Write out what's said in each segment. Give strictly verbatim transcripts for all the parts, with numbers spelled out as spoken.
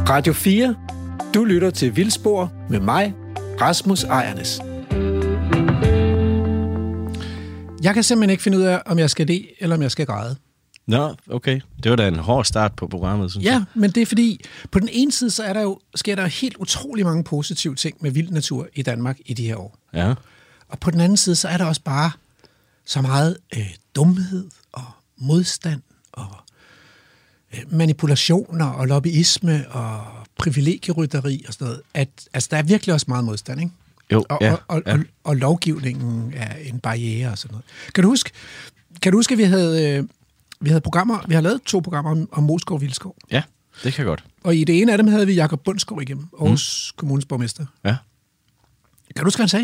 Radio fire. Du lytter til Vildspor med mig, Rasmus Ejernes. Jeg kan simpelthen ikke finde ud af, om jeg skal le, eller om jeg skal græde. Nå, okay. Det var da en hård start på programmet, synes ja, jeg. Men det er fordi, på den ene side, så er der jo, sker der helt utrolig mange positive ting med vild natur i Danmark i de her år. Ja. Og på den anden side, så er der også bare så meget øh, dumhed og modstand og øh, manipulationer og lobbyisme og privilegierytteri og sådan noget, at altså, der er virkelig også meget modstand, ikke? Jo, og, ja, og, og, ja. og, og lovgivningen er en barriere og sådan noget. Kan du huske, kan du huske at vi havde, øh, vi havde programmer, vi har lavet to programmer om, om Moskov og Vildskov? Ja, det kan godt. Og i det ene af dem havde vi Jakob Bundsgaard igennem, Aarhus mm. Kommunes borgmester. Ja. Kan du huske, hvad han sagde?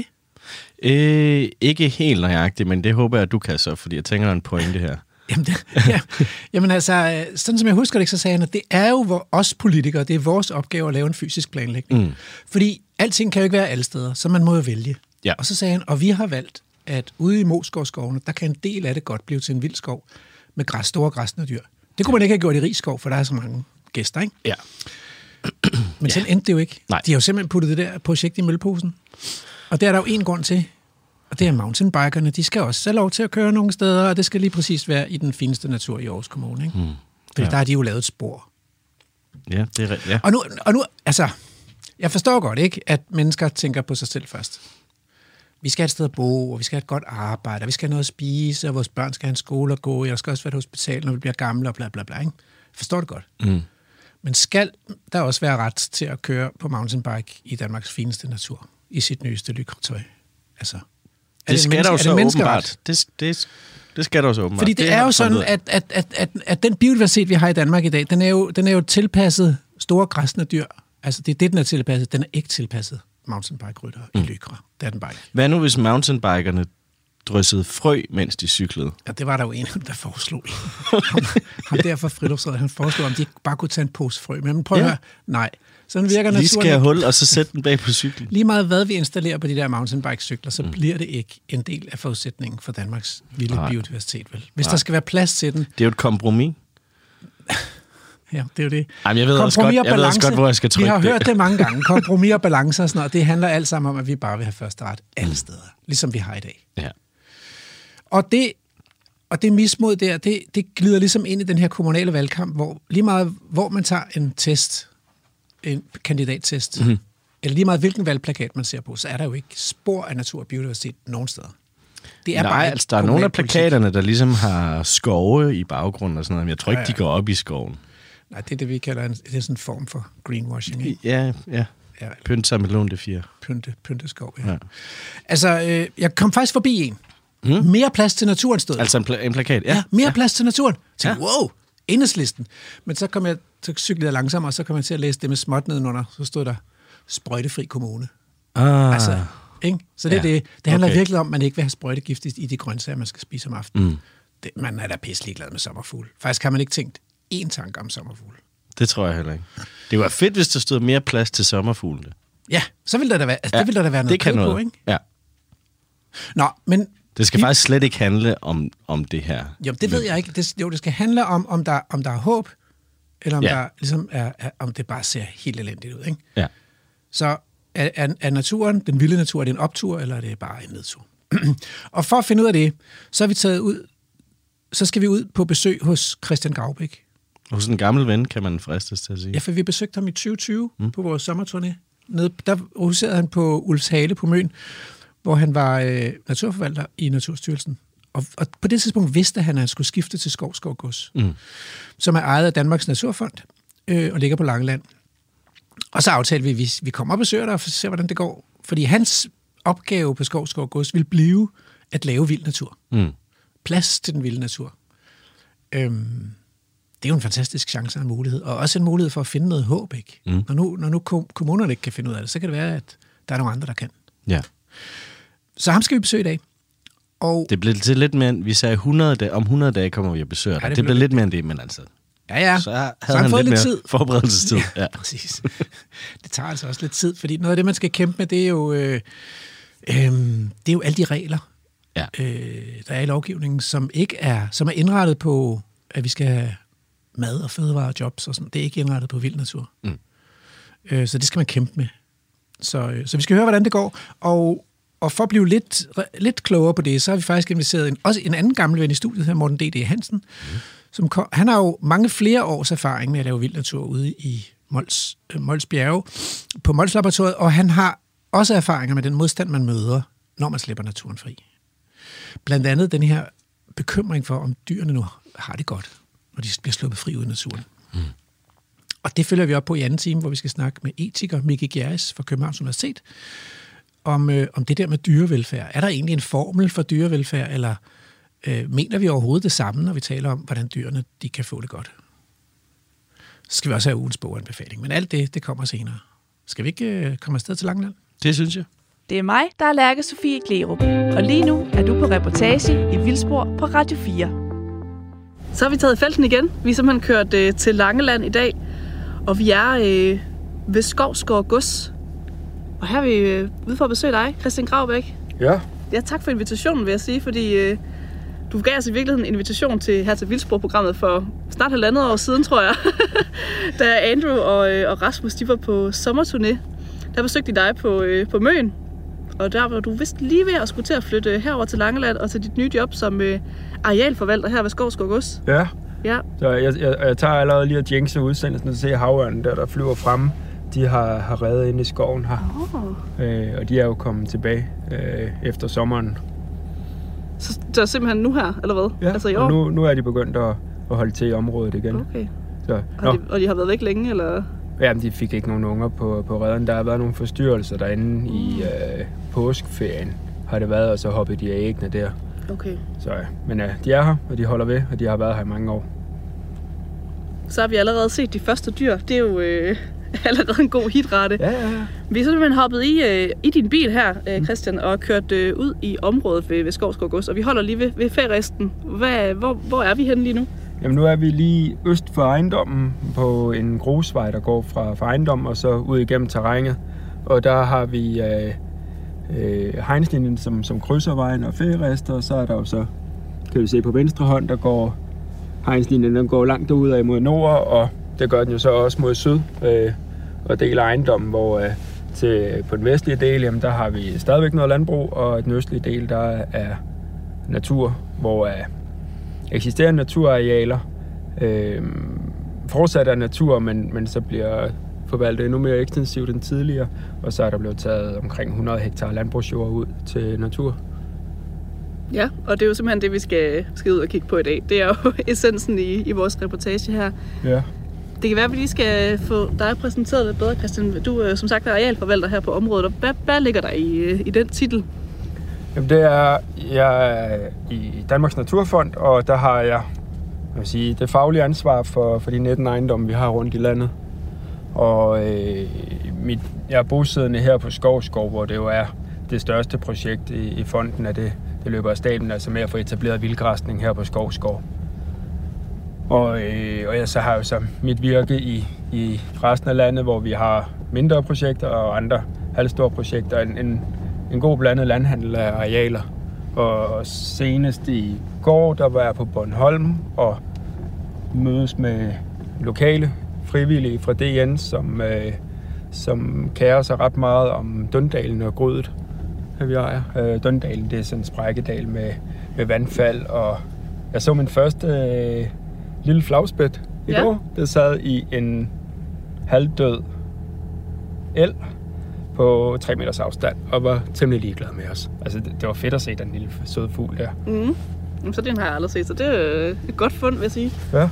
Øh, ikke helt nøjagtigt, men det håber jeg, at du kan så, fordi jeg tænker, der er en pointe her. Jamen, det, ja. Jamen altså, sådan som jeg husker det, så sagde han, at det er jo hvor, os politikere, det er vores opgave at lave en fysisk planlægning. Mm. Fordi alting kan jo ikke være alle steder, så man må jo vælge. Ja. Og så sagde han, og vi har valgt, at ude i Moskovskovene, der kan en del af det godt blive til en vild skov med græs, store græsne dyr. Det kunne man ikke have gjort i Rigskov, for der er så mange gæster, ikke? Ja. Men sådan endte det jo ikke. Nej. De har jo simpelthen puttet det der projekt i mølposen. Og det er der jo en grund til. Og det er mountainbikerne. De skal også have lov til at køre nogle steder, og det skal lige præcis være i den fineste natur i Aarhus Kommune, ikke? Mm. Fordi ja. Der har de jo lavet et spor. Ja, det er rigtigt. Ja. Og nu, og nu, altså, jeg forstår godt, ikke, at mennesker tænker på sig selv først. Vi skal have et sted at bo, og vi skal have et godt arbejde, og vi skal have noget at spise, og vores børn skal have en skole at gå i, og der skal også være et hospital, når vi bliver gamle, og bla bla bla, ikke? Jeg forstår det godt. Mm. Men skal der også være ret til at køre på mountainbike i Danmarks fineste natur, i sit nyeste lykretøj? Altså, det, det skal der jo så åbenbart. Det, det, det skal der også åbenbart. Fordi det, det er jo sådan, at, at, at, at, at den biodiversitet, vi har i Danmark i dag, den er jo, den er jo tilpasset store græsne dyr. Altså, det er det, den er tilpasset. Den er ikke tilpasset mountainbike-rytter mm. i Lykra. Det er den bare ikke. Hvad nu, hvis mountainbikerne dryssede frø, mens de cyklede? Ja, det var der jo en, der foreslog. Han, han derfor friluftsrådet, han foreslog, om de ikke bare kunne tage en pose frø. Men prøv at ja. høre, nej. Sådan virker naturen. Lige skære hul, og så sætte den bag på cyklen. Lige meget hvad vi installerer på de der mountainbike-cykler, så mm. bliver det ikke en del af forudsætningen for Danmarks vilde nej. biodiversitet, vel? Hvis nej. der skal være plads til den. Det er jo et kompromis. Ja, det er jo det. Jamen, jeg ved også godt, jeg ved også godt, hvor jeg skal trykke det. Vi har det. hørt det mange gange. Kompromis og balance og sådan noget. Det handler alt sammen om, at vi bare vil have første ret alle steder. Ligesom vi har i dag. Ja. Og det, og det mismod der, det, det glider ligesom ind i den her kommunale valgkamp, hvor lige meget, hvor man tager en test, en kandidattest, mm-hmm. eller lige meget hvilken valgplakat man ser på, så er der jo ikke spor af natur og biodiversitet nogen steder. Det er Nej, bare altså der er nogle af plakaterne, der ligesom har skove i baggrunden og sådan noget, men jeg tror ikke, ja, ja. de går op i skoven. Nej, det er det, vi kalder en, det er sådan en form for greenwashing, ikke? Ja, ja. ja. Pynt sammen med lån det fire. Pynte, pynteskov, ja. ja. Altså, øh, jeg kom faktisk forbi en. Mm. Mere plads til naturen stod. Altså en, pla- en plakat, ja. Ja, mere ja. plads til naturen. Så ja. wow, Enhedslisten. Men så kom jeg, så cyklede jeg langsommere, og så kom jeg til at læse det med småt nedenunder. Så stod der, sprøjtefri kommune. Ah. Altså, ikke? Så det, ja. det, det handler okay. virkelig om, at man ikke vil have sprøjtegift i de grøntsager, man skal spise om aftenen. Mm. Det, man er da pisselig glad med sommerfugle. Faktisk har man ikke tænkt én tanke om sommerfugle. Det tror jeg heller ikke. Det var fedt, hvis der stod mere plads til sommerfuglene. Ja, så ville der da være, altså, ja, det ville der da være noget, det kan noget. på, ikke? Ja. Nå, men... Det skal vi, faktisk slet ikke handle om, om det her. Jo, det ved jeg ikke. Det, jo, det skal handle om, om der, om der er håb, eller om, ja. der, ligesom er, er, om det bare ser helt elendigt ud, ikke? Ja. Så er, er, er naturen, den vilde natur, er det en optur, eller er det bare en nedtur? Og for at finde ud af det, så er vi taget ud, så skal vi ud på besøg hos Christian Graubæk. Hos en gammel ven, kan man fristes til at sige. Ja, for vi besøgte ham i tyve tyve mm. på vores sommerturné. Nede, der huserede han på Ulfshale på Møn, hvor han var øh, naturforvalter i Naturstyrelsen. Og, og på det tidspunkt vidste han, at han skulle skifte til Skovskov Gods, mm. som er ejet af Danmarks Naturfond øh, og ligger på Langeland. Og så aftalte vi, at vi, vi kommer og besøger dig og ser, hvordan det går. Fordi hans opgave på Skovskov Gods vil blive at lave vild natur. Mm. Plads til den vilde natur. Øhm, det er jo en fantastisk chance og en mulighed. Og også en mulighed for at finde noget håb, ikke? Mm. Når nu, når nu kommunerne ikke kan finde ud af det, så kan det være, at der er nogle andre, der kan. Ja. Så ham skal vi besøge i dag. Og det blev til lidt mere, vi sagde hundrede dage, om hundrede dage kommer vi at besøge dig. Ja, det, det blev lidt mere end det, men altså... Ja, ja. Så havde så han, han lidt mere tid. Forberedelsestid. Ja, ja, præcis. Det tager altså også lidt tid, fordi noget af det, man skal kæmpe med, det er jo, øh, øh, det er jo alle de regler, ja. øh, der er i lovgivningen, som ikke er, som er indrettet på, at vi skal have mad og fødevare og jobs og sådan. Det er ikke indrettet på vild natur. Mm. Øh, så det skal man kæmpe med. Så, øh, så vi skal høre, hvordan det går. Og, og for at blive lidt, lidt klogere på det, så har vi faktisk inviteret en, også en anden gammel ven i studiet her, Morten D D. Hansen. Mm. Som kom, han har jo mange flere års erfaring med at lave vild natur ude i Mols, øh, Mols Bjerge på Mols Laboratoriet, og han har også erfaringer med den modstand, man møder, når man slipper naturen fri. Blandt andet den her bekymring for, om dyrene nu har det godt, når de bliver sluppet fri ud i naturen. Mm. Og det følger vi op på i anden time, hvor vi skal snakke med etiker Mikke Gjerris fra Københavns Universitet om, øh, om det der med dyrevelfærd. Er der egentlig en formel for dyrevelfærd, eller øh, mener vi overhovedet det samme, når vi taler om, hvordan dyrene de kan få det godt? Så skal vi også have ugens boganbefaling, men alt det, det kommer senere. Skal vi ikke øh, komme afsted til Langeland? Det synes jeg. Det er mig, der er Lærke Sofie Glerup, og lige nu er du på reportage i Vildspor på Radio fire. Så har vi taget felten igen. Vi er simpelthen kørt øh, til Langeland i dag, og vi er øh, ved Skovsgård Gods. Og her er vi øh, ude for at besøge dig, Christian Graubæk. Ja. Ja, tak for invitationen, vil jeg sige, fordi øh, du gav os i virkeligheden en invitation til her til Vildspor-programmet for snart halvandet år siden, tror jeg. Da Andrew og, øh, og Rasmus, de var på sommerturné. Der besøgte de dig på, øh, på Møn, og der var du vist lige ved at skulle til at flytte herover til Langeland og til dit nye job som øh, arealforvalter her ved Skovsgård Gods. Ja. Ja. Så jeg, jeg, jeg tager allerede lige at jinxe udsendelsen og se havørnen der, der flyver fremme. De har, har reddet ind i skoven her. Oh. Øh, og de er jo kommet tilbage øh, efter sommeren. Så det er simpelthen nu her, eller hvad? Ja, altså i år? og nu, nu er de begyndt at, at holde til i området igen. Okay. Så, og, de, og de har været væk længe, eller? Jamen, de fik ikke nogen unger på, på redden. Der har været nogle forstyrrelser derinde mm. i øh, påskeferien, har det været, og så hoppede de af æggene der. Okay. Så, men ja, de er her, og de holder ved, og de har været her i mange år. Så har vi allerede set de første dyr. Det er jo øh, allerede en god hitrate. Ja, ja, ja. Vi er simpelthen hoppet i, øh, i din bil her, øh, Christian, og kørt øh, ud i området ved, ved Skovsgård Gods, og vi holder lige ved, ved færresten. Hvad, hvor, hvor er vi henne lige nu? Jamen, nu er vi lige øst for ejendommen på en grusvej, der går fra, fra ejendommen og så ud igennem terrænet. Og der har vi øh, øh, hegnslinjen, som, som krydser vejen og færrester, og så er der jo så, kan vi se på venstre hånd, der går hegnslinjen, den går langt derud af mod nord, og det gør den jo så også mod syd øh, og deler ejendommen, hvor øh, til, på den vestlige del, jamen, der har vi stadigvæk noget landbrug, og den østlige del, der er natur, hvor øh, eksisterende naturarealer øh, fortsat er natur, men, men så bliver forvaltet endnu mere ekstensivt end tidligere, og så er der blevet taget omkring hundrede hektar landbrugsjord ud til natur. Ja, og det er jo simpelthen det, vi skal, skal ud og kigge på i dag. Det er jo essensen i, i vores reportage her. Ja. Det kan være, at vi lige skal få dig præsenteret lidt bedre, Christian. Du er som sagt arealforvalter her på området. Hvad, hvad ligger der i, i den titel? Jamen, det er, jeg er i Danmarks Naturfond, og der har jeg, jeg vil sige, det faglige ansvar for, for de nitten ejendomme, vi har rundt i landet. Og øh, mit, jeg er bosiddende her på Skovsgård, hvor det jo er det største projekt i, i fonden af det. Det løber af staten, altså med at få etableret vildgræsning her på Skovsgård. Og, øh, og jeg så har jo så mit virke i, i resten af landet, hvor vi har mindre projekter og andre halvstore projekter. En, en, en god blandet landhandel af arealer. Og senest i går, der var jeg på Bornholm og mødes med lokale frivillige fra D N, som, øh, som kærer sig ret meget om Dundalen og Grydet. Vi ejer. Øh, Dundalen, det er sådan en sprækkedal med, med vandfald, og jeg så min første øh, lille flagspæt i ja. går. Det sad i en halvdød el på tre meters afstand, og var temmelig ligeglad med os. Altså, det, det var fedt at se den lille søde fugl der. Mm. Så den har jeg aldrig set, så det er et godt fund, vil jeg sige. Ja.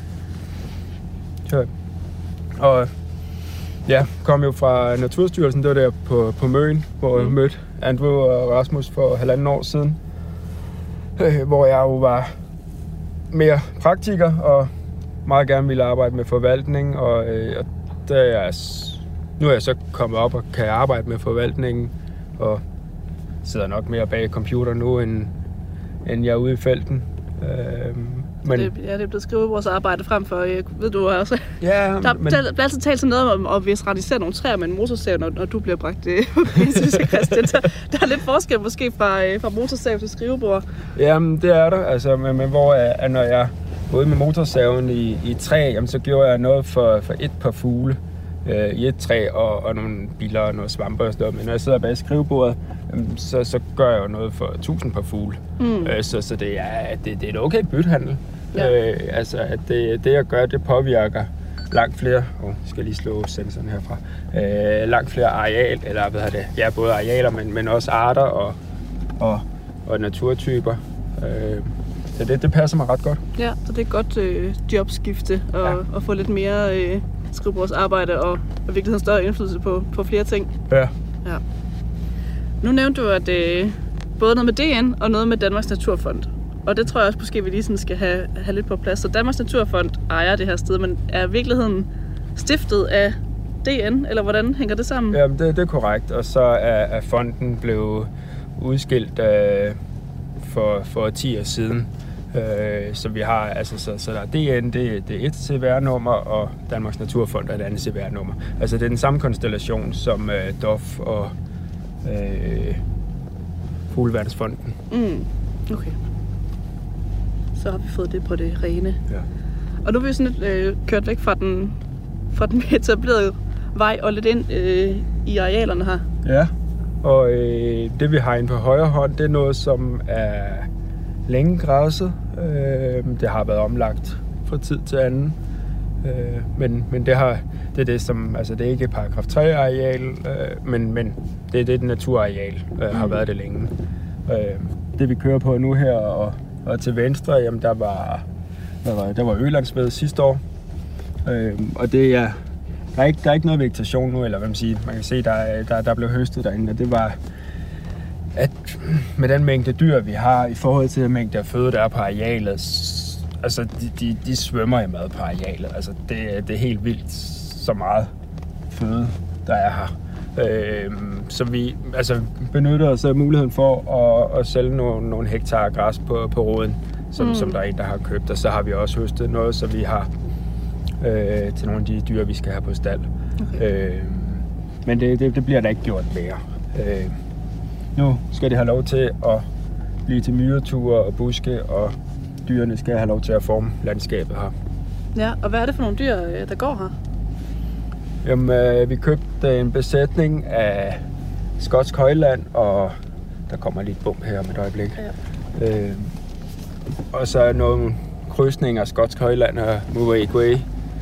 Så. Og ja, kom jo fra Naturstyrelsen, det var der på, på Møn, hvor mm. jeg mødte Andrew og Rasmus for halvanden år siden, øh, hvor jeg jo var mere praktiker og meget gerne ville arbejde med forvaltning, og, øh, og der er, nu er jeg så kommet op og kan arbejde med forvaltningen, og sidder nok mere bag computer nu, end, end jeg er ude i felten. Øh, Men, det, ja, det er blevet skrivebordsarbejde frem for, jeg ved du også. Ja, der men... bliver altid talt sådan noget om at hvis radisere nogle træer med en motorsav, når, når du bliver bragt på bensin, Christian. Der, der er lidt forskel måske fra, fra motorsav til skrivebord. Jamen, det er der. Altså, men, men hvor er, når jeg ude med motorsaven i, i træ, jamen, så gjorde jeg noget for, for et par fugle. øh, i et træ og, og nogle biler og noget svampe og sådan noget. Men når jeg sidder bag skrivebordet, øh, så, så gør jeg jo noget for tusind par fugle. Mm. Øh, så, så det er, det, det er et okay byttehandel. Ja. Øh, altså, at det, det jeg gør, det påvirker langt flere, og oh, skal lige slå sensoren herfra, øh, langt flere areal, eller hvad hedder det, ja, både arealer, men, men også arter og, og, og naturtyper. Øh, så det, det passer mig ret godt. Ja, så det er et godt øh, jobskifte og, ja. og få lidt mere øh, skrivebordsarbejde og, og virkelig en større indflydelse på, på flere ting. Ja. ja. Nu nævnte du, at øh, både noget med D N og noget med Danmarks Naturfond. Og det tror jeg også måske, vi lige sådan skal have, have lidt på plads. Så Danmarks Naturfond ejer det her sted, men er virkeligheden stiftet af D N, eller hvordan hænger det sammen? Jamen, det, det er korrekt. Og så er, er fonden blevet udskilt øh, for, for ti år siden. Øh, så vi har, altså, så, så der er D N, det, det er et C V R-nummer, og Danmarks Naturfond er et andet C V R-nummer. Altså, det er den samme konstellation som øh, D O F og øh, Fugleværnsfonden. Mm, okay. Så har vi fået det på det rene. Ja. Og nu er vi sådan lidt øh, kørt væk fra den, fra den etablerede vej og lidt ind øh, i arealerne her. Ja, og øh, det vi har inde på højre hånd, det er noget, som er længe græsset. Øh, det har været omlagt fra tid til anden. Øh, men men det, har, det er det, som, altså det er ikke paragraf tre areal, øh, men, men det er det, det naturareal øh, har været det længe. Øh, det vi kører på nu her, og Og til venstre, jamen der var, der var, der var Ølandsved sidste år. Øhm, og det er, der er, ikke, der er ikke noget vegetation nu, eller hvad man siger. Man kan se, der, der, der blev høstet derinde, og det var, at med den mængde dyr, vi har, i forhold til den mængde af føde, der er på arealet, altså de, de, de svømmer i mad på arealet. Altså det, det er helt vildt så meget føde, der er her. Øhm, så vi altså, benytter os af muligheden for at, at sælge nogle, nogle hektar græs på, på roden, som, mm. som der er en, der har købt. Og så har vi også høstet noget, så vi har øh, til nogle af de dyr, vi skal have på stald. Okay. Øh, men det, det, det bliver der ikke gjort mere. Øh, nu skal de have lov til at blive til myreture og buske, og dyrene skal have lov til at forme landskabet her. Ja, og hvad er det for nogle dyr, der går her? Jamen, øh, vi købte en besætning af skotsk højland, og der kommer lige et bump her om et øjeblik. Ja. Øh, og så nogle krydsninger af skotsk højland og Muay-Guay.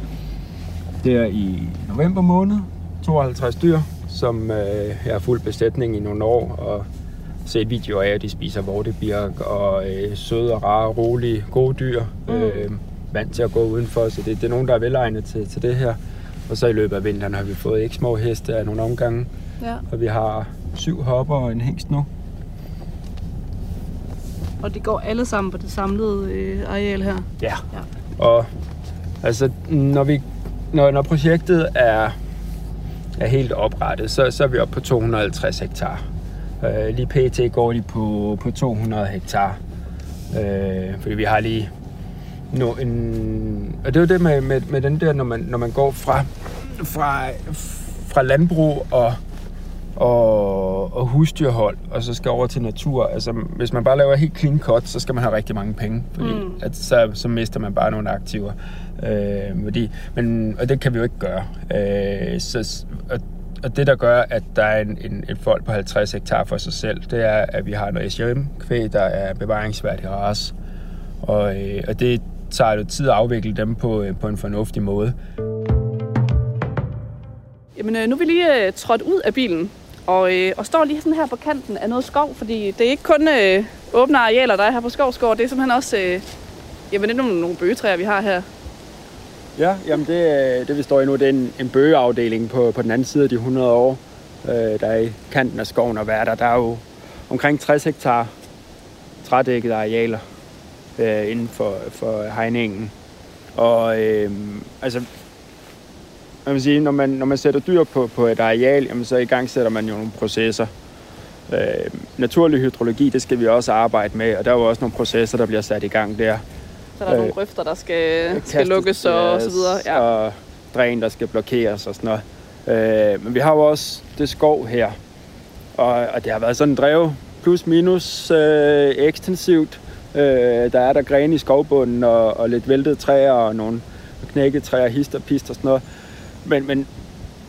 Det er i november måned, tooghalvtreds dyr, som øh, jeg har fuld besætning i nogle år, og set videoer af, at de spiser vortebirk og øh, søde og rare, rolige, gode dyr. Mm. Øh, vant til at gå udenfor, så det, det er nogen, der er velegnet til, til det her. Og så i løbet af vinteren har vi fået ikke små heste af nogle omgange. Ja. Og vi har syv hopper og en hingst nu. Og de går alle sammen på det samlede øh, areal her? Ja. ja. Og altså, når, vi, når, når projektet er, er helt oprettet, så, så er vi oppe på to hundrede og halvtreds hektar. Øh, lige pt. Går de på, på to hundrede hektar. Øh, fordi vi har lige No, en, og det er jo det med, med, med den der, når man, når man går fra, fra, fra landbrug og, og, og husdyrhold, og så skal over til natur. Altså, hvis man bare laver helt clean cut, så skal man have rigtig mange penge, fordi mm. at, så, så mister man bare nogle aktiver. Øh, fordi, men, og det kan vi jo ikke gøre. Øh, så, og, og det, der gør, at der er en, en, et folk på halvtreds hektar for sig selv, det er, at vi har noget S J M-kvæg, der er bevaringsværdig race. Og, øh, og det tager jo tid at afvikle dem på, på en fornuftig måde. Jamen, øh, nu er vi lige øh, trådt ud af bilen, og, øh, og står lige sådan her på kanten af noget skov, fordi det er ikke kun øh, åbne arealer, der er her på Skovsgård, det er simpelthen også øh, jamen, det er nogle, nogle bøgetræer, vi har her. Ja, jamen det, det vi står i nu, det er en, en bøgeafdeling på, på den anden side af de hundrede år, øh, der er i kanten af skoven og værter. Der er jo omkring tres hektar trædækkede arealer øh, inden for, for hegningen. Og øh, altså, man vil sige, når man, når man sætter dyr på, på et areal, jamen, så i gang sætter man jo nogle processer. Øh, naturlig hydrologi, det skal vi også arbejde med, og der er jo også nogle processer, der bliver sat i gang der. Så der er øh, nogle grøfter, der skal, skal lukkes og, og så videre. Ja. Og dræn, der skal blokeres og sådan noget. Øh, men vi har jo også det skov her, og, og det har været sådan drevet plus minus øh, ekstensivt. Øh, der er der grene i skovbunden og, og lidt væltede træer og nogle knækkede træer, hist og pist og sådan noget. Men, men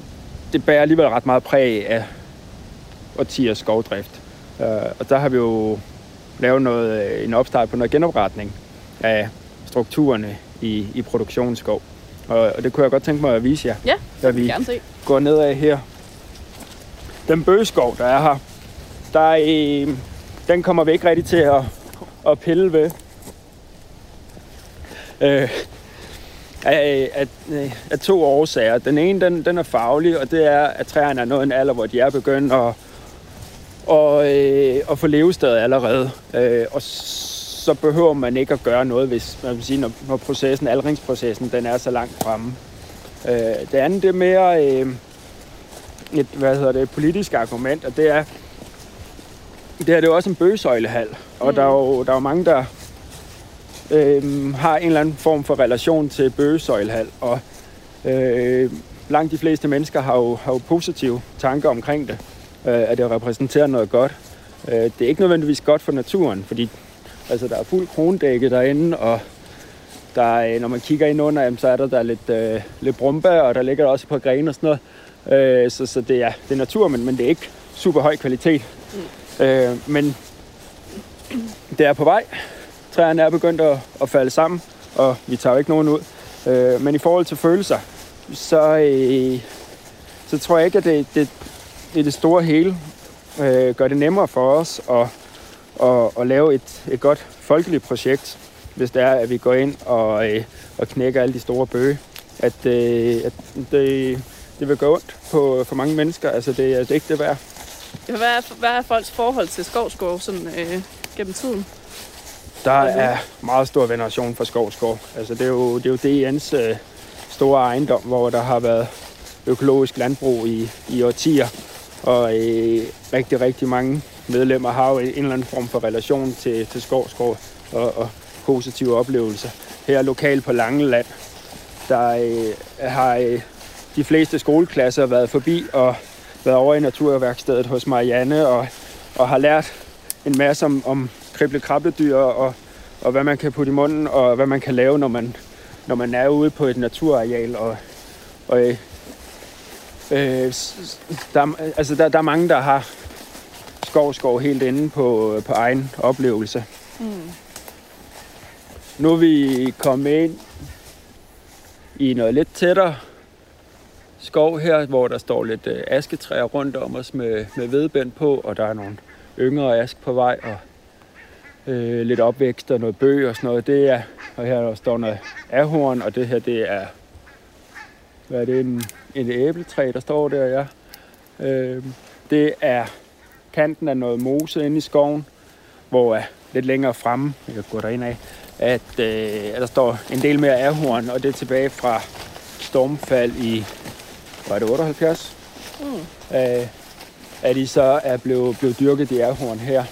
det bærer alligevel ret meget præg af årtiers skovdrift. Uh, og der har vi jo lavet noget, en opstart på noget genopretning af strukturerne i, i produktionsskov. Og, og det kunne jeg godt tænke mig at vise jer. Ja, det vil vi gerne se. Går nedad her. Den bøgeskov, der er her, der er, øh, den kommer vi ikke rigtig til at, at pille ved. Øh, af, af, af to årsager. Den ene, den, den er faglig, og det er, at træerne er nået en alder, hvor de er begyndt at, og, øh, at få levested allerede. Øh, og så behøver man ikke at gøre noget, hvis man vil sige, når, når processen, aldringsprocessen, den er så langt fremme. Øh, det andet, det er mere øh, et, hvad hedder det, politisk argument, og det er, det her det er jo også en bøgesøjlehal, og mm. der, er jo, der er jo mange, der øh, har en eller anden form for relation til bøgesøjlehal, og øh, langt de fleste mennesker har jo, har jo positive tanker omkring det, øh, at det repræsenterer noget godt. Øh, det er ikke nødvendigvis godt for naturen, fordi altså, der er fuld krondække derinde, og der er, når man kigger ind under, så er der, der er lidt, øh, lidt brumbær, og der ligger der også et par grene og sådan noget. Øh, så så det, er, det er natur, men, men det er ikke super høj kvalitet. Mm. Øh, men det er på vej. Træerne er begyndt at, at falde sammen, og vi tager jo ikke nogen ud. Øh, men i forhold til følelser, så, øh, så tror jeg ikke, at det, det, det, det store hele øh, gør det nemmere for os at, at, at lave et, et godt folkeligt projekt, hvis det er, at vi går ind og, øh, og knækker alle de store bøge. At, øh, at det, det vil gå ondt på, for mange mennesker. Altså, det, det er ikke det værd. Hvad er, hvad er folks forhold til Skovsgård sådan, øh, gennem tiden? Der er meget stor veneration for Skovsgård. Altså, det er jo, det er jo D N's øh, store ejendom, hvor der har været økologisk landbrug i, i årtier. Og øh, rigtig, rigtig mange medlemmer har jo en eller anden form for relation til, til Skovsgård og, og positive oplevelser. Her lokalt på Langeland, der øh, har øh, de fleste skoleklasser været forbi og været over i naturværkstedet hos Marianne og, og har lært en masse om, om krible-krabledyr og, og hvad man kan putte i munden og hvad man kan lave, når man, når man er ude på et naturareal. Og, og, øh, øh, der, altså der, der er mange, der har Skovsgård helt inde på, på egen oplevelse. Mm. Nu er vi kommet ind i noget lidt tættere skov her, hvor der står lidt øh, asketræer rundt om os med, med vedbænd på, og der er nogle yngre ask på vej, og øh, lidt opvækst og noget bøg og sådan noget. Det er, og her der står noget ahorn, og det her, det er, hvad er det, en, en æbletræ, der står der, ja. Øh, det er kanten af noget mose inde i skoven, hvor er lidt længere fremme, jeg kan gå derind af, at, øh, at der står en del mere ahorn, og det er tilbage fra stormfald i, var det otteoghalvfjerds? Mm. Øh, at de så er blevet, blevet dyrket de ahorn her.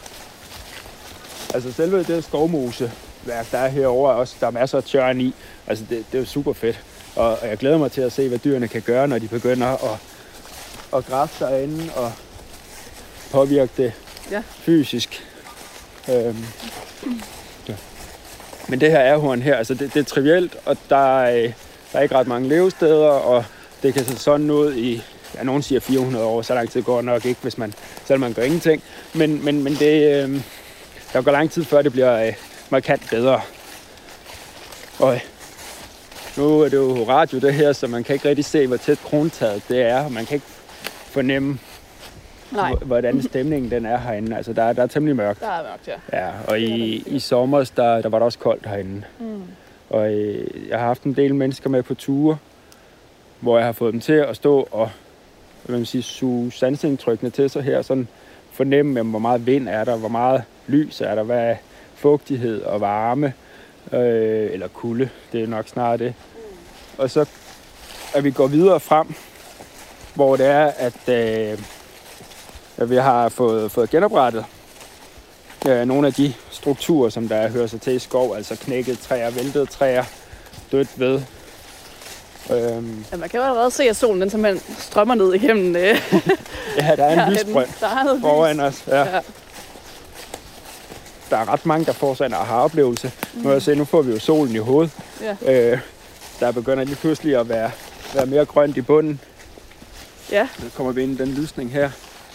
Altså selve det skovmoseværk, der er herovre også, der er masser af tjørn i. Altså det, det er jo super fedt. Og, og jeg glæder mig til at se, hvad dyrene kan gøre, når de begynder at, at græffe derinde og påvirke det ja. fysisk. Øhm, ja. Men det her ahorn her, altså det, det er trivielt, og der er, der er ikke ret mange levesteder, og det kan se sådan ud i, ja, nogen siger fire hundrede år, så lang tid går nok ikke, hvis man, selvom man gør ingenting. Men, men, men det, øh, der går lang tid, før det bliver øh, markant bedre. Og nu er det jo radio det her, så man kan ikke rigtig se, hvor tæt krontaget det er. Man kan ikke fornemme, Nej. hvordan stemningen den er herinde. Altså, der, der er temmelig mørkt. Der er mørkt, ja. Ja, og i, i sommer, der, der var der også koldt herinde. Mm. Og øh, jeg har haft en del mennesker med på ture, hvor jeg har fået dem til at stå og hvad man sige, suge sanseindtrykkene til sig her, sådan fornemme, hvor meget vind er der, hvor meget lys er der, hvad er fugtighed og varme, øh, eller kulde, det er nok snart det. Mm. Og så er vi går videre frem, hvor det er, at, øh, at vi har fået, fået genoprettet øh, nogle af de strukturer, som der hører sig til i skov, altså knækkede træer, væltede træer, dødt ved. Øhm. Ja, man kan jo allerede se, at solen den simpelthen strømmer ned igennem. Øh. Ja, der er en lysbrønd foran os. Ja. Ja. Der er ret mange, der får sådan en aha-oplevelse. Mm. Nu, se, nu får vi jo solen i hovedet. Ja. Øh, der begynder lige pludselig at være, være mere grønt i bunden. Ja. Så kommer vi ind i den lysning her.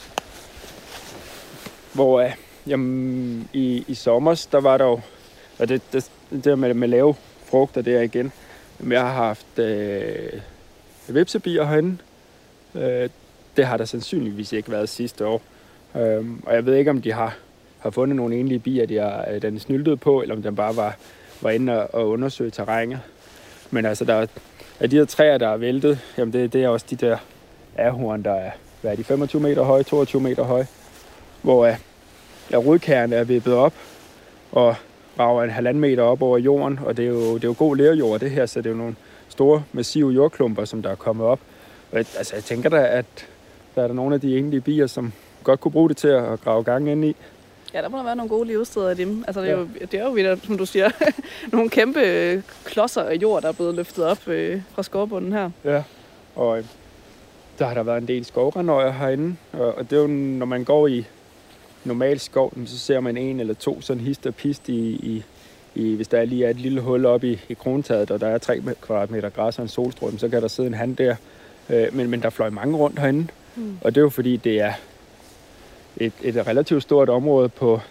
Hvor øh, jamen, i, i sommer, der var der jo, og det, det, det med, med lave frugter der igen, jamen, jeg har haft øh, vipsebier herinde. Øh, det har der sandsynligvis ikke været sidste år. Øh, og jeg ved ikke, om de har, har fundet nogle enlige bier, de har, den er snyltet på, eller om den bare var, var inde og, og undersøge terrænet. Men altså, der er, af de her træer, der er væltet, jamen det, det er også de der ahorn, der er, hvad er de, femogtyve meter høje, toogtyve meter høje, hvor øh, ja, rodkærnen er vippet op og rager en halvanden meter op over jorden, og det er jo, det er jo god lerjord det her, så det er jo nogle store, massive jordklumper, som der er kommet op. Og jeg, altså, jeg tænker da, at der er der nogle af de enlige bier, som godt kunne bruge det til at grave gang ind i. Ja, der må der være nogle gode levesteder af dem. Altså, det er, ja. jo, det er jo videre, som du siger, nogle kæmpe klodser af jord, der er blevet løftet op øh, fra skovbunden her. Ja, og øh, der har der været en del skovrandøjer herinde, og, og det er jo, når man går i normal skov, så ser man en eller to sådan hist og pist i, i, i hvis der lige er et lille hul op i, i krontaget, og der er tre kvadratmeter græs og en solstråle, så kan der sidde en han der. Øh, men, men der fløj mange rundt herinde, mm. og det er jo fordi, det er et, et relativt stort område på,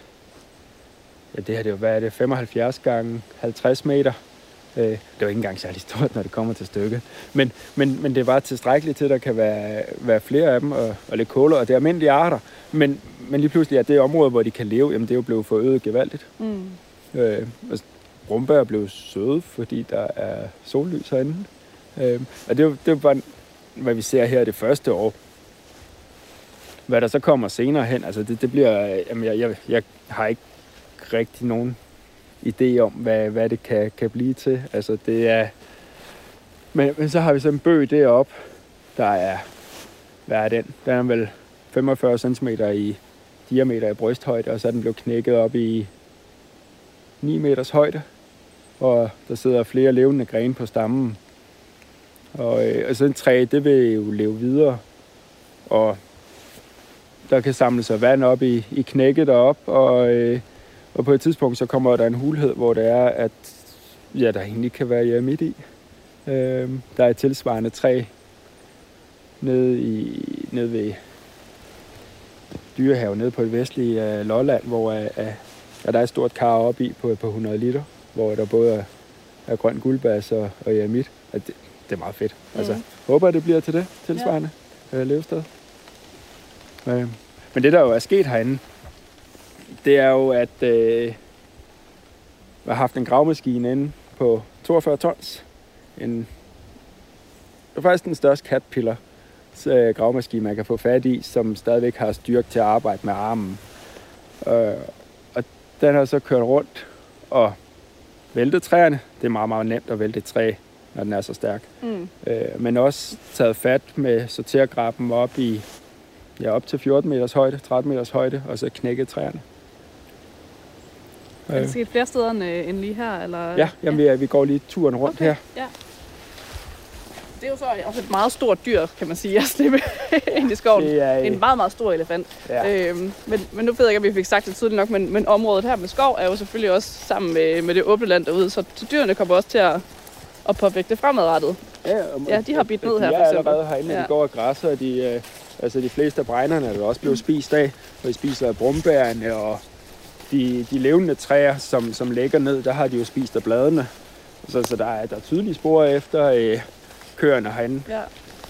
ja det her, det er jo, hvad er det, femoghalvfjerds gange halvtreds meter. Øh, det er jo ikke engang særlig stort, når det kommer til stykket. Men, men, men det var tilstrækkeligt til, at der kan være, være flere af dem, og, og lidt kåler, og det er almindelige arter. Men, men lige pludselig er det område, hvor de kan leve, jamen det er jo blevet forøget gevaldigt. Mm. Øh, altså, brumbær er blevet søde, fordi der er sollys herinde. Øh, og det er jo det er bare, hvad vi ser her det første år. Hvad der så kommer senere hen, altså det, det bliver, jamen jeg, jeg, jeg har ikke rigtig nogen idé om, hvad, hvad det kan, kan blive til. Altså det er, men, men så har vi så en bøg deroppe, der er, hvad er den? Den er vel femogfyrre centimeter i diameter i brysthøjde, og så er den blevet knækket op i ni meters højde, og der sidder flere levende grene på stammen. Og, og sådan et træ, det vil jo leve videre, og der kan samle sig vand op i, i knækket deroppe, og, øh, og på et tidspunkt så kommer der en hulhed, hvor det er, at ja, der egentlig kan være hjemme midt i. Øh, der er et tilsvarende træ nede, i, nede ved Dyrehave, nede på det vestlige uh, Lolland, hvor uh, uh, ja, der er et stort kar oppe i på, på hundrede liter, hvor der både er, er grøn guldbas og, og jamit. Det, det er meget fedt. Mm. Altså, håber, det bliver til det tilsvarende ja. uh, levested. Uh, men det, der jo er sket herinde, det er jo, at uh, jeg har haft en gravmaskine inde på toogfyrre tons. En, det er faktisk den største Caterpillar uh, gravmaskine, man kan få fat i, som stadigvæk har styrke til at arbejde med armen. Uh, og den har så kørt rundt og væltet træerne. Det er meget, meget nemt at vælte et træ, når den er så stærk. Mm. Uh, men også taget fat med sortergraben op i ja, op til fjorten meters højde, tretten meters højde, og så knækket træerne. Er det sket flere steder end, end lige her? Eller? Ja, jamen, ja. Vi, vi går lige turen rundt okay. her. Ja. Det er jo så også et meget stort dyr, kan man sige, at slippe ind i skoven. Det er en meget, meget stor elefant. Ja. Øhm, men, men nu ved jeg ikke, om vi fik sagt det tydeligt nok, men, men området her med skov er jo selvfølgelig også sammen med, med det åbne land derude, så, så dyrene kommer også til at, at påvirke det fremadrettet. Ja, og, ja, de har bidt ned her, for eksempel. De er allerede herinde, ja. De går og græsser, og de, øh, altså de fleste af bregnerne er også blevet spist af, og de spiser af brumbærene, og de, de levende træer, som, som lægger ned, der har de jo spist af bladene. Så, så der, er, der er tydelige spor efter øh, køerne herinde. Ja.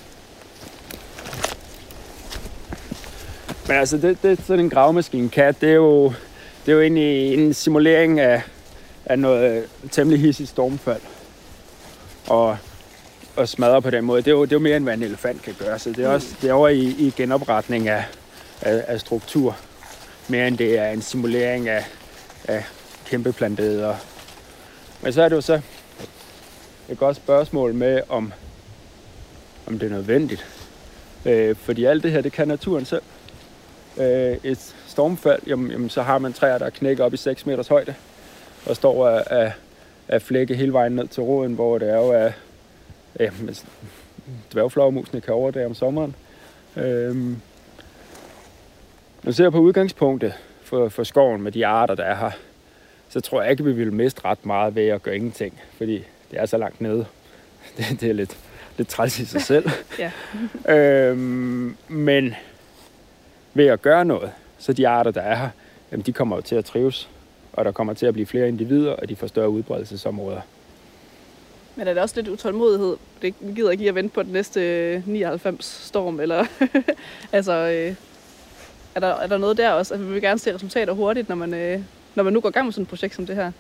Men altså, det, det sådan en gravemaskine kan, det er jo, det er jo egentlig en simulering af, af noget temmelig hissigt stormfald. Og, og smadre på den måde. Det er, jo, det er jo mere, end hvad en elefant kan gøre. Så det er også det er over i, i genopretning af, af, af struktur. Mere end det er en simulering af, af kæmpe planteder. Men så er det jo så et godt spørgsmål med, om, om det er nødvendigt. Øh, fordi alt det her, det kan naturen selv. Øh, et stormfald, jamen, jamen, så har man træer, der knækker op i seks meters højde, og står af, af, af flække hele vejen ned til roden, hvor det er jo af ja, dværgflagermusene kan overdage om sommeren. Øh, Når vi ser på udgangspunktet for, for skoven med de arter, der er her, så tror jeg ikke, vi vil miste ret meget ved at gøre ingenting, fordi det er så langt nede. Det, det er lidt, lidt træls i sig selv. Ja. øhm, men ved at gøre noget, så de arter, der er her, jamen, de kommer jo til at trives, og der kommer til at blive flere individer, og de får større udbredelsesområder. Men er det også lidt utålmodighed? Det gider ikke at vente på den næste nioghalvfems storm, eller altså, øh, er, der, er der noget der også? Altså, vi vil gerne se resultater hurtigt, når man, øh, når man nu går i gang med sådan et projekt som det her.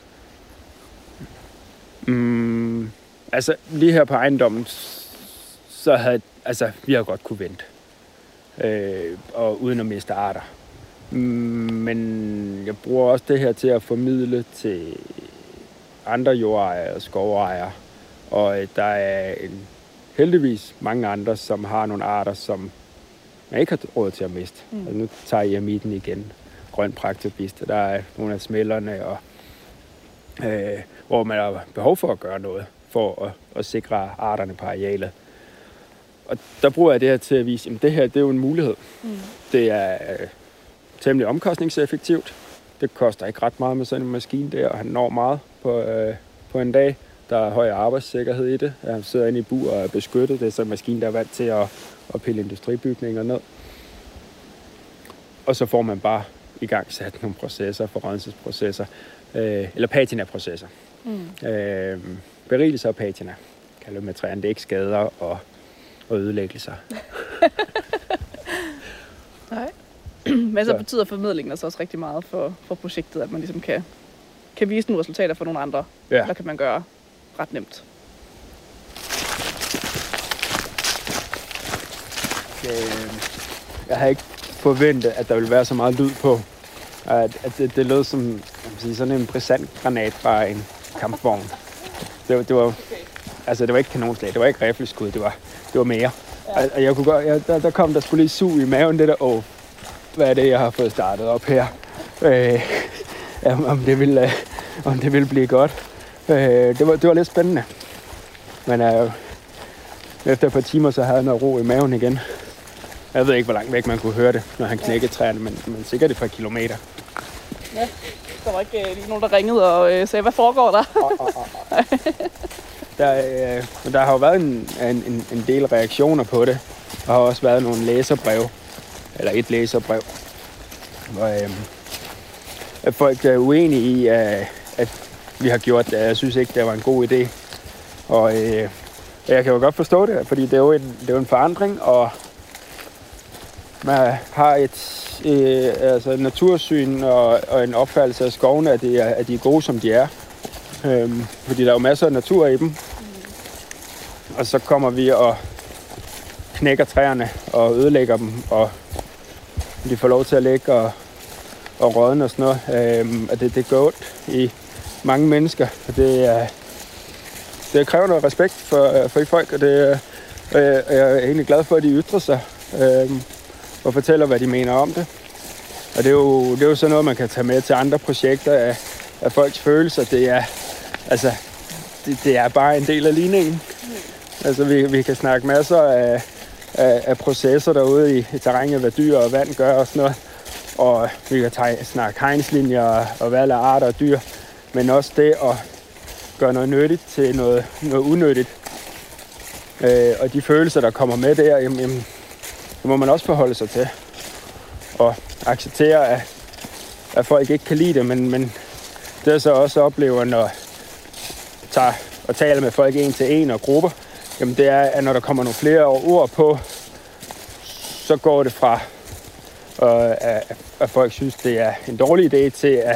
Mm, altså, lige her på ejendommen, så havde, altså, vi har godt kunne vente, øh, og uden at miste arter. Mm, men jeg bruger også det her til at formidle til andre jordejere og skovejere, og der er en, heldigvis mange andre, som har nogle arter, som man ikke har råd til at miste. Mm. Altså, nu tager jeg midten igen, grøn praktobiste, der er nogle af smælderne, og, øh, hvor man har behov for at gøre noget, for at, at sikre arterne på arealet. Og der bruger jeg det her til at vise, at det her det er jo en mulighed. Mm. Det er øh, temmelig omkostningseffektivt. Det koster ikke ret meget med sådan en maskine der, og han når meget på, øh, på en dag. Der er høj arbejdssikkerhed i det. Han sidder inde i bur og er beskyttet. Det er så en maskine, der er vant til at, at pille industribygninger ned. Og så får man bare i gang sat nogle processer, forrenselsesprocesser, øh, eller patinaprocesser. Mm. Øh, berigelse og patina, kalder med træerne. Det er ikke skader og, og ødelæggelser. Nej. Men så betyder formidlingen altså også rigtig meget for, for projektet, at man ligesom kan, kan vise nogle resultater for nogle andre. Ja. Der kan man gøre ret nemt. Jeg har ikke forventet, at der ville være så meget lyd på. At, at det, det lød som jeg sige, sådan en brisantgranat fra en kampvogn. Det var, det var, okay. Altså, det var ikke kanonslag, det var ikke rifleskud, det var, det var mere. Ja. Og jeg kunne godt, jeg, der, der kom der skulle lige sug i maven, det der, åh, hvad er det, jeg har fået startet op her? Øh, om, det ville, øh, om det ville blive godt. Øh, det, var, det var lidt spændende. Men øh, efter et par timer, så havde jeg noget ro i maven igen. Jeg ved ikke, hvor langt væk man kunne høre det, når han knækkede træerne, men, men sikkert et par kilometer. Ja, der var ikke øh, lige nogen, der ringede og øh, sagde, hvad foregår der? Oh, oh, oh. Der, øh, der har jo været en, en, en del reaktioner på det. Der har også været nogle læserbreve, eller et læserbrev, hvor øh, at folk er uenige i, at, at vi har gjort det. Jeg synes ikke, det var en god idé. Og øh, jeg kan jo godt forstå det, fordi det er jo en, det er jo en forandring, og man har et, øh, altså et natursyn og, og en opfattelse af skovene, at de er, at de er gode, som de er. Øhm, fordi der er jo masser af natur i dem. Mm. Og så kommer vi og knækker træerne og ødelægger dem, og de får lov til at ligge og, og rådne og sådan noget. Øhm, og det, det går ondt i mange mennesker. Og det, er, det kræver noget respekt for, for folk, og det, og jeg, jeg er egentlig glad for, at de ytrer sig øhm, og fortæller, hvad de mener om det. Og det er jo, det er jo sådan noget, man kan tage med til andre projekter af, af folks følelser. Det er, altså, det, det er bare en del af ligningen. Mm. Altså, vi, vi kan snakke masser af, af, af processer derude i, i terrænet, hvad dyr og vand gør og sådan noget. Og vi kan tage, snakke hegnslinjer og, og valg af arter og dyr. Men også det at gøre noget nyttigt til noget, noget unødigt. Øh, og de følelser, der kommer med der, jamen, jamen, det må man også forholde sig til. Og acceptere, at, at folk ikke kan lide det, men, men det er så også oplever, når jeg tager og taler med folk en til en og grupper, jamen det er, at når der kommer nogle flere ord på, så går det fra, øh, at, at folk synes, det er en dårlig idé, til at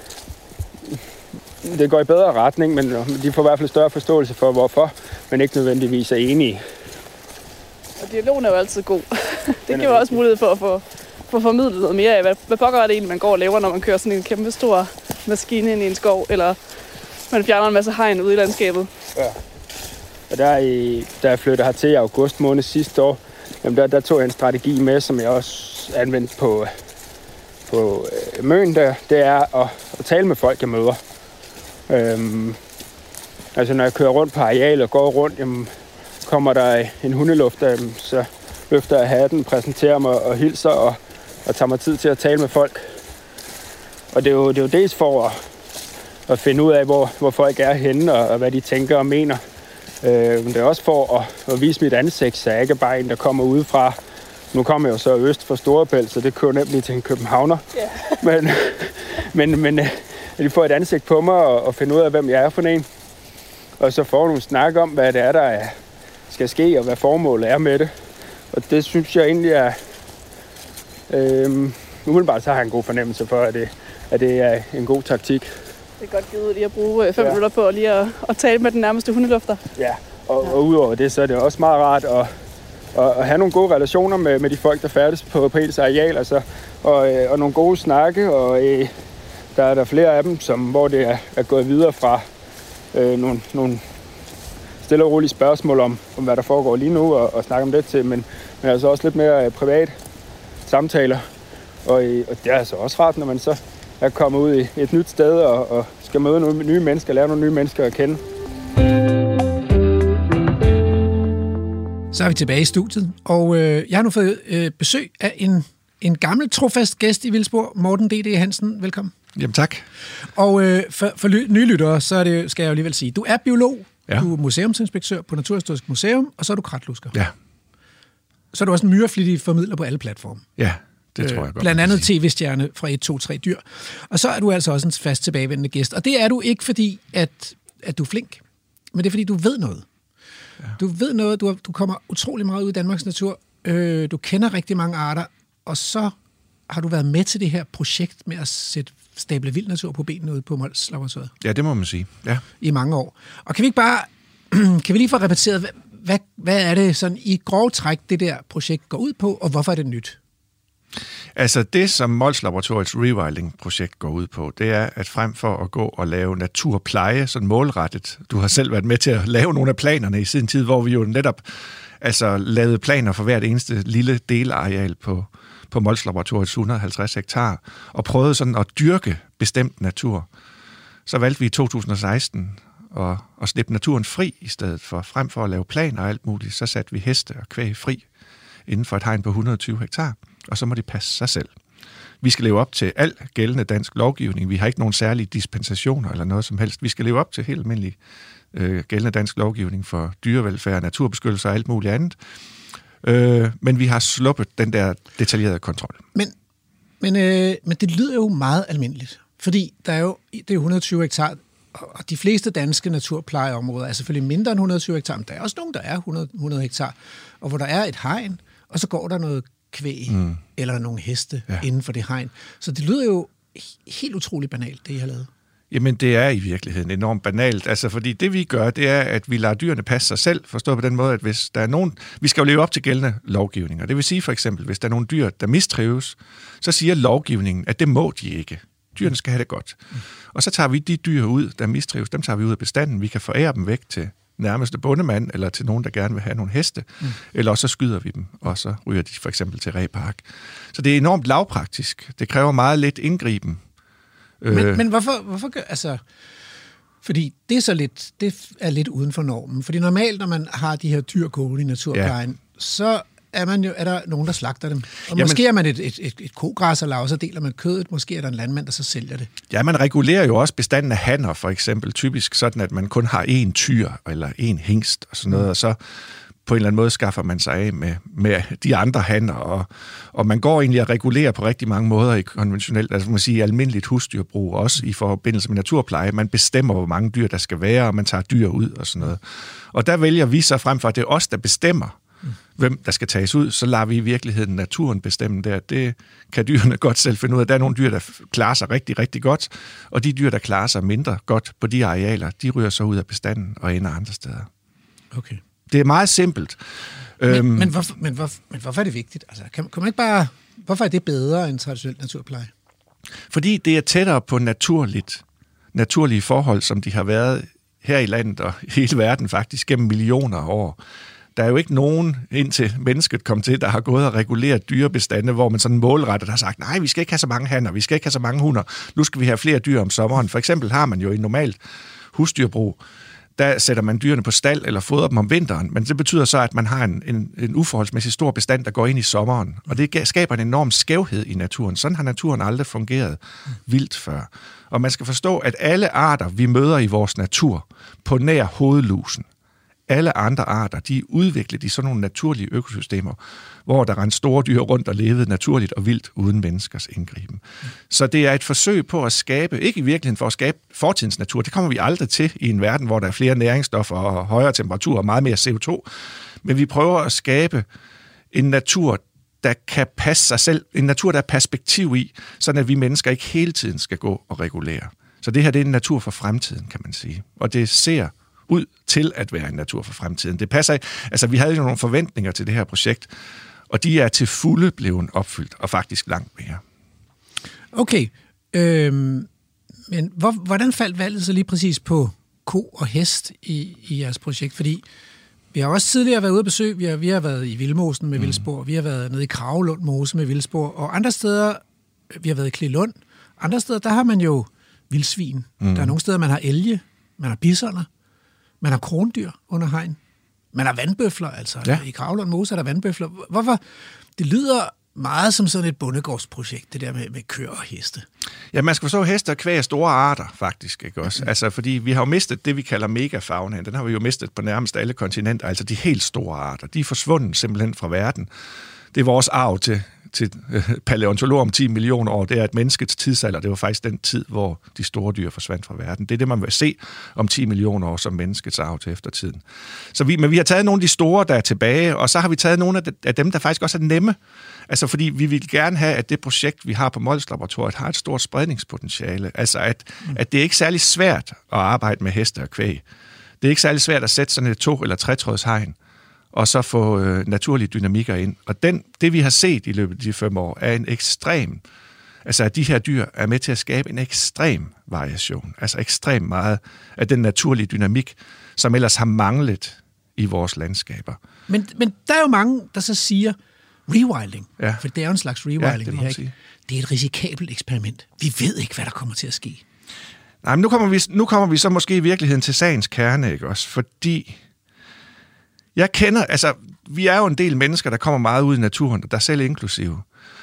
det går i bedre retning, men de får i hvert fald større forståelse for, hvorfor, men ikke nødvendigvis er enige. Og dialogen er jo altid god. Det giver også mulighed for at få, få formidlet noget mere af, hvad, hvad pokker er det egentlig, man går og laver, når man kører sådan en kæmpe stor maskine ind i en skov, eller man fjerner en masse hegn ude i landskabet. Ja. Og der, i, da jeg flyttede hertil i august måned sidste år, jamen der, der tog jeg en strategi med, som jeg også anvendte på, på øh, Møn der. Det er at, at tale med folk, jeg møder. Øhm, altså når jeg kører rundt på arealet og går rundt, jamen, kommer der en hundeluft, jamen, så løfter jeg hatten, præsenterer mig og hilser og, og tager mig tid til at tale med folk. Og det er jo, det er jo dels for at, at finde ud af, hvor, hvor folk er henne og, og hvad de tænker og mener. Øh, men det er også for at, at vise mit ansigt, så jeg ikke er bare en, der kommer udefra. Nu kommer jeg jo så øst for Storebælt, så det kører nemt til en københavner. Yeah. Men, men, men at de får et ansigt på mig og, og finde ud af, hvem jeg er for en. Og så får nogle snak om, hvad det er, der er, skal ske, og hvad formålet er med det. Og det synes jeg egentlig er... Øh, umiddelbart så har jeg en god fornemmelse for, at det, at det er en god taktik. Det er godt givet lige at bruge fem ja. minutter på lige at, at tale med den nærmeste hundelufter. Ja, og, ja. og udover det, så er det også meget rart at, at, at have nogle gode relationer med, med de folk, der færdes på, på ens areal, altså, og, og nogle gode snakke, og øh, der er der flere af dem, som, hvor det er, er gået videre fra øh, nogle, nogle stille og rolige spørgsmål om, om, hvad der foregår lige nu, og, og snakke om det til, men, men altså også lidt mere øh, privat samtaler, og, øh, og det er altså også rart, når man så er kommet ud i et nyt sted og, og skal møde nogle nye mennesker, lære nogle nye mennesker at kende. Så er vi tilbage i studiet, og øh, jeg har nu fået øh, besøg af en, en gammel trofast gæst i Vildspor, Morten D D. Hansen. Velkommen. Jamen tak. Og øh, for, for nye lyttere, så er det, skal jeg jo alligevel sige, du er biolog, ja. Du er museumsinspektør på Naturhistorisk Museum, og så er du kratlusker. Ja. Så er du også en myreflittig formidler på alle platforme. Ja, det tror jeg godt. Blandt andet tv-stjerne fra et, to, tre dyr. Og så er du altså også en fast tilbagevendende gæst. Og det er du ikke fordi, at, at du er flink, men det er fordi, du ved noget. Ja. Du ved noget, du, har, du kommer utrolig meget ud i Danmarks natur, øh, du kender rigtig mange arter, og så har du været med til det her projekt med at sætte stable vild natur på benene ude på Mols Laboratoriet. Ja, det må man sige, ja. I mange år. Og kan vi ikke bare, kan vi lige få repeteret, hvad, hvad, hvad er det sådan i grove træk, det der projekt går ud på, og hvorfor er det nyt? Altså det, som Mols Laboratoriets Rewilding-projekt går ud på, det er, at frem for at gå og lave naturpleje, sådan målrettet, du har selv været med til at lave nogle af planerne i sin tid, hvor vi jo netop altså, lavede planer for hvert eneste lille delareal på, på Mols Laboratoriets et hundrede og halvtreds hektar, og prøvede sådan at dyrke bestemt natur. Så valgte vi i to tusind og seksten at, at slippe naturen fri i stedet for. Frem for at lave planer og alt muligt, så satte vi heste og kvæg fri inden for et hegn på et hundrede og tyve hektar, og så må de passe sig selv. Vi skal leve op til al gældende dansk lovgivning. Vi har ikke nogen særlige dispensationer eller noget som helst. Vi skal leve op til helt almindelig øh, gældende dansk lovgivning for dyrevelfærd, naturbeskyttelse og alt muligt andet. Øh, men vi har sluppet den der detaljerede kontrol. Men, men, øh, men det lyder jo meget almindeligt, fordi der er jo, det er jo et hundrede og tyve hektar, og de fleste danske naturplejeområder er selvfølgelig mindre end et hundrede og tyve hektar, men der er også nogle, der er hundrede, hundrede hektar, og hvor der er et hegn, og så går der noget kvæg mm. eller nogle heste ja. inden for det hegn. Så det lyder jo helt utroligt banalt, det I har lavet. Jamen, det er i virkeligheden enormt banalt. Altså, fordi det, vi gør, det er, at vi lader dyrene passe sig selv. Forstået på den måde, at hvis der er nogen... Vi skal jo leve op til gældende lovgivninger. Det vil sige for eksempel, hvis der er nogle dyr, der mistrives, så siger lovgivningen, at det må de ikke. Dyrene skal have det godt. Mm. Og så tager vi de dyr ud, der mistrives, dem tager vi ud af bestanden. Vi kan forære dem væk til nærmeste bondemand, eller til nogen, der gerne vil have nogle heste, mm. eller så skyder vi dem, og så ryger de for eksempel til Ræpark. Så det er enormt lavpraktisk. Det kræver meget lidt indgriben. Men, øh. men hvorfor, hvorfor gør, altså, fordi det er så lidt, det er lidt uden for normen, fordi normalt, når man har de her dyr gående i naturplejen, ja. så er, man jo, er der nogen, der slagter dem. Og Jamen, måske er man et, et, et, et kogræsserlag, og så deler man kødet. Måske er der en landmand, der så sælger det. Ja, man regulerer jo også bestanden af hanner, for eksempel. Typisk sådan, at man kun har én tyr, eller én hingst, og sådan noget, mm. og så på en eller anden måde skaffer man sig af med, med de andre hanner, og, og man går egentlig at regulere på rigtig mange måder i konventionelt, altså man siger almindeligt husdyrbrug, også i forbindelse med naturpleje. Man bestemmer, hvor mange dyr der skal være, og man tager dyr ud og sådan noget. Og der vælger vi så frem for, at det er os, der bestemmer, mm. hvem der skal tages ud, så lader vi i virkeligheden naturen bestemme der. Det kan dyrene godt selv finde ud af. Der er nogle dyr, der klarer sig rigtig, rigtig godt, og de dyr, der klarer sig mindre godt på de arealer, de ryger så ud af bestanden og ender andre steder. Okay. Det er meget simpelt. Men, øhm, men, hvorfor, men, hvorfor, men hvorfor er det vigtigt? Altså, kan, kan man ikke bare, hvorfor er det bedre end traditionel naturpleje? Fordi det er tættere på naturligt, naturlige forhold, som de har været her i landet og hele verden faktisk gennem millioner af år. Der er jo ikke nogen, indtil mennesket kom til, der har gået og reguleret dyrebestande, hvor man sådan målrettet har sagt, nej, vi skal ikke have så mange hanner, vi skal ikke have så mange hunder, nu skal vi have flere dyr om sommeren. For eksempel har man jo i normalt husdyrbrug, der sætter man dyrene på stald eller fodrer dem om vinteren, men det betyder så, at man har en, en, en uforholdsmæssig stor bestand, der går ind i sommeren, og det skaber en enorm skævhed i naturen. Sådan har naturen aldrig fungeret vildt før. Og man skal forstå, at alle arter, vi møder i vores natur, på nær hovedlusen, alle andre arter, de er udviklet i sådan nogle naturlige økosystemer, hvor der render store dyr rundt og levede naturligt og vildt uden menneskers indgriben. Mm. Så det er et forsøg på at skabe, ikke i virkeligheden for at skabe fortidens natur, det kommer vi aldrig til i en verden, hvor der er flere næringsstoffer og højere temperatur og meget mere C O to, men vi prøver at skabe en natur, der kan passe sig selv, en natur, der er perspektiv i, sådan at vi mennesker ikke hele tiden skal gå og regulere. Så det her, det er en natur for fremtiden, kan man sige. Og det ser ud til at være en natur for fremtiden. Det passer ikke. Altså, vi havde jo nogle forventninger til det her projekt, og de er til fulde blevet opfyldt, og faktisk langt mere. Okay. Øhm, men hvor, hvordan faldt valget så lige præcis på ko og hest i, i jeres projekt? Fordi vi har også tidligere været ude at besøge, vi har, vi har været i Vildmosen med mm. vildspor, vi har været nede i Kragelund Mose med vildspor, og andre steder, vi har været i Klilund, andre steder, der har man jo vildsvin. Mm. Der er nogle steder, man har elge, man har bisoner, man har krondyr under hegn, man har vandbøfler, altså ja. I Kragelund Mose er der vandbøfler. Hvorfor? Det lyder meget som sådan et bondegårdsprojekt, det der med, med køer og heste. Ja, man skal forstå, heste og kvæg er store arter, faktisk, ikke også? Mm. Altså, fordi vi har jo mistet det, vi kalder megafaunaen. Den har vi jo mistet på nærmest alle kontinenter, altså de helt store arter. De er forsvundet simpelthen fra verden. Det er vores arv til, til øh, palæontologer om ti millioner år. Det er et menneskets tidsalder. Det var faktisk den tid, hvor de store dyr forsvandt fra verden. Det er det, man vil se om ti millioner år som menneskets arv til eftertiden. Så vi, men vi har taget nogle af de store, der er tilbage, og så har vi taget nogle af, de, af dem, der faktisk også er nemme. Altså, fordi vi vil gerne have, at det projekt, vi har på Mols Laboratoriet, har et stort spredningspotentiale. Altså, at, mm. at det er ikke særlig svært at arbejde med heste og kvæg. Det er ikke særlig svært at sætte sådan et to- eller tretrådshegn, og så få øh, naturlige dynamikker ind. Og den, det, vi har set i løbet af de fem år, er en ekstrem... Altså, at de her dyr er med til at skabe en ekstrem variation. Altså, ekstremt meget af den naturlige dynamik, som ellers har manglet i vores landskaber. Men, men der er jo mange, der så siger... Rewilding, ja. For det er jo en slags rewilding, ja, det, det her, ikke? Det er et risikabelt eksperiment. Vi ved ikke, hvad der kommer til at ske. Nej, men nu kommer vi, nu kommer vi så måske i virkeligheden til sagens kerne, ikke også? Fordi jeg kender, altså, vi er jo en del mennesker, der kommer meget ud i naturen, og der er selv inklusive.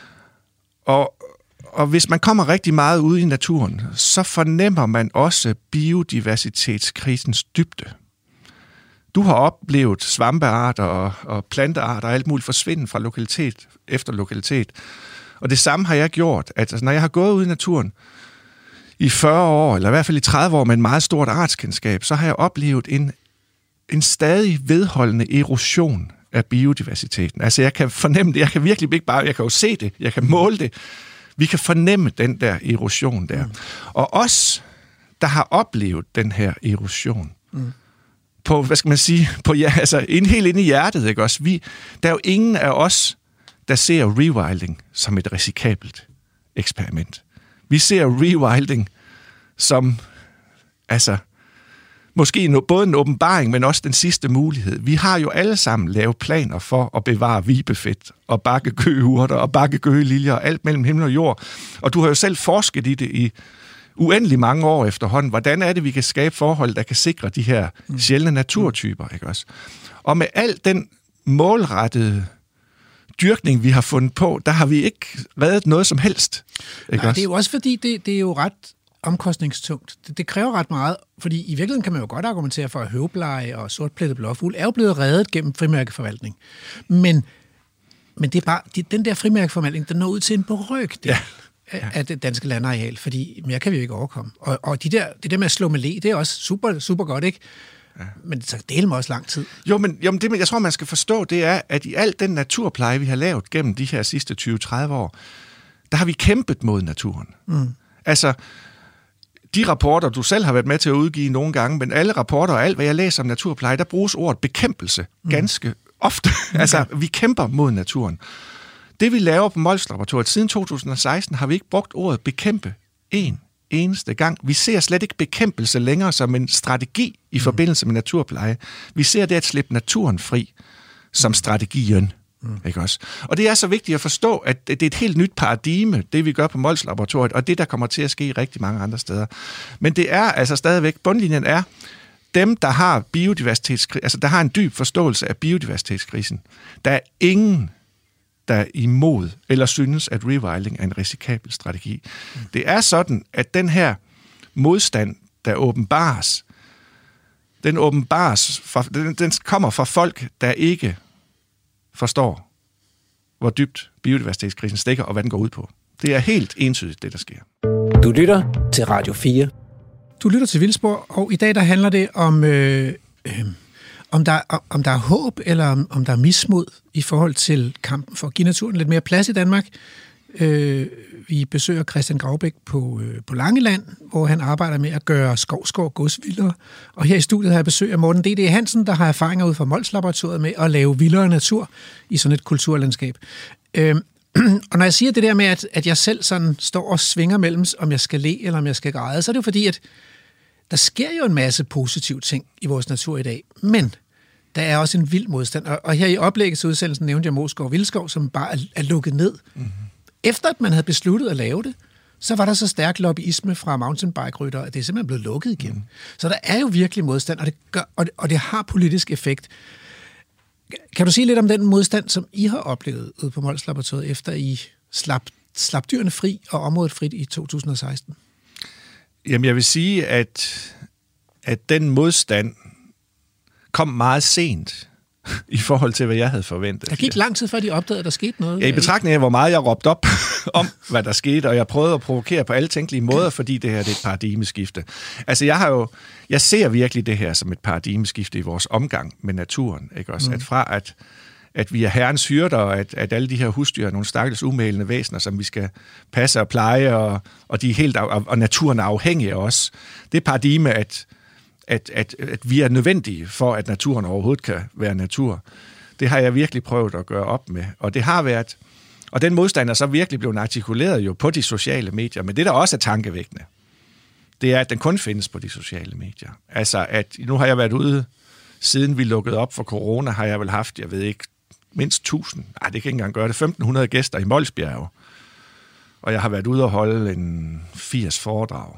Og, og hvis man kommer rigtig meget ud i naturen, så fornemmer man også biodiversitetskrisens dybde. Du har oplevet svampearter og, og plantearter og alt muligt forsvinde fra lokalitet efter lokalitet. Og det samme har jeg gjort, at altså, når jeg har gået ud i naturen i fyrre år, eller i hvert fald i tredive år med en meget stort artskendskab, så har jeg oplevet en, en stadig vedholdende erosion af biodiversiteten. Altså jeg kan fornemme det, jeg kan virkelig ikke bare, jeg kan jo se det, jeg kan måle det. Vi kan fornemme den der erosion der. Mm. Og os, der har oplevet den her erosion, mm. på, hvad skal man sige, på, ja, altså, ind, helt inde i hjertet, ikke også? Vi, der er jo ingen af os, der ser rewilding som et risikabelt eksperiment. Vi ser rewilding som, altså, måske no, både en åbenbaring, men også den sidste mulighed. Vi har jo alle sammen lavet planer for at bevare vibefedt og bakke gøgeurter og bakke gøgeliljer og alt mellem himmel og jord. Og du har jo selv forsket i det i uendelig mange år efterhånden. Hvordan er det, vi kan skabe forhold, der kan sikre de her sjældne naturtyper, ikke også? Og med al den målrettede dyrkning, vi har fundet på, der har vi ikke reddet noget som helst. Ikke Nej, også? det er jo også fordi, det, det er jo ret omkostningstungt. Det, det kræver ret meget, fordi i virkeligheden kan man jo godt argumentere for, at høvbleje og sortplettet blåfugl er jo blevet reddet gennem frimærkeforvaltning. Men, men det er bare, det, den der frimærkeforvaltning, den når ud til en brøkdel ja. ja. af det danske landareal, fordi mere kan vi jo ikke overkomme. Og, og de der, det der med at slå med le, det er også super, super godt, ikke? Ja. Men det tager dele med også lang tid. Jo, men, jo, men det, jeg tror, man skal forstå, det er, at i al den naturpleje, vi har lavet gennem de her sidste tyve til tredive år, der har vi kæmpet mod naturen. Mm. Altså, de rapporter, du selv har været med til at udgive nogle gange, men alle rapporter og alt, hvad jeg læser om naturpleje, der bruges ordet bekæmpelse mm. ganske ofte. Okay. Altså, vi kæmper mod naturen. Det, vi laver på Mols Laboratoriet siden to tusind og seksten, har vi ikke brugt ordet bekæmpe en eneste gang. Vi ser slet ikke bekæmpelse længere som en strategi i mm. forbindelse med naturpleje. Vi ser det at slippe naturen fri som strategien. Mm. Ikke også? Og det er så vigtigt at forstå, at det er et helt nyt paradigme, det vi gør på Mols Laboratoriet, og det, der kommer til at ske i rigtig mange andre steder. Men det er altså stadigvæk, bundlinjen er, dem, der har biodiversitetskrisen, altså der har en dyb forståelse af biodiversitetskrisen, der er ingen, der er imod eller synes, at rewilding er en risikabel strategi. Mm. Det er sådan, at den her modstand, der åbenbares, den åbenbares, fra, den, den kommer fra folk, der ikke forstår, hvor dybt biodiversitetskrisen stikker, og hvad den går ud på. Det er helt entydigt, det der sker. Du lytter til Radio fire. Du lytter til Vildspor, og i dag der handler det om, øh, øh, om, der, om der er håb, eller om, om der er mismod i forhold til kampen for at give naturen lidt mere plads i Danmark. Øh, vi besøger Christian Graubæk på, øh, på Langeland, hvor han arbejder med at gøre Skovsgård gods vildere. Og her i studiet har jeg besøg af Morten D D. Hansen, der har erfaringer ud fra Molslaboratoriet med at lave vildere natur i sådan et kulturlandskab. Øh, og når jeg siger det der med, at, at jeg selv sådan står og svinger mellem, om jeg skal le eller om jeg skal græde, så er det jo fordi, at der sker jo en masse positive ting i vores natur i dag, men der er også en vild modstand. Og, og her i oplæggets udsendelsen nævnte jeg Moskov Vildskov, som bare er, er lukket ned. Mm-hmm. Efter at man havde besluttet at lave det, så var der så stærk lobbyisme fra mountainbike-ryttere, at det er simpelthen blevet lukket igen. Mm. Så der er jo virkelig modstand, og det, gør, og, det, og det har politisk effekt. Kan du sige lidt om den modstand, som I har oplevet ude på Molslaboratoriet, efter I slap, slap dyrene fri og området frit i to tusind og seksten? Jamen, jeg vil sige, at, at den modstand kom meget sent i forhold til, hvad jeg havde forventet. Der gik lang tid, før de opdagede, at der skete noget. Ja, i betragtning af, hvor meget jeg råbte op om, hvad der skete, og jeg prøvede at provokere på alle tænkelige måder, fordi det her det er et paradigmeskifte. Altså, jeg har jo, jeg ser virkelig det her som et paradigmeskifte i vores omgang med naturen, ikke også? Mm. At fra at, at vi er herrens hyrder, og at, at alle de her husdyr er nogle stakkels umælende væsener, som vi skal passe og pleje, og, og de er helt, og, og naturen er afhængig af os. Det paradigme, at At, at, at vi er nødvendige for, at naturen overhovedet kan være natur. Det har jeg virkelig prøvet at gøre op med. Og det har været, og den modstand er så virkelig blevet artikuleret jo på de sociale medier. Men det, der også er tankevækkende, det er, at den kun findes på de sociale medier. Altså, at nu har jeg været ude, siden vi lukkede op for corona, har jeg vel haft, jeg ved ikke, mindst tusind, nej, det kan ikke engang gøre det, femten hundrede gæster i Molsbjerge. Og jeg har været ude og holde en firs foredrag.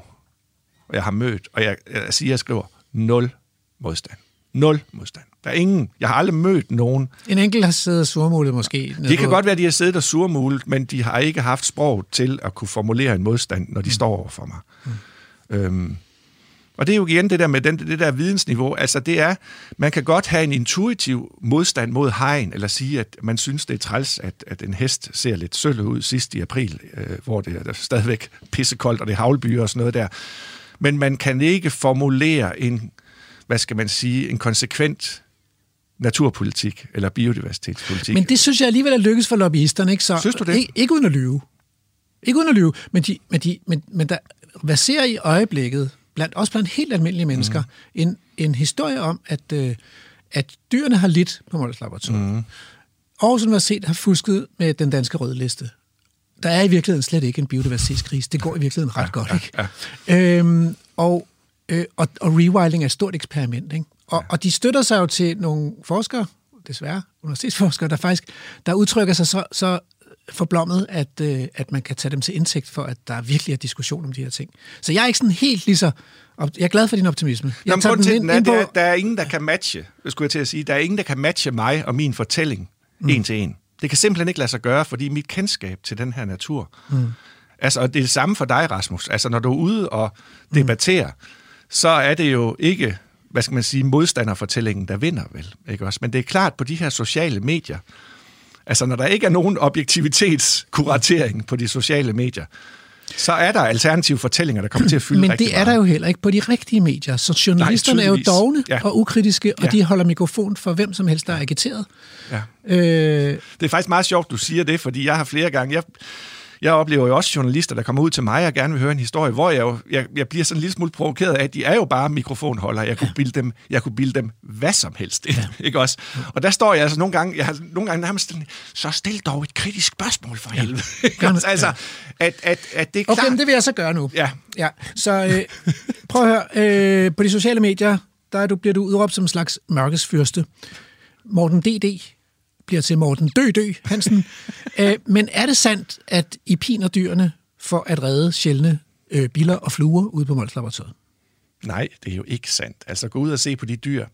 Og jeg har mødt, og jeg, jeg siger, jeg skriver, nul modstand. Nul modstand. Der er ingen. Jeg har aldrig mødt nogen. En enkelt har siddet surmulet måske. Det kan godt være, at de har siddet og surmulet, men de har ikke haft sprog til at kunne formulere en modstand, når de mm. står over for mig. Mm. Øhm, og det er jo igen det der med den, det der vidensniveau. Altså det er, man kan godt have en intuitiv modstand mod hegn, eller sige, at man synes, det er træls, at, at en hest ser lidt sølv ud sidst i april, øh, hvor det er stadigvæk pissekoldt, og det er haglbyer og sådan noget der. Men man kan ikke formulere en, hvad skal man sige, en konsekvent naturpolitik eller biodiversitetspolitik. Men det synes jeg alligevel er lykkes for lobbyisterne, ikke? Så, synes du det? Ikke, ikke uden at lyve. Ikke uden at lyve, men, de, men, de, men, men der verserer i øjeblikket, blandt, også blandt helt almindelige mennesker, mm. en, en historie om, at, øh, at dyrene har lidt på Molslaboratoriet. Mm. Aarhus Universitet har fusket med den danske rødliste. Der er i virkeligheden slet ikke en biodiversitetskrise. Det går i virkeligheden ret ja, godt, ikke? Ja, ja. Øhm, og, øh, og, og rewilding er et stort eksperiment, ikke? Og, ja. og de støtter sig jo til nogle forskere, desværre universitetsforskere, der faktisk der udtrykker sig så, så forblommet, at, øh, at man kan tage dem til indtægt for, at der virkelig er diskussion om de her ting. Så jeg er ikke sådan helt lige så... Jeg er glad for din optimisme. Jeg Nå, tager den ind, ind på... der, der er ingen, der kan matche, skulle jeg til at sige, der er ingen, der kan matche mig og min fortælling mm. en til en. Det kan simpelthen ikke lade sig gøre, fordi mit kendskab til den her natur... Mm. Altså, og det er det samme for dig, Rasmus. Altså, når du er ude og debatterer, mm. så er det jo ikke, hvad skal man sige, modstanderfortællingen, der vinder, vel? Ikke også? Men det er klart, på de her sociale medier, altså, når der ikke er nogen objektivitetskuratering på de sociale medier, så er der alternative fortællinger, der kommer til at fylde Men rigtig det er meget. Der jo heller ikke på de rigtige medier. Så journalisterne Nej, er jo dogne ja. og ukritiske, og ja. de holder mikrofon for hvem som helst, der er agiteret. Ja. Øh... Det er faktisk meget sjovt, du siger det, fordi jeg har flere gange... Jeg, jeg oplever jo også journalister, der kommer ud til mig og gerne vil høre en historie, hvor jeg, jo, jeg, jeg bliver sådan en lille smule provokeret af, at de er jo bare mikrofonholdere. Jeg kunne bilde dem, jeg kunne bilde dem hvad som helst ind, ja. ikke også? Og der står jeg altså nogle gange, jeg har nogle gange nærmest sådan, så stil dog et kritisk spørgsmål for helvede. Ja. altså, at, at, at det er klart. Okay, men det vil jeg så gøre nu. Ja. ja. Så øh, prøv at høre, øh, på de sociale medier, der du, bliver du udråbt som en slags mørkes fyrste. Morten D D bliver til Morten Dø Dø Hansen. Æ, men er det sandt, at I piner dyrene for at redde sjældne øh, biller og fluer ude på Molslaboratoriet? Nej, det er jo ikke sandt. Altså gå ud og se på de dyr.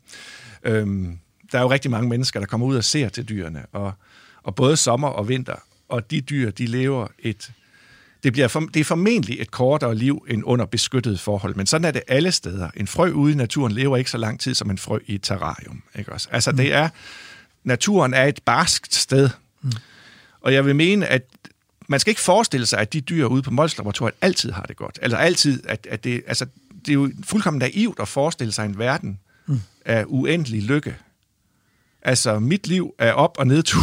Øhm, der er jo rigtig mange mennesker, der kommer ud og ser til dyrene, og, og både sommer og vinter. Og de dyr, de lever et Det, bliver for, det er formentlig et kortere liv end under beskyttede forhold, men sådan er det alle steder. En frø ude i naturen lever ikke så lang tid som en frø i et terrarium. Ikke også? Altså, mm. det er, naturen er et barskt sted, mm. og jeg vil mene, at man skal ikke forestille sig, at de dyr ude på Mols-laboratoriet altid har det godt. Altså altid, at, at det, altså, det er jo fuldkommen naivt at forestille sig en verden mm. af uendelig lykke. Altså, mit liv er op- og nedtur.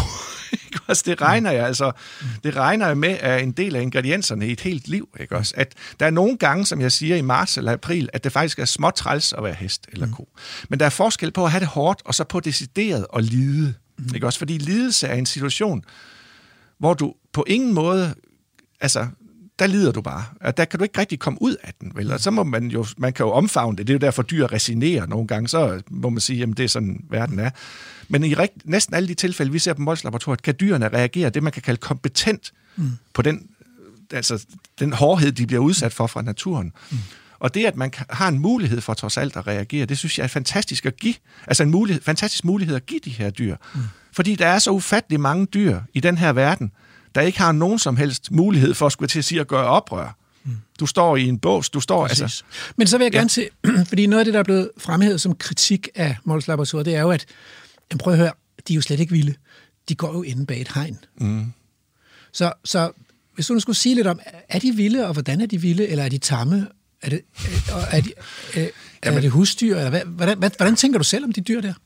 Det regner jeg altså, det regner jeg med er en del af ingredienserne i et helt liv, ikke også? At der er nogle gange, som jeg siger i marts eller april, at det faktisk er småt træls at være hest eller ko. Men der er forskel på at have det hårdt, og så på decideret at lide, ikke også? Fordi lidelse er en situation, hvor du på ingen måde, altså, der lider du bare. Der kan du ikke rigtig komme ud af den, vel? Og så må man jo, man kan jo omfavne det. Det er jo derfor, dyr resignerer nogle gange. Så må man sige, at det er sådan, verden er. Men i rigt, næsten alle de tilfælde, vi ser på Mols-laboratoriet, kan dyrene reagere det, man kan kalde kompetent mm. på den, altså, den hårdhed, de bliver udsat for fra naturen. Mm. Og det, at man har en mulighed for trods alt at reagere, det synes jeg er fantastisk at give. Altså en mulighed, fantastisk mulighed at give de her dyr. Mm. Fordi der er så ufattelig mange dyr i den her verden, der ikke har nogen som helst mulighed for, skulle jeg til at sige, at gøre oprør. Mm. Du står i en bås, du står... Altså, Men så vil jeg gerne ja. se, fordi noget af det, der er blevet fremhævet som kritik af Mols-laboratoriet, det er jo, at, jamen prøv at høre, de er jo slet ikke vilde. De går jo inde bag et hegn. Mm. Så, så hvis du nu skulle sige lidt om, er de vilde, og hvordan er de vilde, eller er de tamme? Er det, er, er de, er, er det husdyr? Eller hvad, hvordan, hvordan tænker du selv om de dyr der?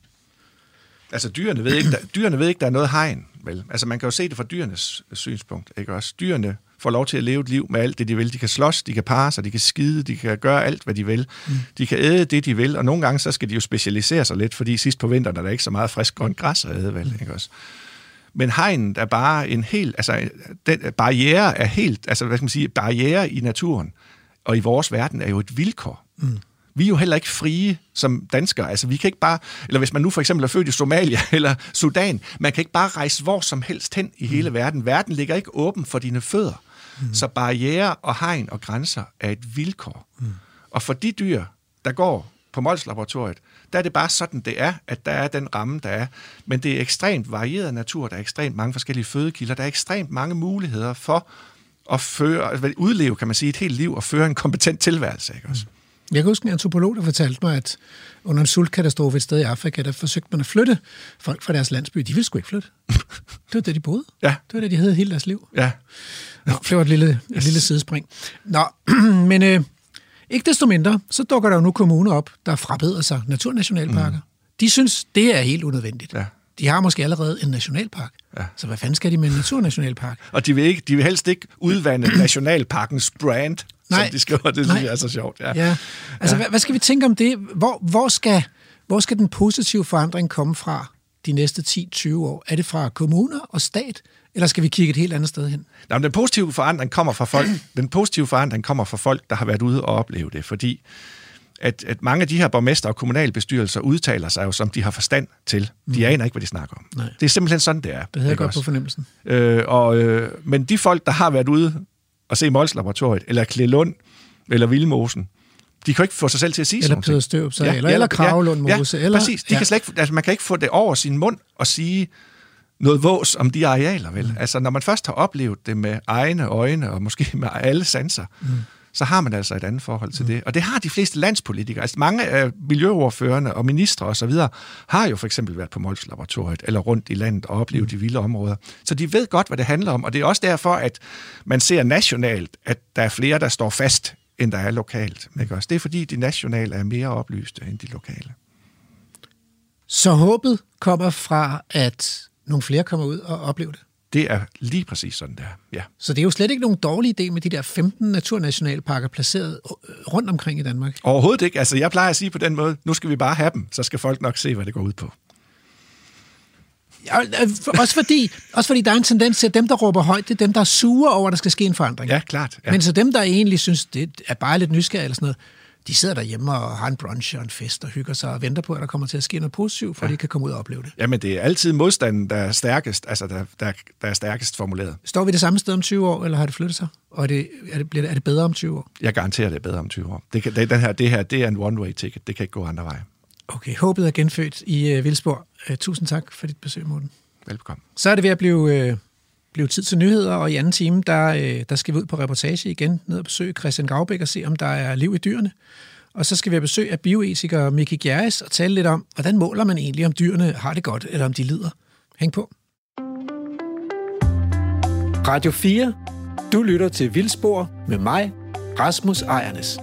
Altså, dyrene ved ikke, der, dyrene ved ikke, der er noget hegn, vel? Altså, man kan jo se det fra dyrenes synspunkt, ikke også? Dyrene får lov til at leve et liv med alt det, de vil. De kan slås, de kan parre sig, de kan skide, de kan gøre alt, hvad de vil. Mm. De kan æde det, de vil, og nogle gange, så skal de jo specialisere sig lidt, fordi sidst på vinteren er der ikke så meget frisk grønt græs at æde, vel? Mm. Ikke også? Men hegnet er bare en helt, altså, den barriere er helt, altså, hvad skal man sige, barriere i naturen, og i vores verden er jo et vilkår. Mm. Vi er jo heller ikke frie som danskere. Altså, vi kan ikke bare... Eller hvis man nu for eksempel er født i Somalia eller Sudan, man kan ikke bare rejse hvor som helst hen i hele mm. verden. Verden ligger ikke åben for dine fødder. Mm. Så barriere og hegn og grænser er et vilkår. Mm. Og for de dyr, der går på Mols-laboratoriet, der er det bare sådan, det er, at der er den ramme, der er. Men det er ekstremt varieret natur. Der er ekstremt mange forskellige fødekilder. Der er ekstremt mange muligheder for at føre, altså, udleve, kan man sige, et helt liv og føre en kompetent tilværelse, ikke også? Mm. Jeg kan huske en antropolog, der fortalte mig, at under en sultkatastrofe et sted i Afrika, der forsøgte man at flytte folk fra deres landsby. De ville sgu ikke flytte. Det var det, de boede. Ja. Det var det, de havde hele deres liv. Ja. Nå, det var et lille, et lille sidespring. Nå, men øh, ikke desto mindre, så dukker der jo nu kommuner op, der frabeder sig naturnationalparker. Mm. De synes, det er helt unødvendigt. Ja. De har måske allerede en nationalpark. Ja. Så hvad fanden skal de med en naturnationalpark? Og de vil, ikke, de vil helst ikke udvande nationalparkens brand, nej, som de skriver. Det synes jeg er så sjovt. Ja. Ja. Altså, ja. Hvad, hvad skal vi tænke om det? Hvor, hvor, skal, hvor skal den positive forandring komme fra de næste ti til tyve år? Er det fra kommuner og stat, eller skal vi kigge et helt andet sted hen? Nå, den positive forandring kommer fra folk. Den positive forandring kommer fra folk, der har været ude og opleve det, fordi At, at mange af de her borgmester og kommunalbestyrelser udtaler sig jo, som de har forstand til. De mm. aner ikke, hvad de snakker om. Nej. Det er simpelthen sådan, det er. Det havde jeg godt på fornemmelsen. Øh, og, øh, men de folk, der har været ude og se Mols-laboratoriet, eller Klelund, eller Vildmosen, de kan ikke få sig selv til at sige eller sådan noget. Eller Peder Størup, ja, eller, eller Kragelund Mose. Ja, eller, præcis. De ja. kan slet ikke, altså, man kan ikke få det over sin mund og sige noget vås om de arealer, vel? Mm. Altså, når man først har oplevet det med egne øjne, og måske med alle sanser, mm. så har man altså et andet forhold til mm. det. Og det har de fleste landspolitikere. Altså mange af miljøordførerne og ministre og så videre har jo for eksempel været på Mols-laboratoriet eller rundt i landet og oplevet mm. de vilde områder. Så de ved godt, hvad det handler om. Og det er også derfor, at man ser nationalt, at der er flere, der står fast, end der er lokalt. Ikke også? Det er fordi, de nationale er mere oplyste end de lokale. Så håbet kommer fra, at nogle flere kommer ud og oplever det? Det er lige præcis sådan, der. Ja. Så det er jo slet ikke nogen dårlig idé med de der femten naturnationalparker placeret rundt omkring i Danmark? Overhovedet ikke. Altså, jeg plejer at sige på den måde, nu skal vi bare have dem, så skal folk nok se, hvad det går ud på. Ja, også, fordi, også fordi der er en tendens til, at dem, der råber højt, det er dem, der er sure over, at der skal ske en forandring. Ja, klart. Ja. Men så dem, der egentlig synes, det er bare lidt nysgerrige eller sådan noget, de sidder derhjemme og har en brunch og en fest og hygger sig og venter på, at der kommer til at ske noget positivt, for ja. de kan komme ud og opleve det. Jamen, det er altid modstanden, der er stærkest, altså der, der, der er stærkest formuleret. Står vi det samme sted om tyve år, eller har det flyttet sig? Og er det, er det, bliver det, er det bedre om tyve år? Jeg garanterer, det er bedre om tyve år. Det, kan, det, den her, det her, det er en one-way ticket. Det kan ikke gå andre veje. Okay, håbet er genfødt i uh, Vildspor. Uh, tusind tak for dit besøg, Morten. Velbekomme. Så er det ved at blive uh, blevet tid til nyheder, og i anden time, der, øh, der skal vi ud på reportage igen, ned og besøge Christian Graubæk og se, om der er liv i dyrene. Og så skal vi have besøg af bioetiker Miki Gjerris og tale lidt om, hvordan måler man egentlig, om dyrene har det godt, eller om de lider. Hæng på. Radio fire. Du lytter til Vildspor med mig, Rasmus Ejernes.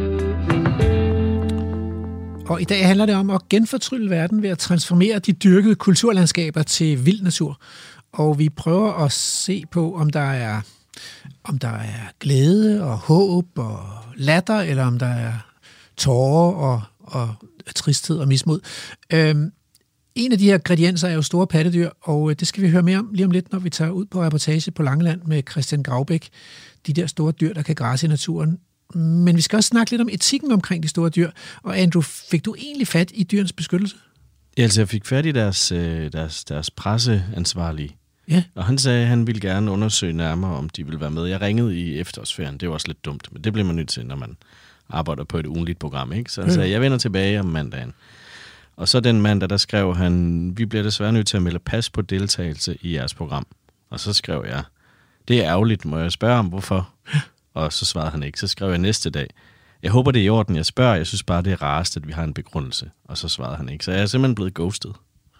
Og i dag handler det om at genfortrylle verden ved at transformere de dyrkede kulturlandskaber til vild natur. Og vi prøver at se på, om der er, om der er glæde og håb og latter, eller om der er tårer og, og tristhed og mismod. Øhm, en af de her ingredienser er jo store pattedyr, og det skal vi høre mere om lige om lidt, når vi tager ud på reportage på Langeland med Christian Graubæk. De der store dyr, der kan græsse i naturen. Men vi skal også snakke lidt om etikken omkring de store dyr. Og Andrew, fik du egentlig fat i dyrenes beskyttelse? Ja, altså jeg fik fat i deres, deres, deres presseansvarlige. Ja. Og han sagde, at han ville gerne undersøge nærmere, om de ville være med. Jeg ringede i efterårsferien. Det var også lidt dumt, men det bliver man nødt til, når man arbejder på et ugenligt program, ikke? Så han sagde, jeg vender tilbage om mandagen. Og så den mandag, der skrev han, vi bliver desværre nødt til at melde pas på deltagelse i jeres program. Og så skrev jeg, det er ærgerligt, må jeg spørge om, hvorfor? Og så svarede han ikke. Så skrev jeg næste dag, jeg håber, det er i orden, jeg spørger. Jeg synes bare, det er rarest, at vi har en begrundelse. Og så svarede han ikke. Så jeg er simpelthen blevet ghostet.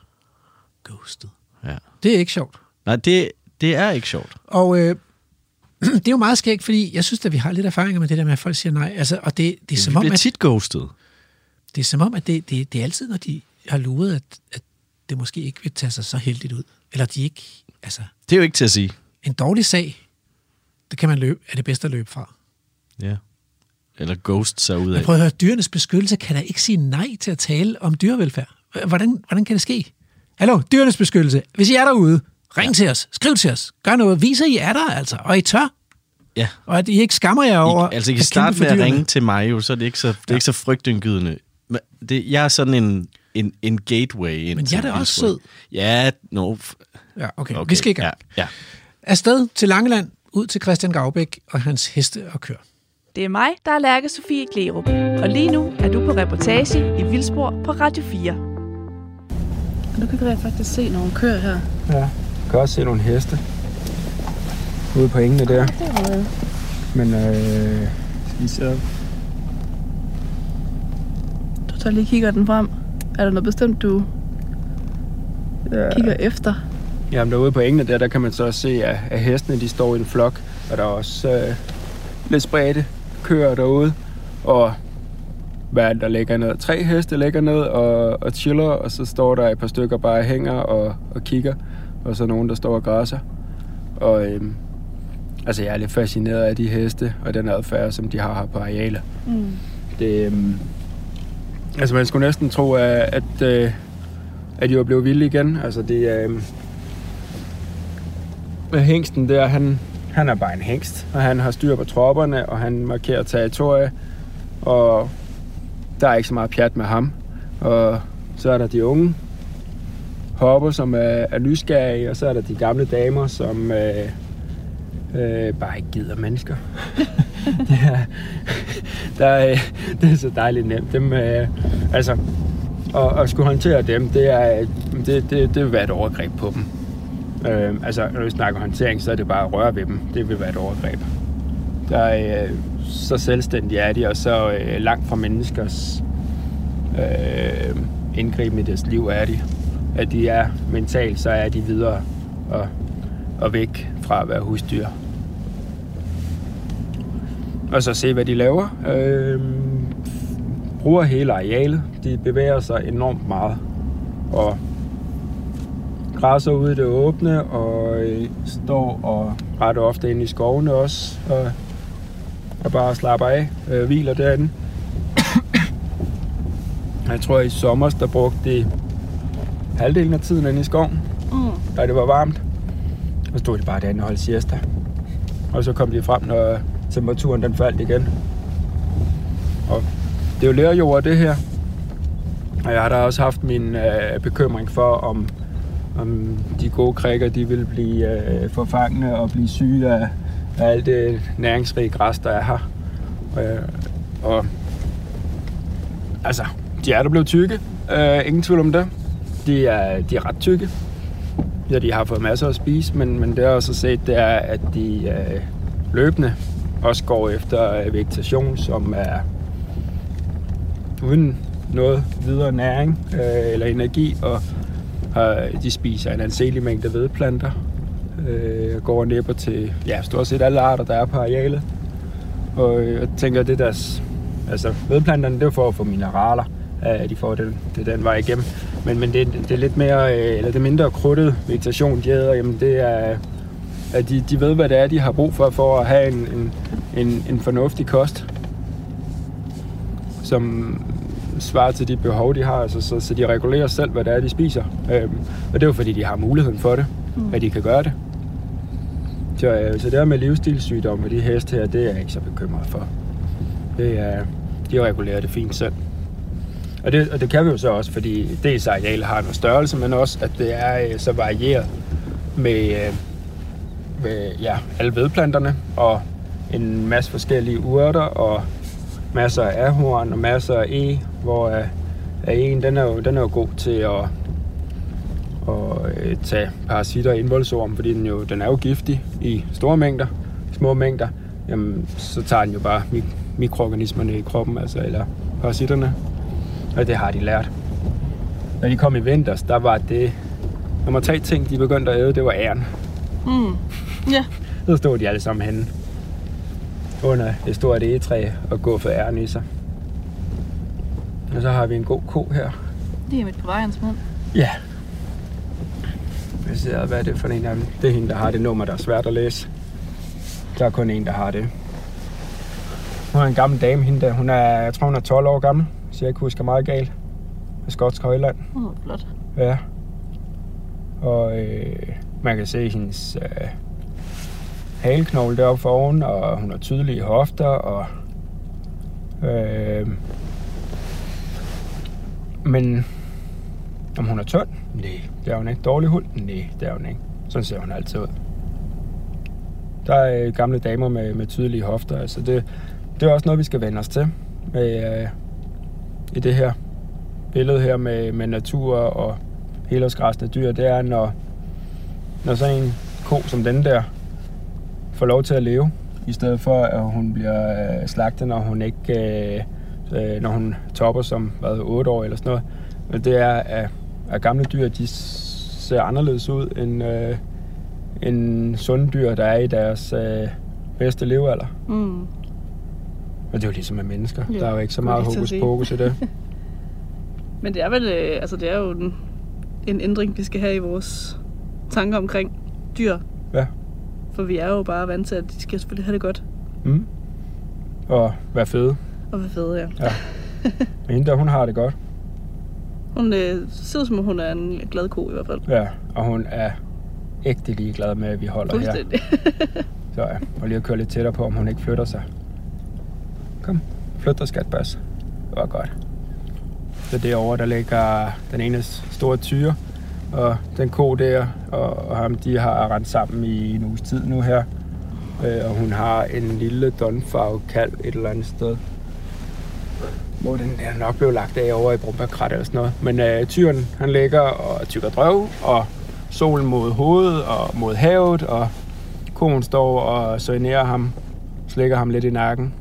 Ghosted. Ja. Det er ikke sjovt. Nej, det, det er ikke sjovt. Og øh, det er jo meget skægt, fordi jeg synes, at vi har lidt erfaringer med det der med, at folk siger nej. Altså, og det, det er som vi om, bliver at, tit ghostet. det er som om, at det, det, det er altid, når de har luret, at, at det måske ikke vil tage sig så heldigt ud. Eller de ikke, altså... Det er jo ikke til at sige. En dårlig sag, det kan man løbe, er det bedste at løbe fra. Ja. Eller ghost sig ud af. Men prøv at høre, dyrenes beskyttelse kan da ikke sige nej til at tale om dyrevelfærd. Hvordan, hvordan kan det ske? Hallo, dyrenes beskyttelse. Hvis I er derude, ring ja. til os, skriv til os, gør noget, vis at I er der altså, og I tør. Ja. Og at I ikke skammer jer over... I, altså, I kan starte med at ringe til mig, jo, så er det ikke så, det er ja. ikke så frygtindgydende. Det, jeg er sådan en, en, en gateway ind. Men jeg er da også sød. Ja, no. Ja, okay. okay. Vi skal i gang. Ja. Ja. Afsted til Langeland, ud til Christian Graubæk og hans heste og køer. Det er mig, der er Lærke Sofie Glerup, og lige nu er du på reportage i Vildspor på Radio fire. Nu kan vi faktisk se nogle køer her. Ja, jeg kan også se nogle heste ude på engene der. Det er jo... Men øh, skal vi se. Du tager lige kigger den frem. Er der noget bestemt, du ja. kigger efter? Jamen derude på engene der, der kan man så også se, at, at hestene de står i en flok. Og der er også øh, lidt spredte køer derude. Og hvad er det, der ligger ned? Tre heste ligger ned og, og chiller, og så står der et par stykker bare hænger og, og kigger. Og så nogen, der står og græsser. Og øhm, altså, jeg er lidt fascineret af de heste og den adfærd, som de har her på arealet. Mm. Det, øhm, altså, man skulle næsten tro, at, at, øh, at de var blevet vilde igen. Altså, det øhm, hængsten der, han, han er bare en hængst, og han har styr på tropperne, og han markerer territorie, og der er ikke så meget pjat med ham. Og så er der de unge hopper, som er, er nysgerrige, og så er der de gamle damer, som øh, øh, bare ikke gider mennesker. det, er, der er, det er så dejligt nemt. Dem, øh, altså, at, at skulle håndtere dem, det, er, det, det, det vil være et overgreb på dem. Øh, altså, når vi snakker håndtering, så er det bare at røre ved dem. Det vil være et overgreb. Der er, øh, så selvstændige er de, og så øh, langt fra menneskers øh, indgriben i deres liv er de. At de er mentalt, så er de videre og, og væk fra at være husdyr. Og så se, hvad de laver. Øh, bruger hele arealet. De bevæger sig enormt meget. Og græsser ude i det åbne, og øh, står og ret ofte inde i skovene også. Og, og bare slapper af. Øh, hviler derinde. Jeg tror, i sommer, der brugte de halvdelen af tiden inde i skoven, mm. da det var varmt. Og så stod de bare derinde og holdt siesta. Og så kom de frem, når temperaturen den faldt igen. Og det er jo lerjord, det her. Og jeg har da også haft min øh, bekymring for, om, om de gode krikker, de vil blive øh, forfangne og blive syge af, af alt det næringsrige græs, der er her. Øh, og altså, de er der blevet tykke. Øh, ingen tvivl om det. De er, de er ret tykke. ja, de har fået masser at spise, men, men det er også set, det er, at de øh, løbende også går efter øh, vegetation, som er uden noget videre næring øh, eller energi, og øh, de spiser en anselig mængde hvedeplanter, øh, går og nipper til ja, stort set alle arter, der er på arealet. Og jeg tænker, det deres, altså hvedeplanterne, det er for at få mineraler, at de får det, det den vej igennem. Men, men det, det er lidt mere, eller det mindre krudtet vegetation, de æder, jamen det er, at de, de ved, hvad det er, de har brug for, for at have en, en, en, en fornuftig kost, som svarer til de behov, de har, altså, så, så de regulerer selv, hvad det er, de spiser. Øhm, og det er jo fordi, de har muligheden for det, mm. at de kan gøre det. Så, øh, så det her med livsstilssygdomme med de heste her, det er jeg ikke så bekymret for. Det er, de regulerer det fint selv. Og det, og det kan vi jo så også, fordi dels arealet har noget størrelse, men også, at det er øh, så varieret med, øh, med ja, alle vedplanterne og en masse forskellige urter og masser af ahorn og masser af e, hvor øh, en, den er, jo, den er jo god til at, at øh, tage parasitter og indvoldsorm, fordi den, jo, den er jo giftig i store mængder, små mængder. Jamen, så tager den jo bare mik- mikroorganismerne i kroppen, altså, eller parasitterne. Og det har de lært. Da de kom i vinters, der var det nummer tre ting, de begyndte at æde, det var æren. Mm. Ja. Så stod de alle sammen henne under et stort egetræ og gå for æren i sig. Og så har vi en god ko her. Det er midt på vejens mand. Ja. Jeg ser, hvad er det for en af dem? Det er hende, der har det nummer, der er svært at læse. Der er kun en, der har det. Hun er en gammel dame, hende der. Hun er, jeg tror, hun er tolv år gammel. Så jeg ikke husker meget galt. Med skotsk højland. Åh, oh, flot. Ja. Og øh, man kan se hendes øh, haleknogle deroppe for oven, og hun har tydelige hofter, og øh, men om hun er tynd? Nej, det er hun ikke. Dårlig hund? Nej, det er hun ikke. Sådan ser hun altid ud. Der er øh, gamle damer med, med tydelige hofter, altså det, det er også noget, vi skal vende os til med, øh, i det her billede her med, med natur og helårsgræsne dyr. Det er, når, når sådan en ko som den der får lov til at leve, i stedet for at hun bliver øh, slagtet, når hun ikke øh, når hun topper som hvad, otte år eller sådan noget. Men det er, at, at gamle dyr, de ser anderledes ud end, øh, end sunde dyr, der er i deres øh, bedste levealder. Mm. Og det er jo ligesom med mennesker. Jo, der er jo ikke så meget hokus pokus i det. Men det er vel, øh, altså det er jo en, en ændring, vi skal have i vores tanker omkring dyr. Ja. For vi er jo bare vant til, at de skal selvfølgelig have det godt. Mm. Og være fede. Og være fede, ja. Ja. Men hende der, hun har det godt. Hun øh, ser som om hun er en glad ko i hvert fald. Ja, og hun er ægte ligeglad med, at vi holder her. Så ja, og lige at køre lidt tættere på, om hun ikke flytter sig. Kom, flyt dig, skat, Bas. Det var godt. Så derovre, der ligger den ene store tyre, og den ko der, og, og ham, de har rendt sammen i en uges tid nu her. Øh, og hun har en lille donfarvet kalv et eller andet sted, hvor den der nok blev lagt af over i Brumbakrat eller sådan noget. Men øh, tyren, han ligger og tykker drøv, og solen mod hovedet og mod havet, og koen står og søgnerer ham, slikker ham lidt i nakken.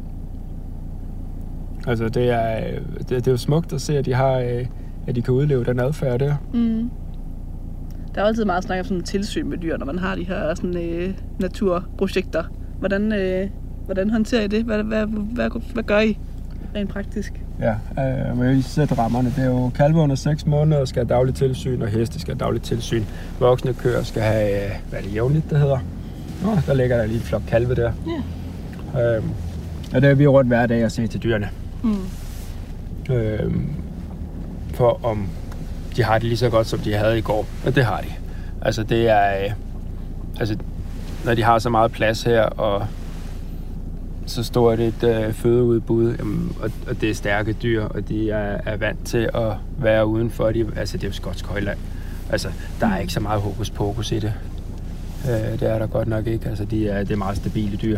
Altså, det er, det, det er jo smukt at se, at de, har, at de kan udleve den adfærd der. Mm. Der er altid meget snak om sådan en tilsyn med dyr, når man har de her sådan, øh, naturprojekter. Hvordan, øh, hvordan håndterer I det? Hvad, hvad, hvad, hvad gør I rent praktisk? Ja, øh, må jeg lige sætte rammerne. Det er jo kalve under seks måneder skal have dagligt tilsyn, og heste skal have dagligt tilsyn. Voksne køer skal have, hvad er det jævnligt, det hedder? Nå, der ligger der lige en flok kalve der. Ja. Øh, og det er vi rundt hver dag at se til dyrene. Mm. Øh, for om de har det lige så godt, som de havde i går. Og det har de. Altså det er... Øh, altså, når de har så meget plads her, og så stort et øh, fødeudbud, jamen, og, og det er stærke dyr, og de er, er vant til at være udenfor. De, altså det er jo skotsk højland. Altså, der er ikke så meget hokus pokus i det. Øh, det er der godt nok ikke. Altså, de er, det er meget stabile dyr.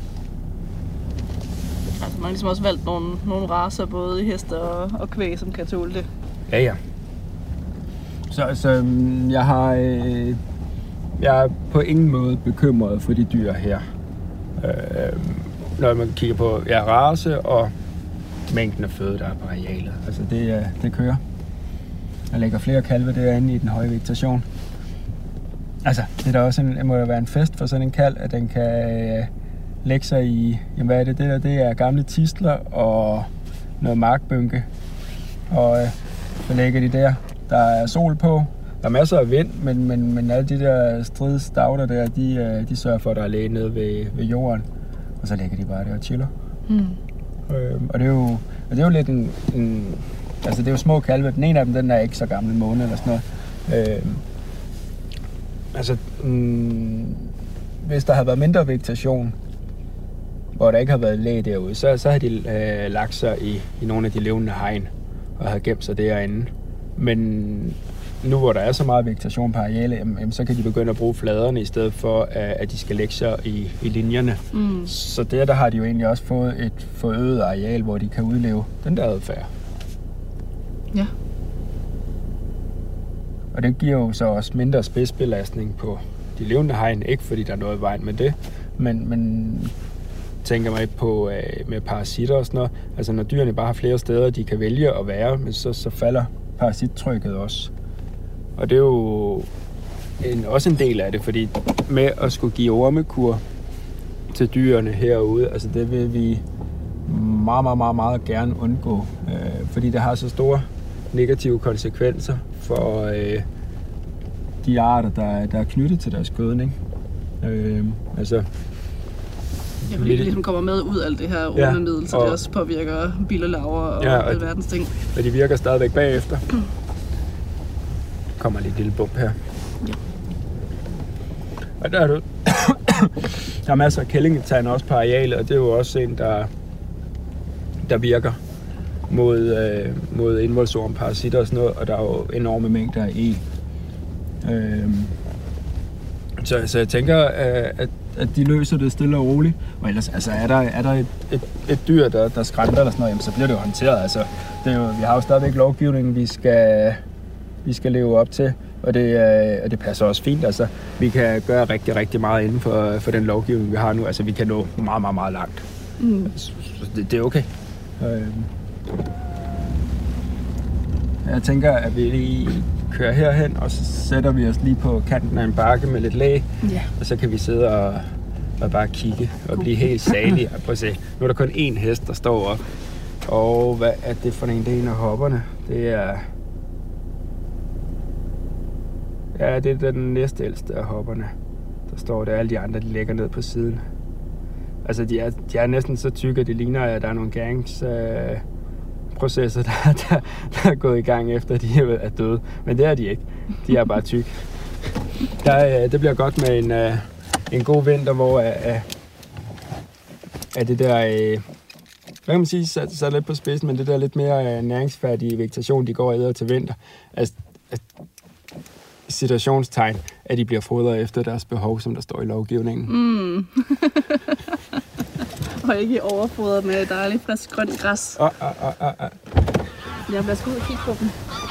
Altså, man har ligesom også valgt nogle, nogle racer, både i heste og, og kvæg, som kan tåle det. Ja, ja. Så altså, jeg har... Øh, jeg er på ingen måde bekymret for de dyr her. Øh, når man kigger på ja, race og mængden af føde, der er på arealet. Altså, det, det kører. Der ligger flere kalve derinde i den høje vegetation. Altså, det er da også en, det må da være en fest for sådan en kalv, at den kan øh, lægge sig i... Jamen, hvad er det? Det der, det er gamle tistler og noget markbynke. Og øh, så ligger de der. Der er sol på. Der er masser af vind, men, men, men alle de der stridsstauder der, de, de sørger for, at der er læge nede ved, ved jorden. Og så ligger de bare der og chiller. Mm. Øhm, og, det er jo, og det er jo lidt en, en... Altså, det er jo små kalve. Den ene af dem, den er ikke så gammel, en måned eller sådan noget. Øhm, altså, mm, hvis der havde været mindre vegetation, hvor der ikke har været læge derude, så, så havde de øh, lagt sig i, i nogle af de levende hegn og havde gemt sig derinde. Men nu hvor der er så meget vegetation på arealet, jamen, så kan de begynde at bruge fladerne i stedet for, at de skal lægge sig i, i linjerne. Mm. Så der, der har de jo egentlig også fået et forøget areal, hvor de kan udleve den der adfærd. Ja. Og det giver jo så også mindre spidsbelastning på de levende hegn. Ikke fordi der er noget i vejen med det, men, men tænker mig på uh, med parasitter og sådan noget. Altså når dyrene bare har flere steder, de kan vælge at være, men så, så falder parasittrykket også. Og det er jo en, også en del af det, fordi med at skulle give ormekur til dyrene herude, altså det vil vi meget, meget, meget, meget gerne undgå, øh, fordi det har så store negative konsekvenser for øh, de arter, der, der er knyttet til deres gødning. Øh, altså, ja, fordi det ligesom kommer med ud af alt det her ormemiddel, ja, så det også påvirker billerlarver og ja, alverdens ting. Og de virker stadigvæk bagefter. Mm. Kommer lidt lille bump her. Ja. Og der er, du, der er masser af kællingetand også på arealet, og det er jo også en, der, der virker mod, øh, mod indvoldsorm, parasitter og sådan noget, og der er jo enorme mængder af el. Øhm, så, så jeg tænker, at, at de løser det stille og roligt. Og ellers altså, er der, er der et, et, et dyr, der, der skrænter eller sådan noget, jamen, så bliver det jo håndteret. Altså, det er jo, vi har jo stadigvæk lovgivningen, vi skal... vi skal leve op til, og det, og det passer også fint. Altså, vi kan gøre rigtig, rigtig meget inden for, for den lovgivning, vi har nu. Altså, vi kan nå meget, meget, meget langt. Mm. Så det, det er okay. Jeg tænker, at vi lige kører herhen, og så sætter vi os lige på kanten af en bakke med lidt læ, yeah. Og så kan vi sidde og, og bare kigge og blive helt salige. Prøv at se, nu er der kun én hest, der står op. Og hvad er det for en? Det er en af hopperne. Det er... Ja, det er den næste ældste af hopperne. Der står der, alle de andre, de ligger ned på siden. Altså, de er, de er næsten så tykke, at det ligner, at der er nogle gæringsprocesser, øh, der, der, der er gået i gang efter, de er døde. Men det er de ikke. De er bare tykke. Der, øh, det bliver godt med en, øh, en god vinter, hvor øh, øh, det der... Øh, hvad kan man sige, så, så lidt på spidsen, men det der lidt mere øh, næringsfærdige vegetation, de går og æder til vinter. Altså, situationstegn, at de bliver fodret efter deres behov, som der står i lovgivningen. Mm. Og ikke overfodret med dejligt frisk grønt græs. Ah, ah, ah, ah, ah. Jeg bliver sgu ud og kigge på dem.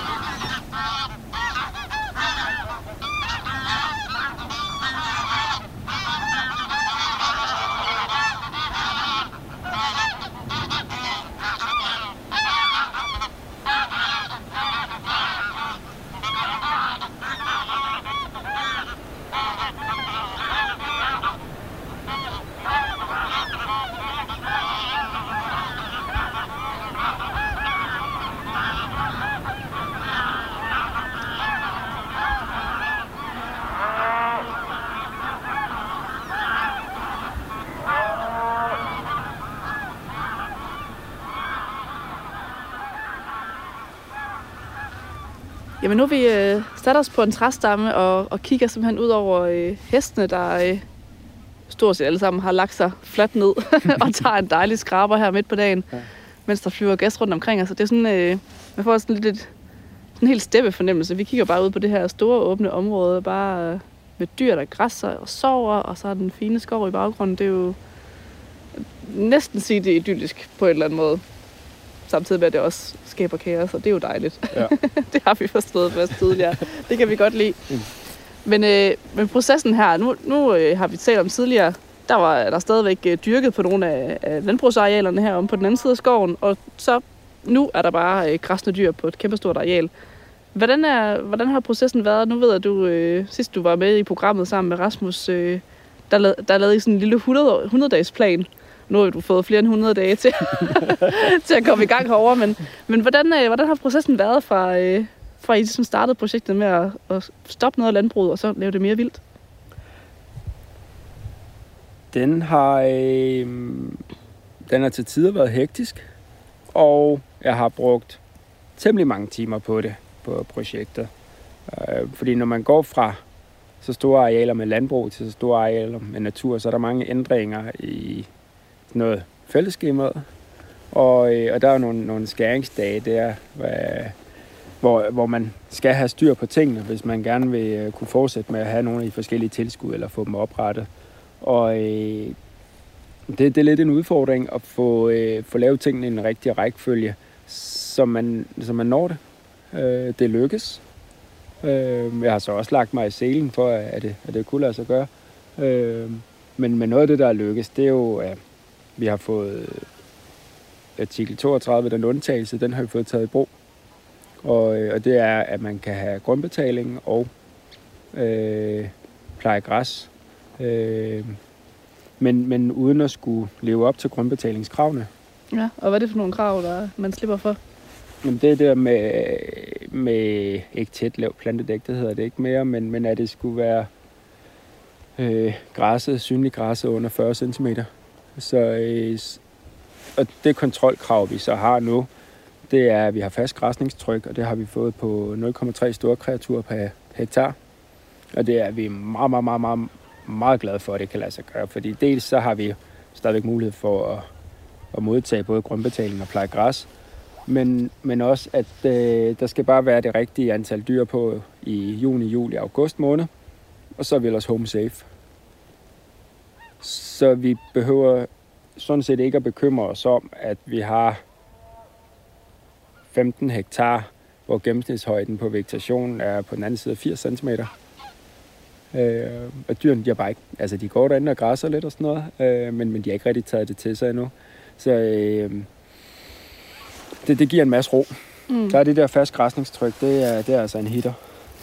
Jamen nu har vi øh, sat os på en træstamme og, og kigger simpelthen ud over øh, hestene, der øh, stort set alle sammen har lagt sig fladt ned og tager en dejlig skraber her midt på dagen, ja. Mens der flyver gas rundt omkring os. Det er sådan, øh, man får sådan lidt, lidt sådan en helt steppefornemmelse. Vi kigger bare ud på det her store åbne område, bare øh, med dyr, der græsser og sover, og så er den fine skov i baggrunden. Det er jo næsten sige det idyllisk på en eller anden måde. samtidig med, at det også skaber kaos, og det er jo dejligt. Ja. Det har vi forstået først tidligere. Det kan vi godt lide. Mm. Men, øh, men processen her, nu, nu øh, har vi talt om tidligere, der var der stadigvæk øh, dyrket på nogle af, af landbrugsarealerne her om på den anden side af skoven, og så nu er der bare øh, græsne dyr på et kæmpestort areal. Hvordan, er, hvordan har processen været? Nu ved jeg, at du øh, sidst du var med i programmet sammen med Rasmus, øh, der, la- der lavede I sådan en lille hundrede-dages plan. Nu har du fået flere end hundrede dage til, til at komme i gang herovre, men, men hvordan, øh, hvordan har processen været fra, øh, fra I som startede projektet med at, at stoppe noget af landbruget og så lave det mere vildt? Den har, øh, den har til tider været hektisk, og jeg har brugt temmelig mange timer på det, på projektet. Øh, fordi når man går fra så store arealer med landbrug til så store arealer med natur, så er der mange ændringer i noget fællesskemaet. Og, øh, og der er nogle, nogle skæringsdage der, hvor, hvor man skal have styr på tingene, hvis man gerne vil øh, kunne fortsætte med at have nogle af de forskellige tilskud eller få dem oprettet. Og øh, det, det er lidt en udfordring at få, øh, få lavet tingene i en rigtig rækkefølge, så man, så man når det. Øh, det lykkes. Øh, jeg har så også lagt mig i selen for, at det, at det kunne lade sig gøre. Øh, men, men noget af det, der er lykkes, det er jo, at vi har fået artikel toogtredive, den undtagelse, den har vi fået taget i brug. Og, og det er, at man kan have grundbetaling og øh, pleje græs. Øh, men, men uden at skulle leve op til grundbetalingskravene. Ja, og hvad er det for nogle krav, der man slipper for? Jamen det er der med, med ikke tæt lav plantedæk, det hedder det ikke mere, men, men at det skulle være øh, græsset, synlig græsset under fyrre centimeter. Så, øh, og det kontrolkrav, vi så har nu, det er, at vi har fast græsningstryk, og det har vi fået på nul komma tre store kreaturer per hektar. Og det er vi meget, meget, meget, meget, meget glade for, at det kan lade sig gøre. Fordi dels så har vi stadigvæk mulighed for at, at modtage både grundbetaling og pleje græs, men, men også, at øh, der skal bare være det rigtige antal dyr på i juni, juli og august måned, og så er vi ellers home safe. Så vi behøver sådan set ikke at bekymre os om, at vi har femten hektar, hvor gennemsnitshøjden på vegetationen er på den anden side af firs centimeter. Øh, og dyrene, de er bare ikke, altså de går derinde og græsser lidt og sådan noget, øh, men, men de har ikke rigtig taget det til sig endnu. Så øh, det, det giver en masse ro. Mm. Der er det der fast græsningstryk, det er, det er altså en hitter.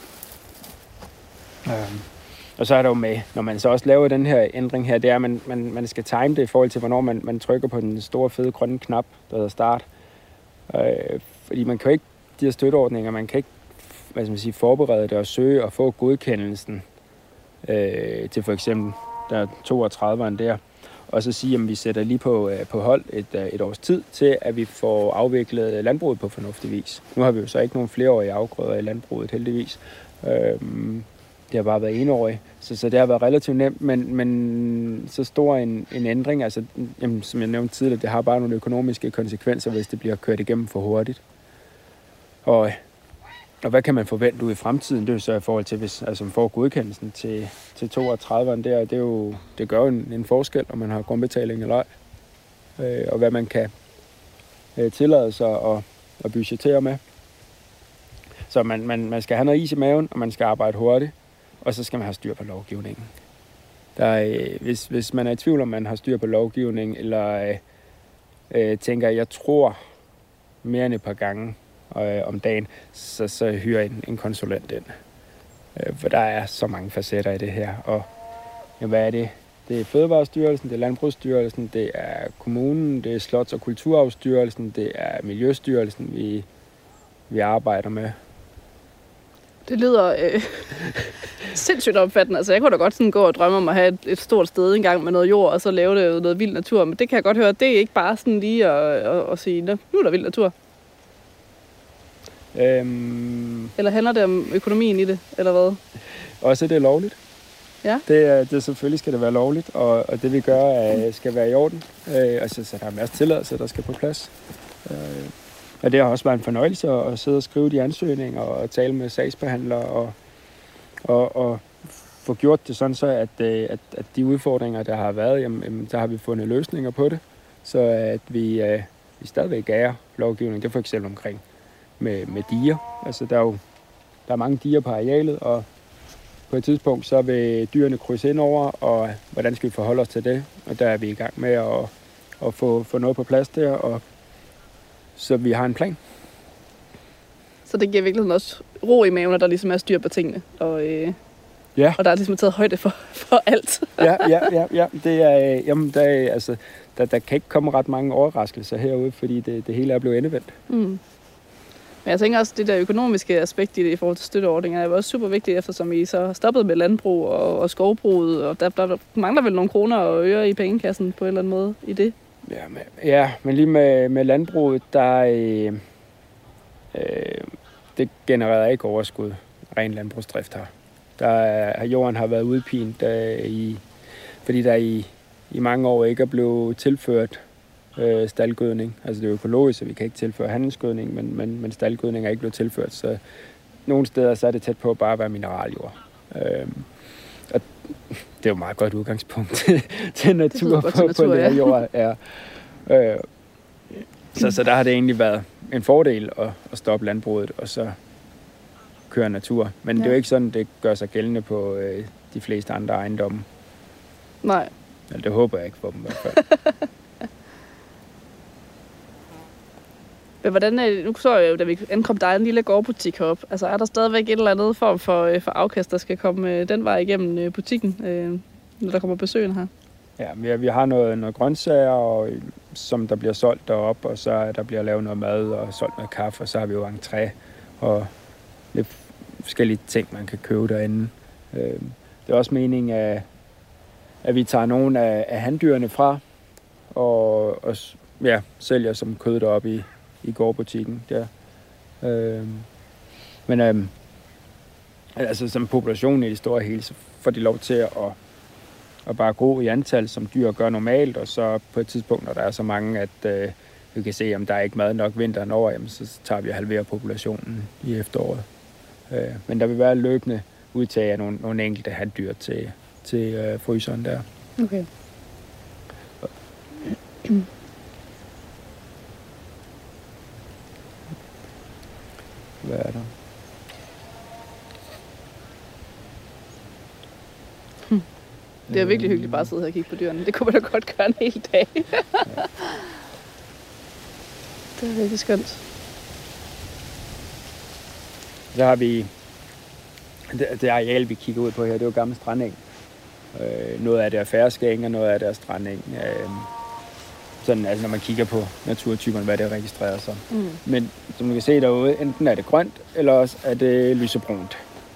Øh. Og så er der jo med, når man så også laver den her ændring her, det er, at man, man, man skal time det i forhold til, hvornår man, man trykker på den store, fede, grønne knap, der hedder start. Øh, fordi man kan jo ikke, de her støtteordninger, man kan ikke hvad skal man sige, forberede det og søge og få godkendelsen øh, til for eksempel, der er toogtredive'eren der, og så sige, at vi sætter lige på, øh, på hold et, et års tid til, at vi får afviklet landbruget på fornuftig vis. Nu har vi jo så ikke nogen flereårige afgrøder i landbruget, heldigvis. Øh, Det har bare været enårigt, så, så det har været relativt nemt, men, men så stor en, en ændring, altså jamen, som jeg nævnte tidligere, det har bare nogle økonomiske konsekvenser, hvis det bliver kørt igennem for hurtigt. Og, og hvad kan man forvente ud i fremtiden? Det er jo så i forhold til, hvis altså, man får godkendelsen til, til toogtredive'eren der, det, er jo, det gør jo en, en forskel, om man har grundbetaling eller ej. Øh, og hvad man kan øh, tillade sig at, at budgettere med. Så man, man, man skal have noget is i maven, og man skal arbejde hurtigt. Og så skal man have styr på lovgivningen. Der er, hvis, hvis man er i tvivl om, man har styr på lovgivningen, eller øh, tænker, jeg tror mere end et par gange øh, om dagen, så, så hyrer en, en konsulent ind. Øh, for der er så mange facetter i det her. Og ja, hvad er det? Det er Fødevarestyrelsen, det er Landbrugsstyrelsen, det er kommunen, det er Slots- og Kulturarvsstyrelsen, det er Miljøstyrelsen, vi, vi arbejder med. Det lyder øh, sindssygt omfattende. Altså, jeg kunne da godt sådan gå og drømme om at have et, et stort sted engang med noget jord, og så lave det noget vild natur. Men det kan jeg godt høre, det er ikke bare sådan lige at, at, at sige, nu er der vild natur. Øhm, Eller handler det om økonomien i det, eller hvad? Også det er lovligt. Ja. Det, er, det selvfølgelig skal det være lovligt, og, og det vi gør er, skal være i orden. Øh, altså, så der er en masse tilladelser, der skal på plads. Øh, Og det har også været en fornøjelse at sidde og skrive de ansøgninger og tale med sagsbehandlere og, og, og få gjort det sådan så, at, at, at de udfordringer, der har været, jamen, der har vi fundet løsninger på det, så at vi, vi stadigvæk er lovgivning. Det er for eksempel omkring med, med diger. Altså, der er jo der er mange diger på arealet, og på et tidspunkt, så vil dyrene krydse ind over, og hvordan skal vi forholde os til det? Og der er vi i gang med at, at få, få noget på plads der, og så vi har en plan. Så det giver virkelig også ro i maven, at der ligesom er styr på tingene, og, øh, ja. og der er ligesom taget højde for, for alt. ja, ja, ja, ja. Det er, jamen, der, er, altså, der, der kan ikke komme ret mange overraskelser herude, fordi det, det hele er blevet endevendt. Mm. Men jeg tænker også, det der økonomiske aspekt i det i forhold til støtteordninger er også super vigtigt, eftersom I så har stoppet med landbrug og, og skovbruget, og der, der mangler vel nogle kroner og øre i pengekassen på en eller anden måde i det. Ja, men, ja, men lige med, med landbruget, der øh, øh, det genererer ikke overskud, ren landbrugsdrift her. Der er, jorden har været udpint, øh, i, fordi der i, i mange år ikke er blevet tilført øh, staldgødning. Altså det er økologisk, så vi kan ikke tilføre handelsgødning, men, men, men staldgødning er ikke blevet tilført. Så nogle steder så er det tæt på bare at være mineraljord. Øh, og det er jo et meget godt udgangspunkt til, til natur på, til natur, på det her jord. Ja. Øh, så, så der har det egentlig været en fordel at, at stoppe landbruget og så køre natur. Men ja. Det er jo ikke sådan, det gør sig gældende på øh, de fleste andre ejendomme. Nej. Eller det håber jeg ikke for dem i hvert fald. Men hvordan, nu så jeg jo, da vi ankom, der er en lille gårdbutik heroppe. Altså er der stadigvæk et eller andet form for, for afkast, der skal komme den vej igennem butikken, når der kommer besøgende her? Ja, vi, vi har noget, noget grøntsager, og, som der bliver solgt deroppe, og så der bliver lavet noget mad og solgt noget kaffe, og så har vi jo entré og lidt forskellige ting, man kan købe derinde. Det er også meningen, at, at vi tager nogle af, af handdyrene fra, og, og ja, sælger som kød deroppe i, i gårdbutikken der. Øhm, men øhm, altså som populationen i det store hele, så får de lov til at, at bare gro i antal, som dyr gør normalt, og så på et tidspunkt, når der er så mange, at øh, vi kan se, om der er ikke mad nok vinteren over, jamen, så tager vi og halverer populationen i efteråret. Øh, men der vil være løbende udtag af nogle, nogle enkelte handdyr til, til øh, fryseren der. Okay. Hvad er der? Hm. Det er virkelig hyggeligt bare at sidde her og kigge på dyrene. Det kunne man da godt gøre en hel dag. Ja. Det er virkelig skønt. Så har vi det, det areal, vi kigger ud på her, det er jo gammel strandeng. Øh, noget af det er ferskeng, og noget af det er strandeng. Øh, sådan, altså når man kigger på naturtyperne, hvad det er registreret som. Mm. Men som du kan se derude, enten er det grønt, eller også er det lysebrunt.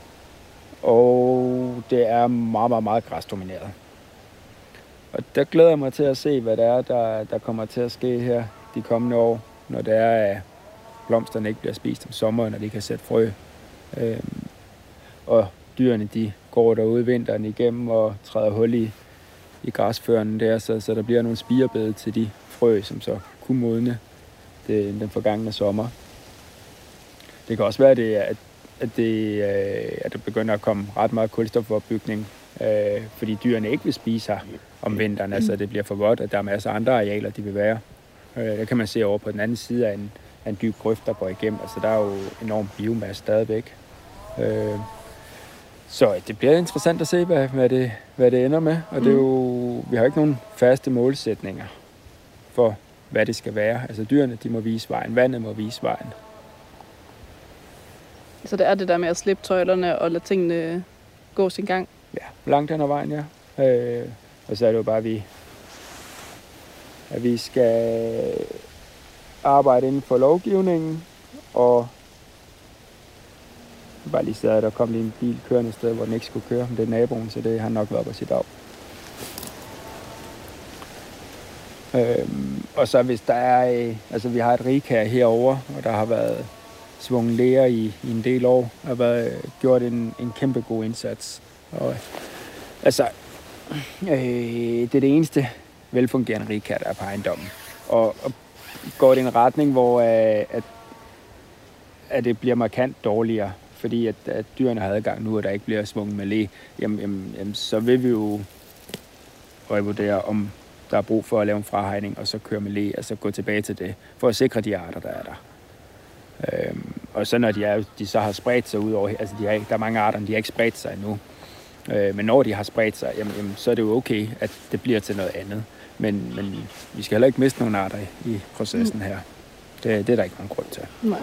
Og det er meget, meget, meget græsdomineret. Og der glæder jeg mig til at se, hvad det er, der, der kommer til at ske her de kommende år, når det er, at blomsterne ikke bliver spist om sommeren, når de kan sætte frø. Øhm, og dyrene, de går derude vinteren igennem og træder hul i, i græsføren der, så, så der bliver nogle spirebede til de frø, som så kunne modne det, den forgangne sommer. Det kan også være, det, at, at, det, at der begynder at komme ret meget kulstofopbygning, øh, fordi dyrene ikke vil spise her om vinteren, altså det bliver for vådt, at der er masser af andre arealer, de vil være. Øh, der kan man se over på den anden side af en, af en dyb grøft, der går igennem. Altså der er jo enorm biomasse stadigvæk. Øh, så det bliver interessant at se, hvad, hvad, det, hvad det ender med. Og det er jo, vi har ikke nogen faste målsætninger for, hvad det skal være. Altså dyrene, de må vise vejen. Vandet må vise vejen. Så det er det der med at slippe tøjlerne og lade tingene gå sin gang? Ja, langt hen ad vejen, ja. Øh, og så er det jo bare, at vi, at vi skal arbejde inden for lovgivningen, og bare lige stedet, der kom lige en bil kørende et sted, hvor den ikke skulle køre, men det er naboen, så det har nok været på sit af. Øhm, og så hvis der er, altså vi har et rigkær herovre, og der har været svunget læger i, i en del år, har været gjort en, en kæmpe god indsats. Og, altså, øh, det er det eneste velfungerende rigkær, der er på ejendommen. Og, og går det i en retning, hvor øh, at, at det bliver markant dårligere, fordi at, at dyrene har adgang nu, og der ikke bliver svunget med læge, jamen, jamen, jamen, så vil vi jo revurdere, om, der er brug for at lave en frahegning, og så køre med le, altså gå tilbage til det, for at sikre de arter, der er der. Øhm, og så når de, er, de så har spredt sig ud over, altså de er, der er mange arter, de har ikke spredt sig endnu. Øh, men når de har spredt sig, jamen, jamen, så er det jo okay, at det bliver til noget andet. Men, men vi skal heller ikke miste nogle arter i, i processen her. Det, det er der ikke nogen grund til. Nej.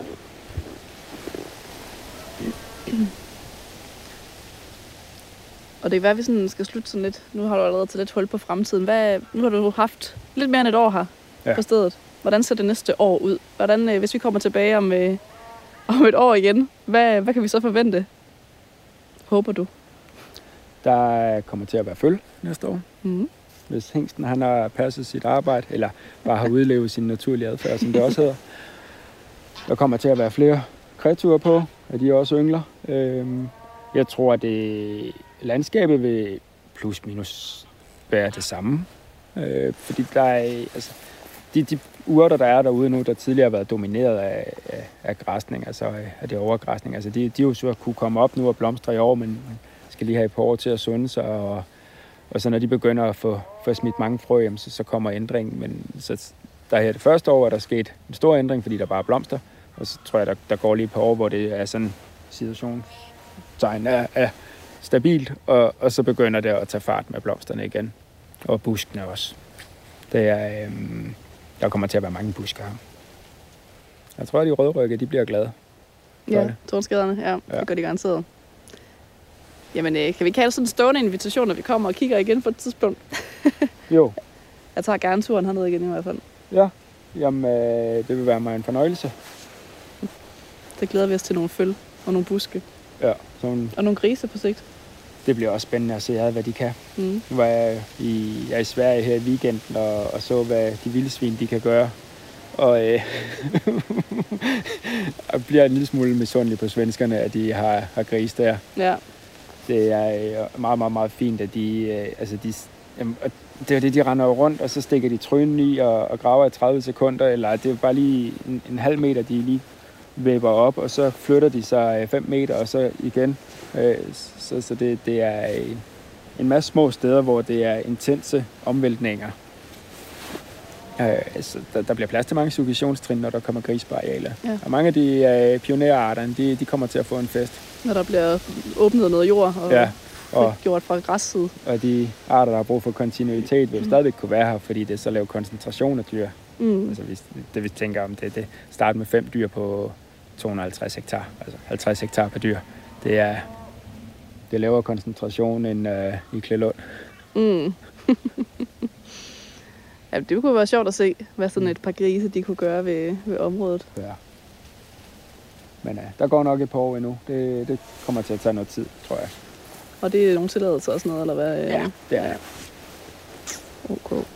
Og det kan være, at vi sådan skal slutte sådan lidt. Nu har du allerede taget lidt hul på fremtiden. Hvad, nu har du haft lidt mere end et år her ja. på stedet. Hvordan ser det næste år ud? Hvordan, hvis vi kommer tilbage om, øh, om et år igen, hvad, hvad kan vi så forvente? Håber du? Der kommer til at være føl næste år. Mm. Hvis hængsten han har passet sit arbejde, eller bare har udlevet sin naturlige adfærd, som det også hedder. Der kommer til at være flere kreaturer på, og de er også yngler. Øhm, jeg tror, at det, landskabet vil plus minus være det samme. Øh, fordi der er, altså, de, de urter, der er derude nu, der tidligere har været domineret af, af, af græsning, altså af det overgræsning, altså de, de jo så kunne komme op nu og blomstre i år, men man skal lige have et par år til at sunde sig, og, og så når de begynder at få, få smidt mange frø, jamen, så, så kommer ændringen. Men så, der her det første år, er der sket en stor ændring, fordi der bare er blomster, og så tror jeg, der, der går lige et par år, hvor det er sådan situationstegn er, er stabilt, og, og så begynder det at tage fart med blomsterne igen, og buskene også. Det er, øhm, der kommer til at være mange busker her. Jeg tror, at de rødrykke, de bliver glade. Ja, tornskæderne, ja, ja, det gør de garanteret. Jamen, øh, kan vi kalde sådan en stående invitation, når vi kommer og kigger igen på et tidspunkt? Jo. Jeg tager gerne turen hernede igen i hvert fald. Ja, jamen, øh, det vil være mig en fornøjelse. Så glæder vi os til nogle føl og nogle buske. Ja. Sådan. Og nogle grise på sigt. Det bliver også spændende at se, hvad de kan. Mm. Nu var jeg i, jeg er i Sverige her i weekenden og, og så, hvad de vildsvin de kan gøre. Og øh, jeg bliver en lille smule misundelig på svenskerne, at de har, har gris der. Ja. Det er meget, meget, meget fint, at de... Øh, altså de jamen, det er det, de render rundt, og så stikker de trynen i og, og graver i tredive sekunder, eller det er bare lige en, en halv meter, de lige væber op, og så flytter de sig fem meter, og så igen. Så, så det, det er en masse små steder, hvor det er intense omvæltninger. Så der, der bliver plads til mange suggestionstrin, når der kommer gris på arealer. Ja. Og mange af de uh, pionerarterne, de, de kommer til at få en fest. Når der bliver åbnet noget jord og, ja, og gjort fra græsside. Og de arter, der har brug for kontinuitet, vil mm. stadigvæk kunne være her, fordi det er så lav koncentration af dyr. Mm. Altså, hvis, det vi tænker om, det, det starter med fem dyr på to hundrede og halvtreds hektar, altså halvtreds hektar per dyr. Det er, det er lavere koncentration end uh, i Klelund. Mm. Ja, det kunne være sjovt at se, hvad sådan et par grise de kunne gøre ved, ved området. Ja. Men uh, der går nok et par år endnu. Det, det kommer til at tage noget tid, tror jeg. Og det er nogle tilladelser og sådan noget, eller hvad? Ja, det er ja. Okay. Mm.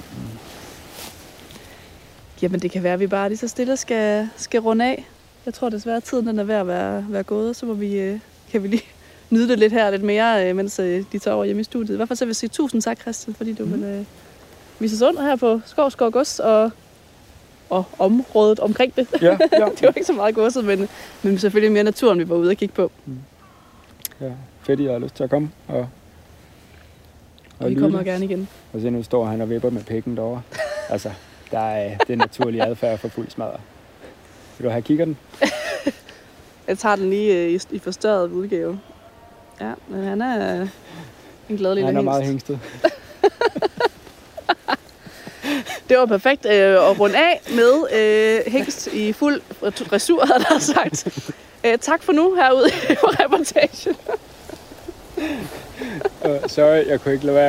Jamen, det kan være, at vi bare lige så stille skal, skal runde af. Jeg tror desværre, at tiden den er ved at være, være gået, så må vi, kan vi lige nyde det lidt her lidt mere, mens de tager over hjemme i studiet. I hvert fald så vil jeg sige tusind tak, Christian, fordi du mm. vil uh, vise os under her på Skovskov Gods og, og området omkring det. Ja, ja. Det var ikke så meget godset, men, men selvfølgelig mere naturen, vi var ude og kigge på. Mm. Ja, fedt, jeg har lyst til at komme. Og, og, og vi kommer gerne igen. Og så nu står han og vipper med pikken derovre. Altså, der er det naturlige adfærd for fuld smadret. Vil du have kikkerten? Jeg tager den lige i, i forstørret udgave. Ja, men han er en glad lille hængst. Han er hængst. meget hængstet. Det var perfekt øh, at runde af med øh, hængst i fuld dressur, havde der sagt. Æ, tak for nu herude på reportagen. uh, sorry, jeg kunne ikke lade være.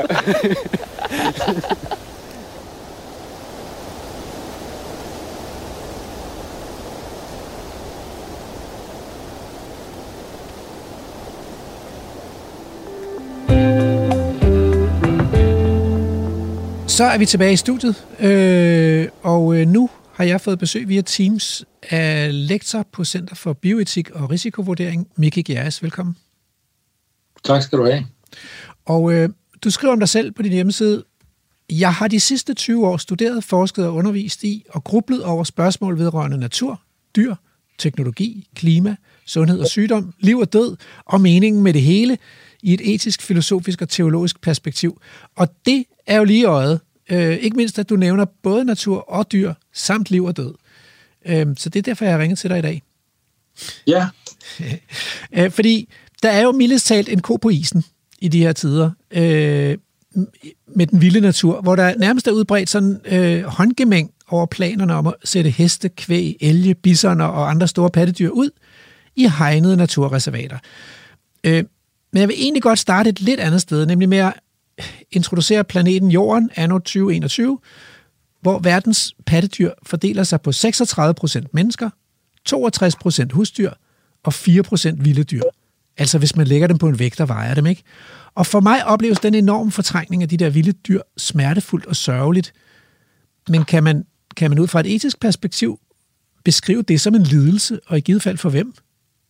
Så er vi tilbage i studiet, øh, og nu har jeg fået besøg via Teams af lektor på Center for Bioetik og Risikovurdering, Micke Gjerris. Velkommen. Tak skal du have. Og øh, du skriver om dig selv på din hjemmeside: Jeg har de sidste tyve år studeret, forsket og undervist i og grublet over spørgsmål vedrørende natur, dyr, teknologi, klima, sundhed og sygdom, liv og død og meningen med det hele i et etisk, filosofisk og teologisk perspektiv. Og det er jo lige i øjet Øh, ikke mindst, at du nævner både natur og dyr, samt liv og død. Øh, så det er derfor, jeg har ringet til dig i dag. Ja. øh, fordi der er jo mildest talt en ko på isen i de her tider, øh, med den vilde natur, hvor der nærmest er udbredt sådan øh, håndgemæng over planerne om at sætte heste, kvæg, elge, bisoner og andre store pattedyr ud i hegnede naturreservater. Øh, men jeg vil egentlig godt starte et lidt andet sted, nemlig med at introducere planeten Jorden anno tyve enogtyve, hvor verdens pattedyr fordeler sig på seksogtredive procent mennesker, toogtres procent husdyr og fire procent vilde dyr. Altså hvis man lægger dem på en vægt og vejer dem, ikke? Og for mig opleves den enorme fortrængning af de der vilde dyr smertefuldt og sørgeligt. Men kan man, kan man ud fra et etisk perspektiv beskrive det som en lidelse, og i givet fald for hvem?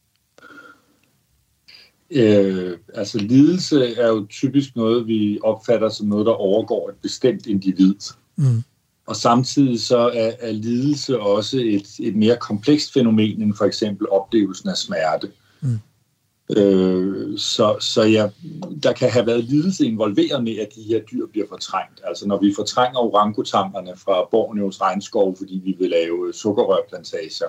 Øh, altså lidelse er jo typisk noget, vi opfatter som noget, der overgår et bestemt individ. Mm. Og samtidig så er, er lidelse også et, et mere komplekst fænomen end for eksempel oplevelsen af smerte. Mm. Øh, så så ja, der kan have været lidelse involveret med, at de her dyr bliver fortrængt. Altså når vi fortrænger orangutangerne fra Borneos regnskov, fordi vi vil lave sukkerrørplantager,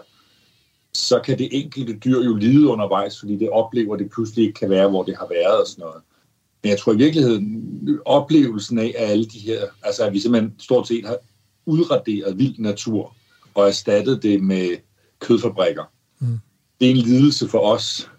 så kan det enkelte dyr jo lide undervejs, fordi det oplever, at det pludselig ikke kan være, hvor det har været og sådan noget. Men jeg tror i virkeligheden, oplevelsen af alle de her, altså at vi simpelthen stort set har udraderet vild natur og erstattet det med kødfabrikker. Mm. Det er en lidelse for os.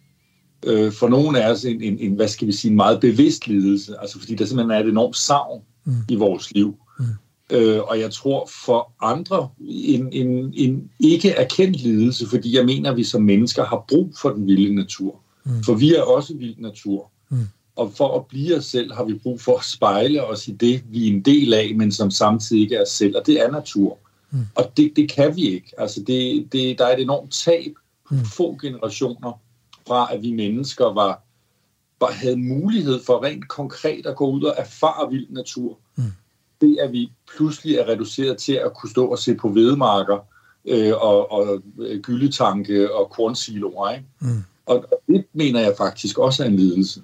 Øh, for nogle er os en, en, en, hvad skal vi sige, en meget bevidst lidelse, altså fordi der simpelthen er et enormt savn mm. i vores liv. Mm. Øh, og jeg tror for andre en, en, en ikke erkendt lidelse, fordi jeg mener, at vi som mennesker har brug for den vilde natur. Mm. For vi er også vild natur. Mm. Og for at blive os selv, har vi brug for at spejle os i det, vi er en del af, men som samtidig ikke er os selv, og det er natur. Mm. Og det, det kan vi ikke. Altså det, det, der er et enormt tab på mm. få generationer fra, at vi mennesker var, var, havde mulighed for rent konkret at gå ud og erfare vild natur. Mm. Det, at vi pludselig er reduceret til at kunne stå og se på hvedemarker øh, og, og gyldetanke og kornsiloer. Ikke? Mm. Og det mener jeg faktisk også er en lidelse.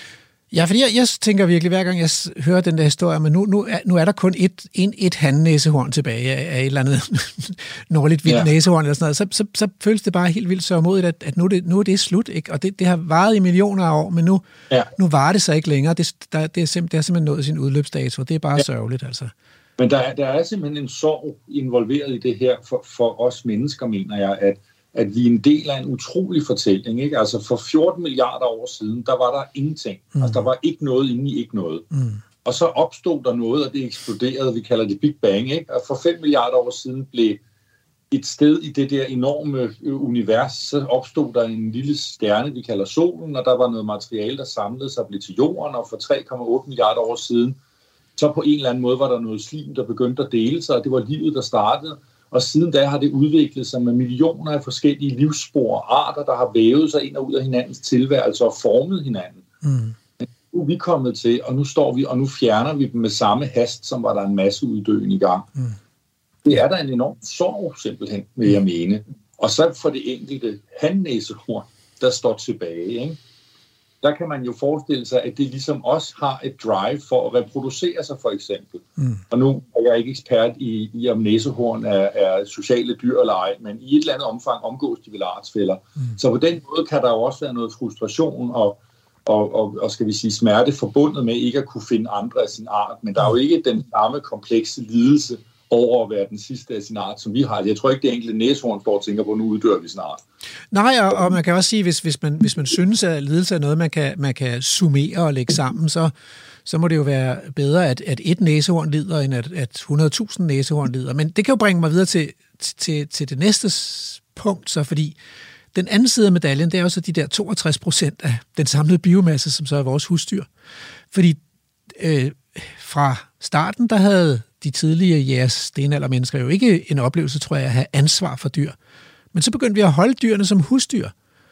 Ja, fordi jeg, jeg tænker virkelig, hver gang jeg hører den der historie, men nu, nu, er, nu er der kun et, en, et handnæsehorn tilbage af, af et eller andet nordligt vildt ja. næsehorn eller sådan noget, så, så, så føles det bare helt vildt sørgmodigt, at, at nu, det, nu er det slut, ikke? Og det, det har varet i millioner af år, men nu, ja. nu varer det så ikke længere. Det, der, det, er simp- det har simpelthen nået sin udløbsdato, det er bare ja. sørgeligt, altså. Men der er, der er simpelthen en sorg involveret i det her for, for os mennesker, mener jeg, at at vi er en del af en utrolig fortælling. Ikke? Altså for fjorten milliarder år siden, der var der ingenting. Mm. Altså der var ikke noget inde i ikke noget. Mm. Og så opstod der noget, og det eksploderede. Vi kalder det Big Bang. Ikke? Og for fem milliarder år siden blev et sted i det der enorme univers, så opstod der en lille stjerne, vi kalder solen, og der var noget materiale, der samlede sig og blev til jorden, og for tre komma otte milliarder år siden, så på en eller anden måde var der noget slim, der begyndte at dele sig, og det var livet, der startede. Og siden da har det udviklet sig med millioner af forskellige livsspor og arter, der har vævet sig ind og ud af hinandens tilværelse og formet hinanden. Mm. Nu er vi kommet til, og nu står vi, og nu fjerner vi dem med samme hast, som var der en masse uddøen i gang. Mm. Det er der en enorm sorg, simpelthen, vil jeg mene. Og så for det enkelte handnæsehorn, der står tilbage, ikke? Der kan man jo forestille sig, at det ligesom også har et drive for at reproducere sig, for eksempel. Mm. Og nu er jeg ikke ekspert i, i om næsehorn er, er sociale dyr eller ej, men i et eller andet omfang omgås de vel artsfæller. Mm. Så på den måde kan der jo også være noget frustration og, og, og, og skal vi sige, smerte forbundet med ikke at kunne finde andre af sin art. Men der er jo ikke den samme komplekse lidelse over at være den sidste af sin art, som vi har. Jeg tror ikke, det enkelte næsehorn står og tænker på, nu uddør vi snart. Nej, og, og man kan også sige, hvis, hvis, man, hvis man synes, at lidelse er noget, man kan, man kan summere og lægge sammen, så, så må det jo være bedre, at, at et næsehorn lider, end at, at hundrede tusind næsehorn lider. Men det kan jo bringe mig videre til, til, til det næste punkt, så fordi den anden side af medaljen, det er jo så de der toogtres procent af den samlede biomasse, som så er vores husdyr. Fordi øh, fra starten, der havde de tidlige jægers stenaldermennesker jo ikke en oplevelse, tror jeg, at have ansvar for dyr. Men så begyndte vi at holde dyrene som husdyr.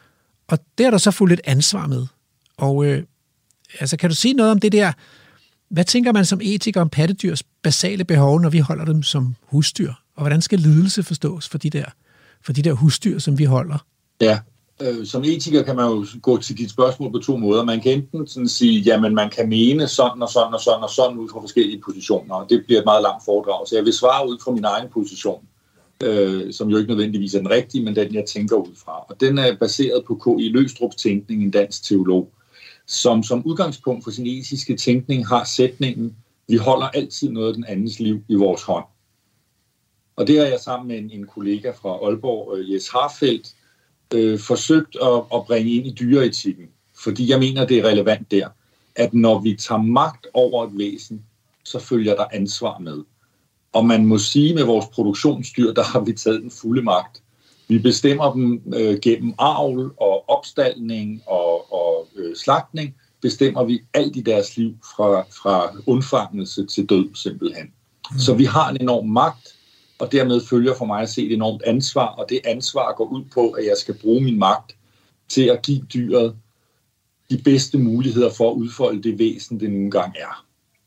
Og det er der så fuldt et ansvar med. Og øh, altså, kan du sige noget om det der? Hvad tænker man som etiker om pattedyrs basale behov, når vi holder dem som husdyr? Og hvordan skal lidelse forstås for de der, for de der husdyr, som vi holder? Ja, øh, som etiker kan man jo gå til dit spørgsmål på to måder. Man kan enten sådan sige, jamen man kan mene sådan og sådan og sådan og sådan ud fra forskellige positioner, og det bliver et meget langt foredrag. Så jeg vil svare ud fra min egen position, øh, som jo ikke nødvendigvis er den rigtige, men den jeg tænker ud fra. Og den er baseret på K I Løgstrups tænkning, en dansk teolog, som som udgangspunkt for sin etiske tænkning har sætningen, vi holder altid noget af den andens liv i vores hånd. Og det har jeg sammen med en, en kollega fra Aalborg, Jes Harfeldt, øh, forsøgt at, at bringe ind i dyreetikken. Fordi jeg mener, det er relevant der, at når vi tager magt over et væsen, så følger der ansvar med. Og man må sige, med vores produktionsdyr, der har vi taget den fulde magt. Vi bestemmer dem øh, gennem avl og opstaldning og, og øh, slagtning, bestemmer vi alt i deres liv fra, fra undfangelse til død simpelthen. Mm. Så vi har en enorm magt, og dermed følger for mig at se et enormt ansvar, og det ansvar går ud på, at jeg skal bruge min magt til at give dyret de bedste muligheder for at udfolde det væsen, det nogle gange er.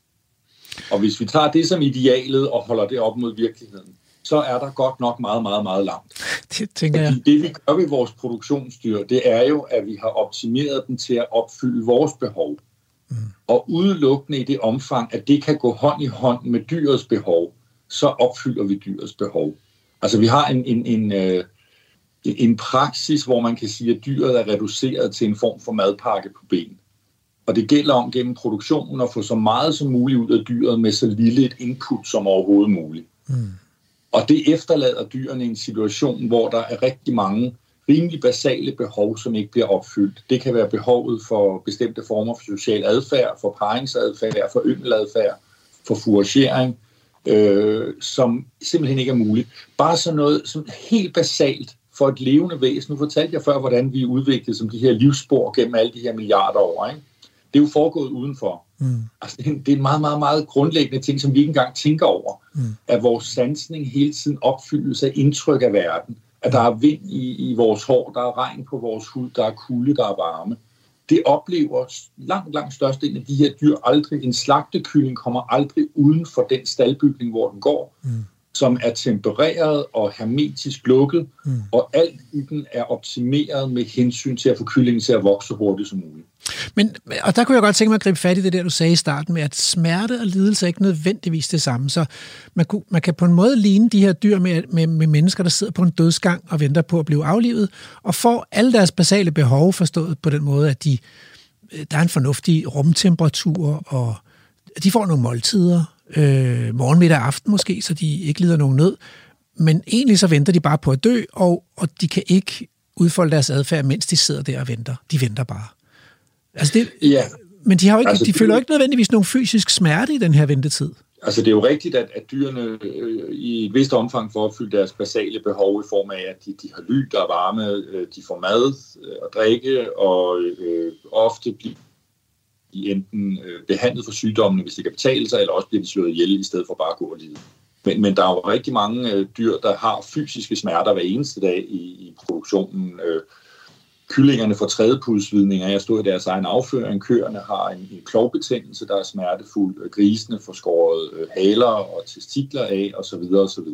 Og hvis vi tager det som idealet og holder det op mod virkeligheden, så er der godt nok meget, meget, meget langt. Det tænker jeg. Fordi det vi gør ved vores produktionsdyr, det er jo, at vi har optimeret dem til at opfylde vores behov. Mm. Og udelukkende i det omfang, at det kan gå hånd i hånd med dyrets behov, så opfylder vi dyrets behov. Altså vi har en, en, en, øh, en praksis, hvor man kan sige, at dyret er reduceret til en form for madpakke på ben. Og det gælder om gennem produktionen at få så meget som muligt ud af dyret med så lille et input som overhovedet muligt. Mm. Og det efterlader dyrene i en situation, hvor der er rigtig mange rimelig basale behov, som ikke bliver opfyldt. Det kan være behovet for bestemte former for social adfærd, for parringsadfærd, for yngeladfærd, for fouragering, øh, som simpelthen ikke er muligt. Bare sådan noget som helt basalt for et levende væsen. Nu fortalte jeg før, hvordan vi er udviklet som de her livsspor gennem alle de her milliarder år, ikke? Det er jo foregået udenfor. Mm. Altså, det, er en, det er en meget, meget, meget grundlæggende ting, som vi ikke engang tænker over. Mm. At vores sansning hele tiden opfyldes af indtryk af verden. At der er vind i, i vores hår, der er regn på vores hud, der er kulde, der er varme. Det oplever langt, langt størstedelen af de her dyr aldrig. En slagtekylling kommer aldrig uden for den staldbygning, hvor den går, mm. som er tempereret og hermetisk lukket, mm. og alt i den er optimeret med hensyn til at få kyllingen til at vokse så hurtigt som muligt. Men, og der kunne jeg godt tænke mig at gribe fat i det der, du sagde i starten med, at smerte og lidelse er ikke nødvendigvis det samme. Så man, kunne, man kan på en måde ligne de her dyr med, med, med mennesker, der sidder på en dødsgang og venter på at blive aflivet, og får alle deres basale behov forstået på den måde, at de, der er en fornuftig rumtemperatur, og de får nogle måltider, øh, morgen, middag og aften måske, så de ikke lider nogen nød. Men egentlig så venter de bare på at dø, og, og de kan ikke udfolde deres adfærd, mens de sidder der og venter. De venter bare. Altså det, ja. Men de, har jo ikke, altså, de føler jo ikke nødvendigvis nogen fysisk smerte i den her ventetid. Altså det er jo rigtigt, at, at dyrene øh, i et vist omfang får opfyldt deres basale behov i form af, at de, de har ly, der er varme, øh, de får mad øh, og drikke, og øh, ofte bliver de enten øh, behandlet for sygdommene, hvis det kan betale sig, eller også bliver de slået ihjel i stedet for bare at gå og lide. Men, men der er jo rigtig mange øh, dyr, der har fysiske smerter hver eneste dag i, i produktionen. Øh, Kyllingerne får trædepudsvidninger. Jeg stod i deres egen afføring. Køerne har en, en klovbetændelse, der er smertefuld. Grisene får skåret øh, haler og testikler af, osv. osv.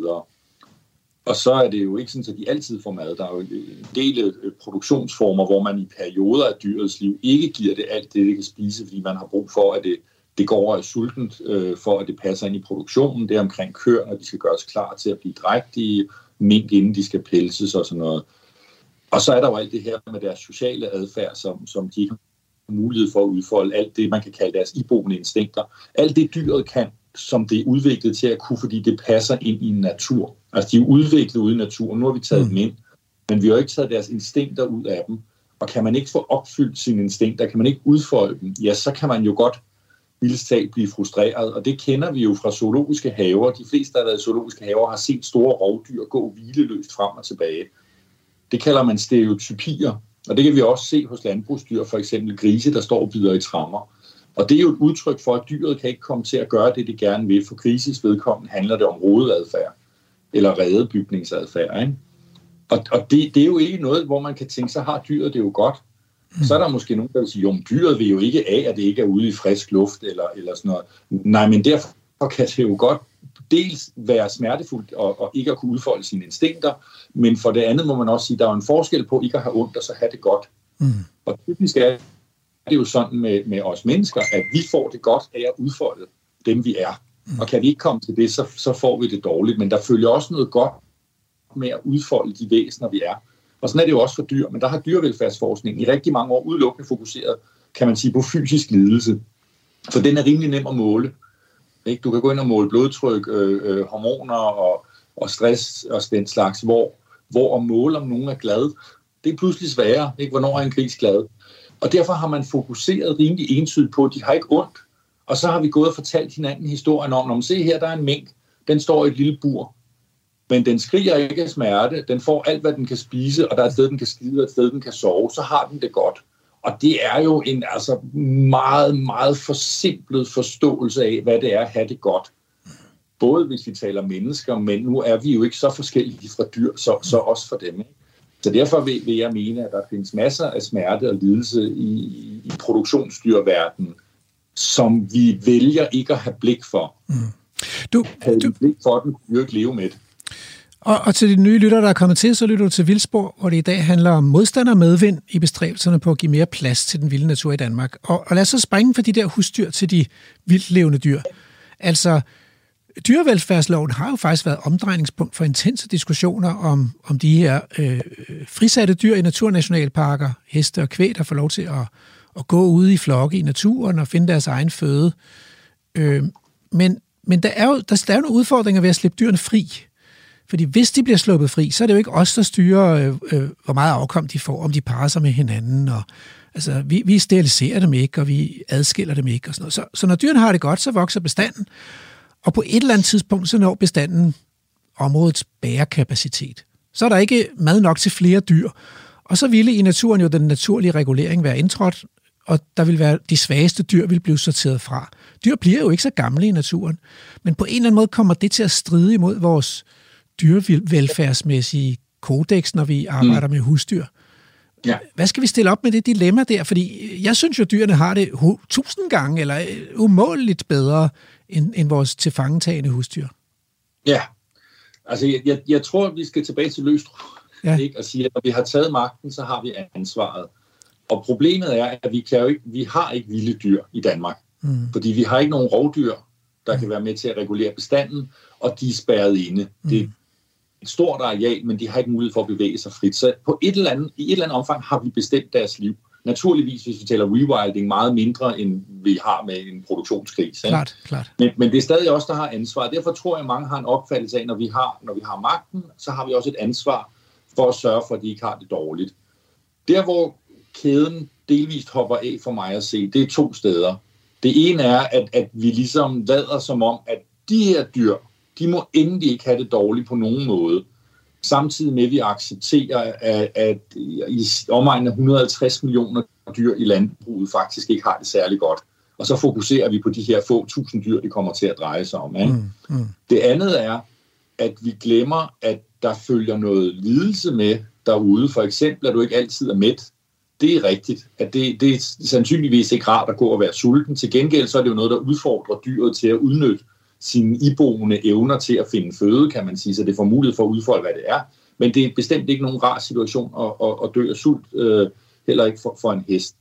Og så er det jo ikke sådan, at de altid får mad. Der er jo en del øh, produktionsformer, hvor man i perioder af dyrets liv ikke giver det alt det, det kan spise, fordi man har brug for, at det, det går over af sultent, øh, for at det passer ind i produktionen. Det er omkring køer, når de skal gøres klar til at blive drægtige, mink inden de skal pelses og sådan noget. Og så er der jo alt det her med deres sociale adfærd, som, som de ikke har mulighed for at udfolde. Alt det, man kan kalde deres iboende instinkter. Alt det dyret kan, som det er udviklet til at kunne, fordi det passer ind i en natur. Altså de er udviklet ude i naturen. Nu har vi taget mm. dem ind, men vi har jo ikke taget deres instinkter ud af dem. Og kan man ikke få opfyldt sine instinkter, kan man ikke udfolde dem, ja, så kan man jo godt mildest talt blive frustreret. Og det kender vi jo fra zoologiske haver. De fleste, der har været i zoologiske haver, har set store rovdyr gå hvileløst frem og tilbage. Det kalder man stereotypier, og det kan vi også se hos landbrugsdyr, for eksempel grise, der står og bider i tremmer. Og det er jo et udtryk for, at dyret kan ikke komme til at gøre det, det gerne vil. For grises vedkommende handler det om rodeadfærd, eller redebygningsadfærd, ikke? Og, og det, det er jo ikke noget, hvor man kan tænke, så har dyret det jo godt. Så er der måske nogen, der vil sige, jo, dyret vil jo ikke af, at det ikke er ude i frisk luft, eller, eller sådan noget. Nej, men derfor kan det jo godt dels være smertefuldt og, og ikke at kunne udfolde sine instinkter, men for det andet må man også sige, at der er en forskel på ikke at have ondt og så have det godt. Mm. Og typisk er det jo sådan med, med os mennesker, at vi får det godt af at udfolde dem, vi er. Mm. Og kan vi ikke komme til det, så, så får vi det dårligt. Men der følger også noget godt med at udfolde de væsener, vi er. Og sådan er det jo også for dyr, men der har dyrevelfærdsforskningen i rigtig mange år udelukkende fokuseret, kan man sige, på fysisk lidelse. For den er rimelig nem at måle. Ikke? Du kan gå ind og måle blodtryk, øh, øh, hormoner og, og stress og den slags, hvor, hvor at måle, om nogen er glad, det er pludselig sværere. Ikke? Hvornår er en gris glad? Og derfor har man fokuseret rimelig entydigt på, at de har ikke ondt. Og så har vi gået og fortalt hinanden historien om, når man ser her, der er en mink, den står i et lille bur. Men den skriger ikke af smerte, den får alt, hvad den kan spise, og der er et sted, den kan skide, og et sted, den kan sove, så har den det godt. Og det er jo en altså, meget, meget forsimplet forståelse af, hvad det er at have det godt. Både hvis vi taler mennesker, men nu er vi jo ikke så forskellige fra dyr, så, så også for dem. Ikke? Så derfor vil, vil jeg mene, at der findes masser af smerte og lidelse i, i produktionsdyrverdenen, som vi vælger ikke at have blik for. Mm. Du, Havde du... vi blik for den, kunne vi jo ikke leve med det. Og, og til de nye lyttere, der er kommet til, så lytter du til Vildspor, hvor det i dag handler om modstand og medvind i bestræbelserne på at give mere plads til den vilde natur i Danmark. Og, og lad os så springe fra de der husdyr til de vildtlevende dyr. Altså, dyrevelfærdsloven har jo faktisk været omdrejningspunkt for intense diskussioner om, om de her øh, frisatte dyr i naturnationalparker, heste og kvæg, der får lov til at, at gå ude i flokke i naturen og finde deres egen føde. Øh, men men der, er jo, der, der er jo nogle udfordringer ved at slippe dyrene fri. Fordi hvis de bliver sluppet fri, så er det jo ikke os, der styrer, øh, øh, hvor meget afkom de får, om de parer sig med hinanden. Og, altså, vi, vi steriliserer dem ikke, og vi adskiller dem ikke. Og sådan noget. Så, så når dyrene har det godt, så vokser bestanden. Og på et eller andet tidspunkt, så når bestanden områdets bærekapacitet. Så er der ikke mad nok til flere dyr. Og så ville i naturen jo den naturlige regulering være indtrådt, og der vil være de svageste dyr vil blive sorteret fra. Dyr bliver jo ikke så gamle i naturen, men på en eller anden måde kommer det til at stride imod vores dyrevelfærdsmæssige kodex, når vi arbejder mm. med husdyr. Ja. Hvad skal vi stille op med det dilemma der? Fordi jeg synes jo, dyrene har det tusind gange, eller umådeligt bedre, end, end vores tilfangetagende husdyr. Ja, altså jeg, jeg, jeg tror, vi skal tilbage til Løgstrup, ja. ikke? Og sige, at når vi har taget magten, så har vi ansvaret. Og problemet er, at vi, kan jo ikke, vi har ikke vilde dyr i Danmark. Mm. Fordi vi har ikke nogen rovdyr, der mm. kan være med til at regulere bestanden, og de er spærret inde. Mm. Det er et stort areal, men de har ikke mulighed for at bevæge sig frit. Så på et eller andet, i et eller andet omfang har vi bestemt deres liv. Naturligvis, hvis vi taler rewilding, meget mindre, end vi har med en produktionskris. Klart, klart. Men, men det er stadig os, der har ansvar. Derfor tror jeg, at mange har en opfattelse af, når vi har, når vi har magten, så har vi også et ansvar for at sørge for, at de ikke har det dårligt. Der, hvor kæden delvist hopper af for mig at se, det er to steder. Det ene er, at, at vi ligesom lader som om, at de her dyr, de må endelig ikke have det dårligt på nogen måde. Samtidig med, at vi accepterer, at, at i omegnen af et hundrede og halvtreds millioner dyr i landbruget faktisk ikke har det særlig godt. Og så fokuserer vi på de her få tusind dyr, det kommer til at dreje sig om. Ikke? Mm, mm. Det andet er, at vi glemmer, at der følger noget lidelse med derude. For eksempel, at du ikke altid er mæt. Det er rigtigt, at det, det er sandsynligvis ikke rart at gå og være sulten. Til gengæld så er det jo noget, der udfordrer dyret til at udnytte sine iboende evner til at finde føde, kan man sige, så det får mulighed for at udfolde, hvad det er. Men det er bestemt ikke nogen rar situation at, at, at dø af sult, øh, heller ikke for, for en hest.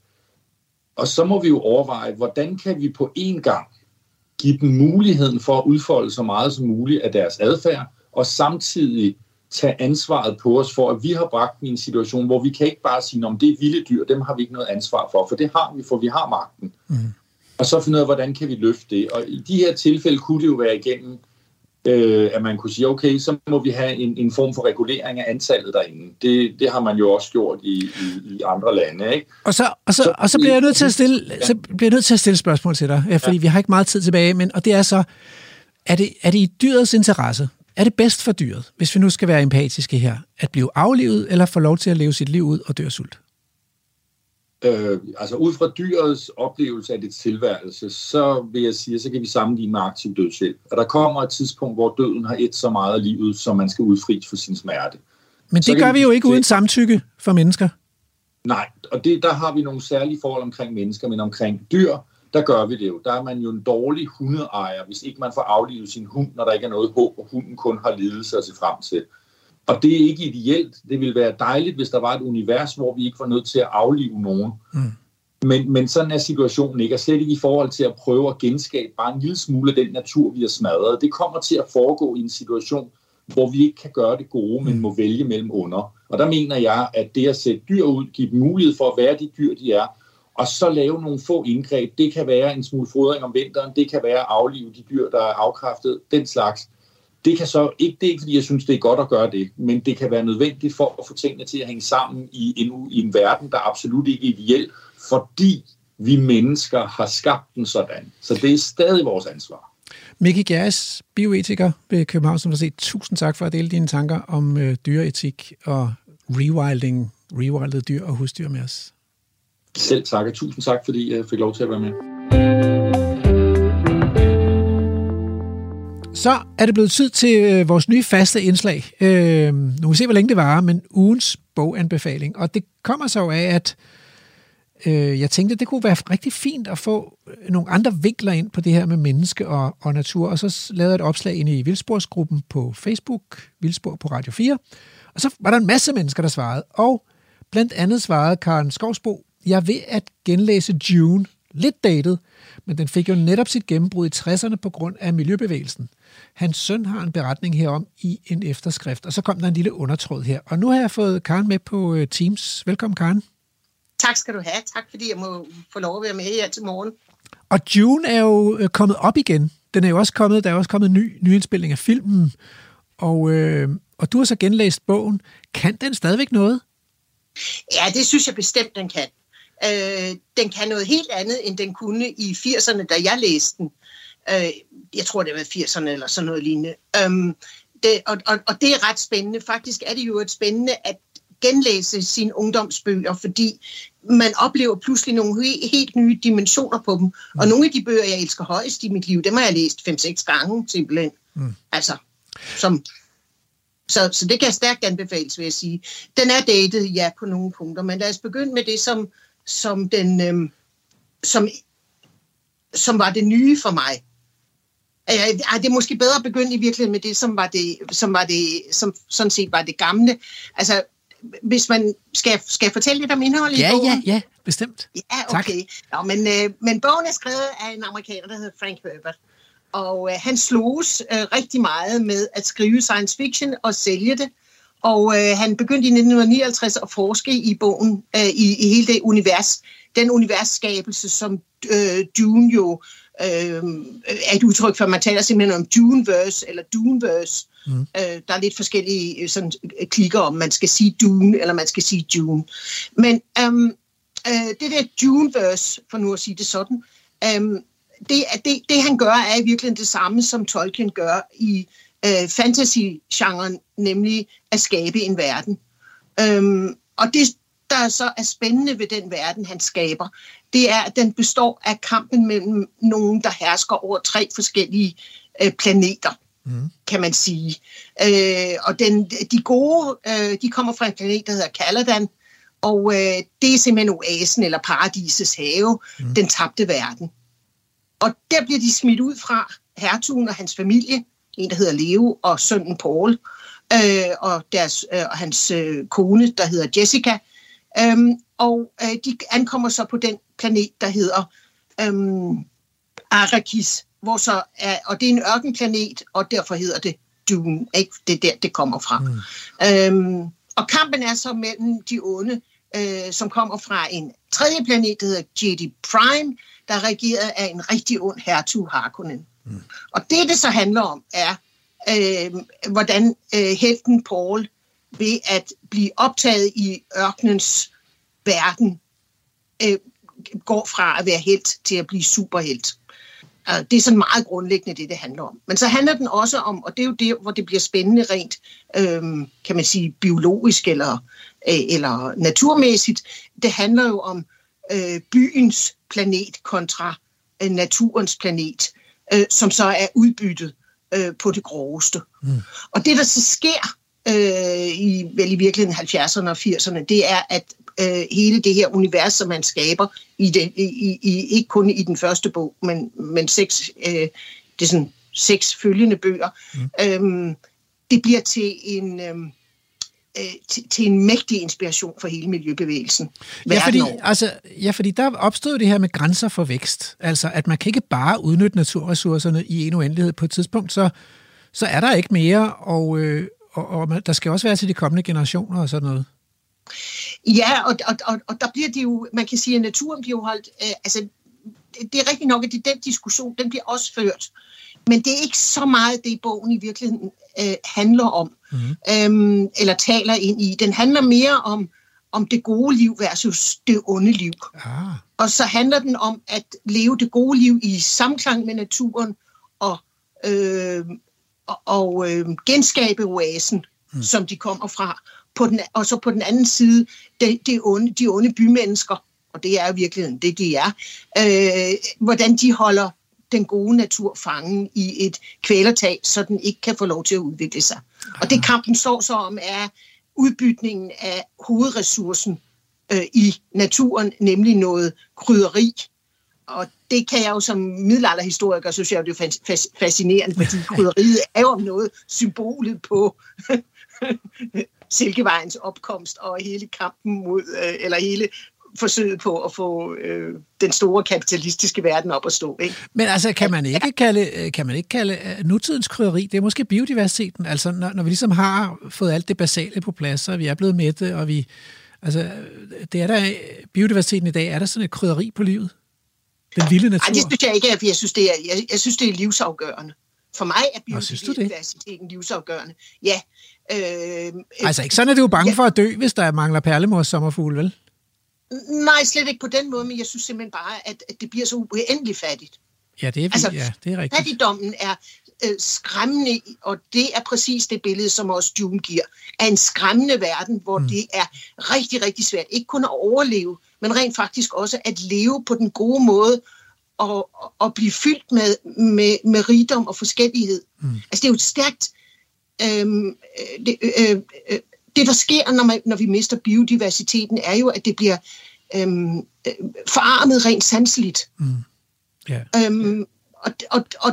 Og så må vi jo overveje, hvordan kan vi på én gang give dem muligheden for at udfolde så meget som muligt af deres adfærd, og samtidig tage ansvaret på os for, at vi har bragt dem i en situation, hvor vi kan ikke bare sige, om det er vilde dyr, dem har vi ikke noget ansvar for, for det har vi, for vi har magten. Mm. Og så finde ud af, hvordan kan vi løfte det. Og i de her tilfælde kunne det jo være igennem, øh, at man kunne sige, okay, så må vi have en, en form for regulering af antallet derinde. Det, det har man jo også gjort i, i, i andre lande, ikke? Og så, og så, så, og så bliver jeg nødt til at stille, ja. så bliver jeg nødt til at stille spørgsmål til dig, fordi ja. vi har ikke meget tid tilbage, men og det er så, er det, er det i dyrets interesse? Er det bedst for dyret, hvis vi nu skal være empatiske her, at blive aflivet, eller få lov til at leve sit liv ud og dø af sult? Øh, altså ud fra dyrets oplevelse af det tilværelse, så vil jeg sige, så kan vi sammenligne med aktiv dødshjælp. Og der kommer et tidspunkt, hvor døden har et så meget af livet, som man skal udfri for sin smerte. Men det gør vi jo ikke uden samtykke for mennesker. Nej, og det, der har vi nogle særlige forhold omkring mennesker, men omkring dyr, der gør vi det jo. Der er man jo en dårlig hundeejer, hvis ikke man får aflivet sin hund, når der ikke er noget håb, og hunden kun har lidelse at se frem til. Og det er ikke ideelt. Det ville være dejligt, hvis der var et univers, hvor vi ikke var nødt til at aflive nogen. Mm. Men, men sådan er situationen ikke, og slet ikke i forhold til at prøve at genskabe bare en lille smule af den natur, vi har smadret. Det kommer til at foregå i en situation, hvor vi ikke kan gøre det gode, men må vælge mellem under. Og der mener jeg, at det at sætte dyr ud, give dem mulighed for at være de dyr, de er, og så lave nogle få indgreb. Det kan være en smule fodring om vinteren, det kan være at aflive de dyr, der er afkræftet, den slags. Det kan så ikke, det er ikke, fordi jeg synes, det er godt at gøre det, men det kan være nødvendigt for at få tingene til at hænge sammen i en, i en verden, der absolut ikke er ideel, fordi vi mennesker har skabt den sådan. Så det er stadig vores ansvar. Mikkel Gjerris, bioetiker ved Københavns Universitet. Tusind tak for at dele dine tanker om øh, dyreetik og rewilding, rewildede dyr og husdyr med os. Selv tak, og tusind tak, fordi jeg fik lov til at være med. Så er det blevet tid til øh, vores nye faste indslag. Øh, nu må vi se, hvor længe det varer, men ugens boganbefaling. Og det kommer så af, at øh, jeg tænkte, det kunne være rigtig fint at få nogle andre vinkler ind på det her med menneske og, og natur. Og så lavede jeg et opslag ind i Vildsporsgruppen på Facebook, Vildspor på Radio fire. Og så var der en masse mennesker, der svarede. Og blandt andet svarede Karen Skovsbo, jeg er ved at genlæse Dune. Lidt dated, men den fik jo netop sit gennembrud i tresserne på grund af miljøbevægelsen. Hans søn har en beretning herom i en efterskrift, og så kom der en lille undertråd her. Og nu har jeg fået Karen med på Teams. Velkommen, Karen. Tak skal du have. Tak, fordi jeg må få lov at være med her til morgen. Og Dune er jo kommet op igen. Den er jo også kommet, der er også kommet en ny, ny indspilning af filmen, og, øh, og du har så genlæst bogen. Kan den stadigvæk noget? Ja, det synes jeg bestemt, den kan. Øh, den kan noget helt andet, end den kunne i firserne, da jeg læste den. Øh, jeg tror, det var firserne eller sådan noget lignende. Um, det, og, og, og det er ret spændende. Faktisk er det jo et spændende at genlæse sine ungdomsbøger, fordi man oplever pludselig nogle he- helt nye dimensioner på dem. Mm. Og nogle af de bøger, jeg elsker højst i mit liv, dem har jeg læst fem-seks gange simpelthen. Mm. Altså, som... Så, så det kan stærkt anbefales, vil jeg sige. Den er dated, ja, på nogle punkter, men lad os begynde med det, som, som, den, øhm, som, som var det nye for mig. Ej, det er måske bedre at begynde i virkeligheden med det, som var det, som var det, som sådan set var det gamle. Altså, hvis man skal, skal jeg fortælle lidt om indholdet ja, i bogen? Ja, ja, bestemt. Ja, okay. Nå, men, øh, men bogen er skrevet af en amerikaner, der hedder Frank Herbert. Og øh, han sloges øh, rigtig meget med at skrive science fiction og sælge det. Og øh, han begyndte i nitten nioghalvtreds at forske i bogen, øh, i, i hele det univers. Den universskabelse, som øh, Dune jo øh, er et udtryk for. Man taler simpelthen om Duneverse eller Duneverse. Mm. Øh, der er lidt forskellige sådan, klikker om, man skal sige Dune eller man skal sige Dune. Men øh, øh, det der Duneverse, for nu at sige det sådan, øh, Det, det, det han gør, er i virkeligheden det samme, som Tolkien gør i øh, fantasy-genren, nemlig at skabe en verden. Øhm, og det, der så er spændende ved den verden, han skaber, det er, at den består af kampen mellem nogen, der hersker over tre forskellige øh, planeter, mm. kan man sige. Øh, og den, de gode, øh, de kommer fra en planet, der hedder Caladan, og øh, det er simpelthen oasen eller paradisets have, mm. den tabte verden. Og der bliver de smidt ud fra hertugen og hans familie, en der hedder Leo, og sønnen Paul, øh, og, deres, øh, og hans øh, kone, der hedder Jessica. Øhm, og øh, de ankommer så på den planet, der hedder øhm, Arrakis, hvor så er, og det er en ørkenplanet, og derfor hedder det Dune. Ikke? Det er der, det kommer fra. Mm. Øhm, og kampen er så mellem de onde, øh, som kommer fra en tredje planet, der hedder Jedi Prime, der er regeret af en rigtig ond hertug Harkonnen. Mm. Og det, det så handler om, er, øh, hvordan øh, helten Paul ved at blive optaget i ørkenens verden, øh, går fra at være helt til at blive superhelt. Uh, det er sådan meget grundlæggende, det det handler om. Men så handler den også om, og det er jo det, hvor det bliver spændende rent, øh, kan man sige, biologisk eller, øh, eller naturmæssigt. Det handler jo om øh, byens planet kontra øh, naturens planet, øh, som så er udbyttet øh, på det groveste. Mm. Og det, der så sker øh, i, vel i virkeligheden halvfjerdserne og firserne, det er, at øh, hele det her univers, som man skaber, i den, i, i, ikke kun i den første bog, men, men seks, øh, det er sådan seks følgende bøger, mm. øh, det bliver til en... Øh, Til, til en mægtig inspiration for hele miljøbevægelsen. Ja fordi, altså, ja, fordi der opstod det her med grænser for vækst. Altså, at man kan ikke bare udnytte naturressourcerne i en uendelighed. På et tidspunkt, så, så er der ikke mere, og, øh, og, og der skal også være til de kommende generationer og sådan noget. Ja, og, og, og, og der bliver det jo, man kan sige, at naturen bliver holdt, øh, altså, det, det er rigtigt nok, at det, den diskussion, den bliver også ført. Men det er ikke så meget, det bogen i virkeligheden øh, handler om, mm-hmm. øhm, eller taler ind i. Den handler mere om, om det gode liv versus det onde liv. Ah. Og så handler den om at leve det gode liv i samklang med naturen, og, øh, og, og øh, genskabe oasen, mm. som de kommer fra. På den, og så på den anden side, det, det onde, de onde bymennesker, og det er jo virkeligheden det, de er, øh, hvordan de holder den gode natur fangen i et kvælertag, så den ikke kan få lov til at udvikle sig. Og det kampen står så om er udbytningen af hovedressourcen øh, i naturen, nemlig noget krydderi. Og det kan jeg jo som middelalderhistoriker, synes jeg, det er fascinerende, fordi krydderiet er jo noget symbolet på Silkevejens opkomst og hele kampen mod, øh, eller hele forsøget på at få øh, den store kapitalistiske verden op at stå. Ikke? Men altså, kan man ikke kalde, kan man ikke kalde nutidens krydderi, det er måske biodiversiteten, altså når, når vi ligesom har fået alt det basale på plads, og vi er blevet mætte, og vi, altså, det er der, biodiversiteten i dag, er der sådan et krydderi på livet? Den vilde natur? Ej, det synes jeg ikke, for jeg synes, det er, jeg, jeg synes, det er livsafgørende. For mig er biodiversiteten livsafgørende. Ja. Øh, altså ikke sådan, at du er bange ja. for at dø, hvis der mangler perlemors sommerfugle, vel? Nej, slet ikke på den måde, men jeg synes simpelthen bare, at, at det bliver så uendeligt fattigt. Ja, det er, altså, ja, det er rigtigt. Fattigdommen er øh, skræmmende, og det er præcis det billede, som også Dune giver, af en skræmmende verden, hvor mm. det er rigtig, rigtig svært. Ikke kun at overleve, men rent faktisk også at leve på den gode måde, og, og blive fyldt med, med, med rigdom og forskellighed. Mm. Altså, det er jo et stærkt... Øh, det, øh, øh, Det, der sker, når, man, når vi mister biodiversiteten, er jo, at det bliver øhm, øh, forarmet rent sanseligt. Mm. Yeah. Øhm, og, og, og,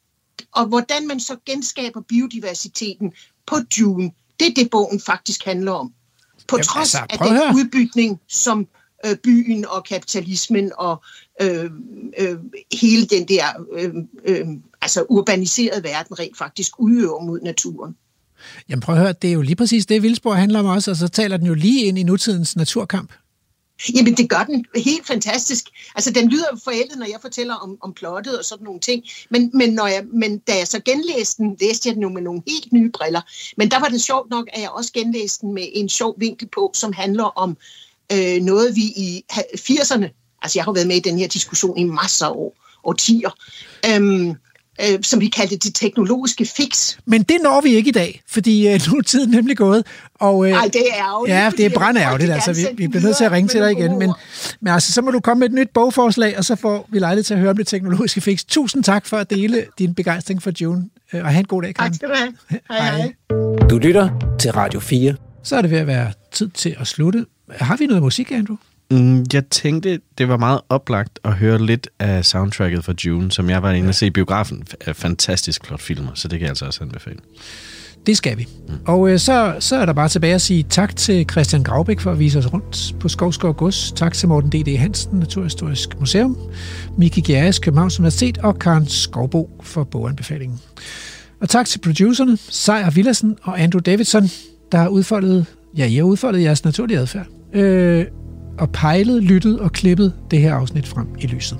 og hvordan man så genskaber biodiversiteten på Dune, det er det, bogen faktisk handler om. På Jamen, trods altså, af den her. udbygning, som øh, byen og kapitalismen og øh, øh, hele den der øh, øh, altså urbaniserede verden rent faktisk udøver mod naturen. Jamen prøv at høre, det er jo lige præcis det, Vildspor handler om også, og så taler den jo lige ind i nutidens naturkamp. Jamen det gør den helt fantastisk. Altså den lyder forældet, når jeg fortæller om, om plottet og sådan nogle ting, men, men, når jeg, men da jeg så genlæste den, læste jeg den jo med nogle helt nye briller. Men der var det sjovt nok, at jeg også genlæste den med en sjov vinkel på, som handler om øh, noget vi i firserne, altså jeg har været med i den her diskussion i masser af år, årtier, øhm, Øh, som vi kaldte det teknologiske fix. Men det når vi ikke i dag, fordi øh, nu er tiden nemlig gået. Og, øh, Ej, det er ærgerligt. Ja, det er brandærgerligt. Altså, vi, vi bliver nødt til at ringe til dig igen. Men, men altså, så må du komme med et nyt bogforslag, og så får vi lejlighed til at høre om det teknologiske fix. Tusind tak for at dele din begejstring for Dune. Og have en god dag, Karen. Tak skal du have. Hej, hej. Du lytter til Radio fire. Så er det ved at være tid til at slutte. Har vi noget musik, Andrew? Mm, jeg tænkte, det var meget oplagt at høre lidt af soundtracket for Dune, som jeg var inde og se i biografen. Fantastisk flot filmer, så det kan jeg altså også anbefale. Det skal vi. Mm. Og øh, så, så er der bare tilbage at sige tak til Christian Graubæk for at vise os rundt på Skovskov Gods. Tak til Morten D D Hansen, Naturhistorisk Museum, Miki Gjerris, Københavns Universitet og Karen Skovbo for boganbefalingen. Og tak til producerne, Sejr Villersen og Andrew Davidson, der har udfoldet, ja, I har udfoldet jeres naturlige adfærd. Øh, og pejlet, lyttet og klippet det her afsnit frem i lyset.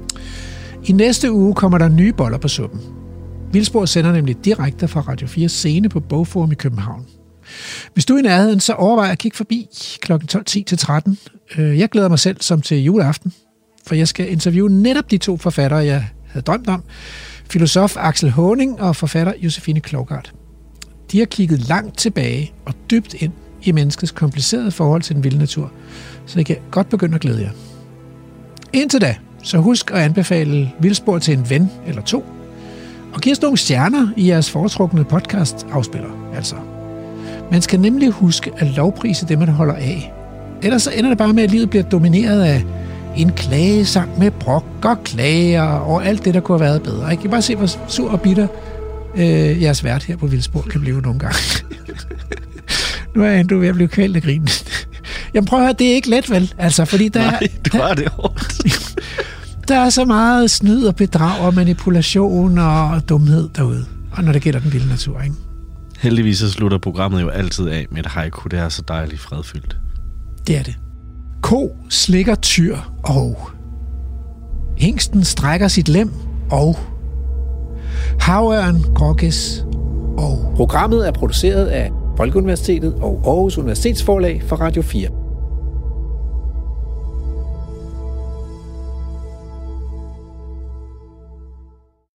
I næste uge kommer der nye boller på suppen. Vildspor sender nemlig direkte fra Radio fire scene på Bogforum i København. Hvis du er i nærheden, så overvej at kigge forbi klokken tolv ti til tretten. Jeg glæder mig selv som til juleaften, for jeg skal interviewe netop de to forfattere, jeg havde drømt om. Filosof Axel Håning og forfatter Josefine Klougart. De har kigget langt tilbage og dybt ind i menneskets komplicerede forhold til den vilde natur, så I kan godt begynde at glæde jer. Indtil da, så husk at anbefale Vildspor til en ven eller to, og giv os nogle stjerner i jeres foretrukne podcast-afspiller, altså. Man skal nemlig huske at lovprise det, man holder af. Ellers så ender det bare med, at livet bliver domineret af en klagesang med brok og klager og alt det, der kunne have været bedre. Jeg kan bare se, hvor sur og bitter øh, jeres vært her på Vildspor kan blive nogle gange. Nu er jeg endnu ved at blive kvalt af grin. Jamen prøv at høre, det er ikke let, vel? Altså, fordi der, Nej, du der, har det hårdt. der er så meget snyd og bedrag og manipulation og dumhed derude. Og når det gælder den vilde natur, ikke? Heldigvis så slutter programmet jo altid af med et haiku. Det er så dejligt fredfyldt. Det er det. Ko slikker tyr, og hingsten strækker sit lem, og havørn krokkes, og Programmet er produceret af Folkeuniversitetet og Aarhus Universitetsforlag for Radio fire.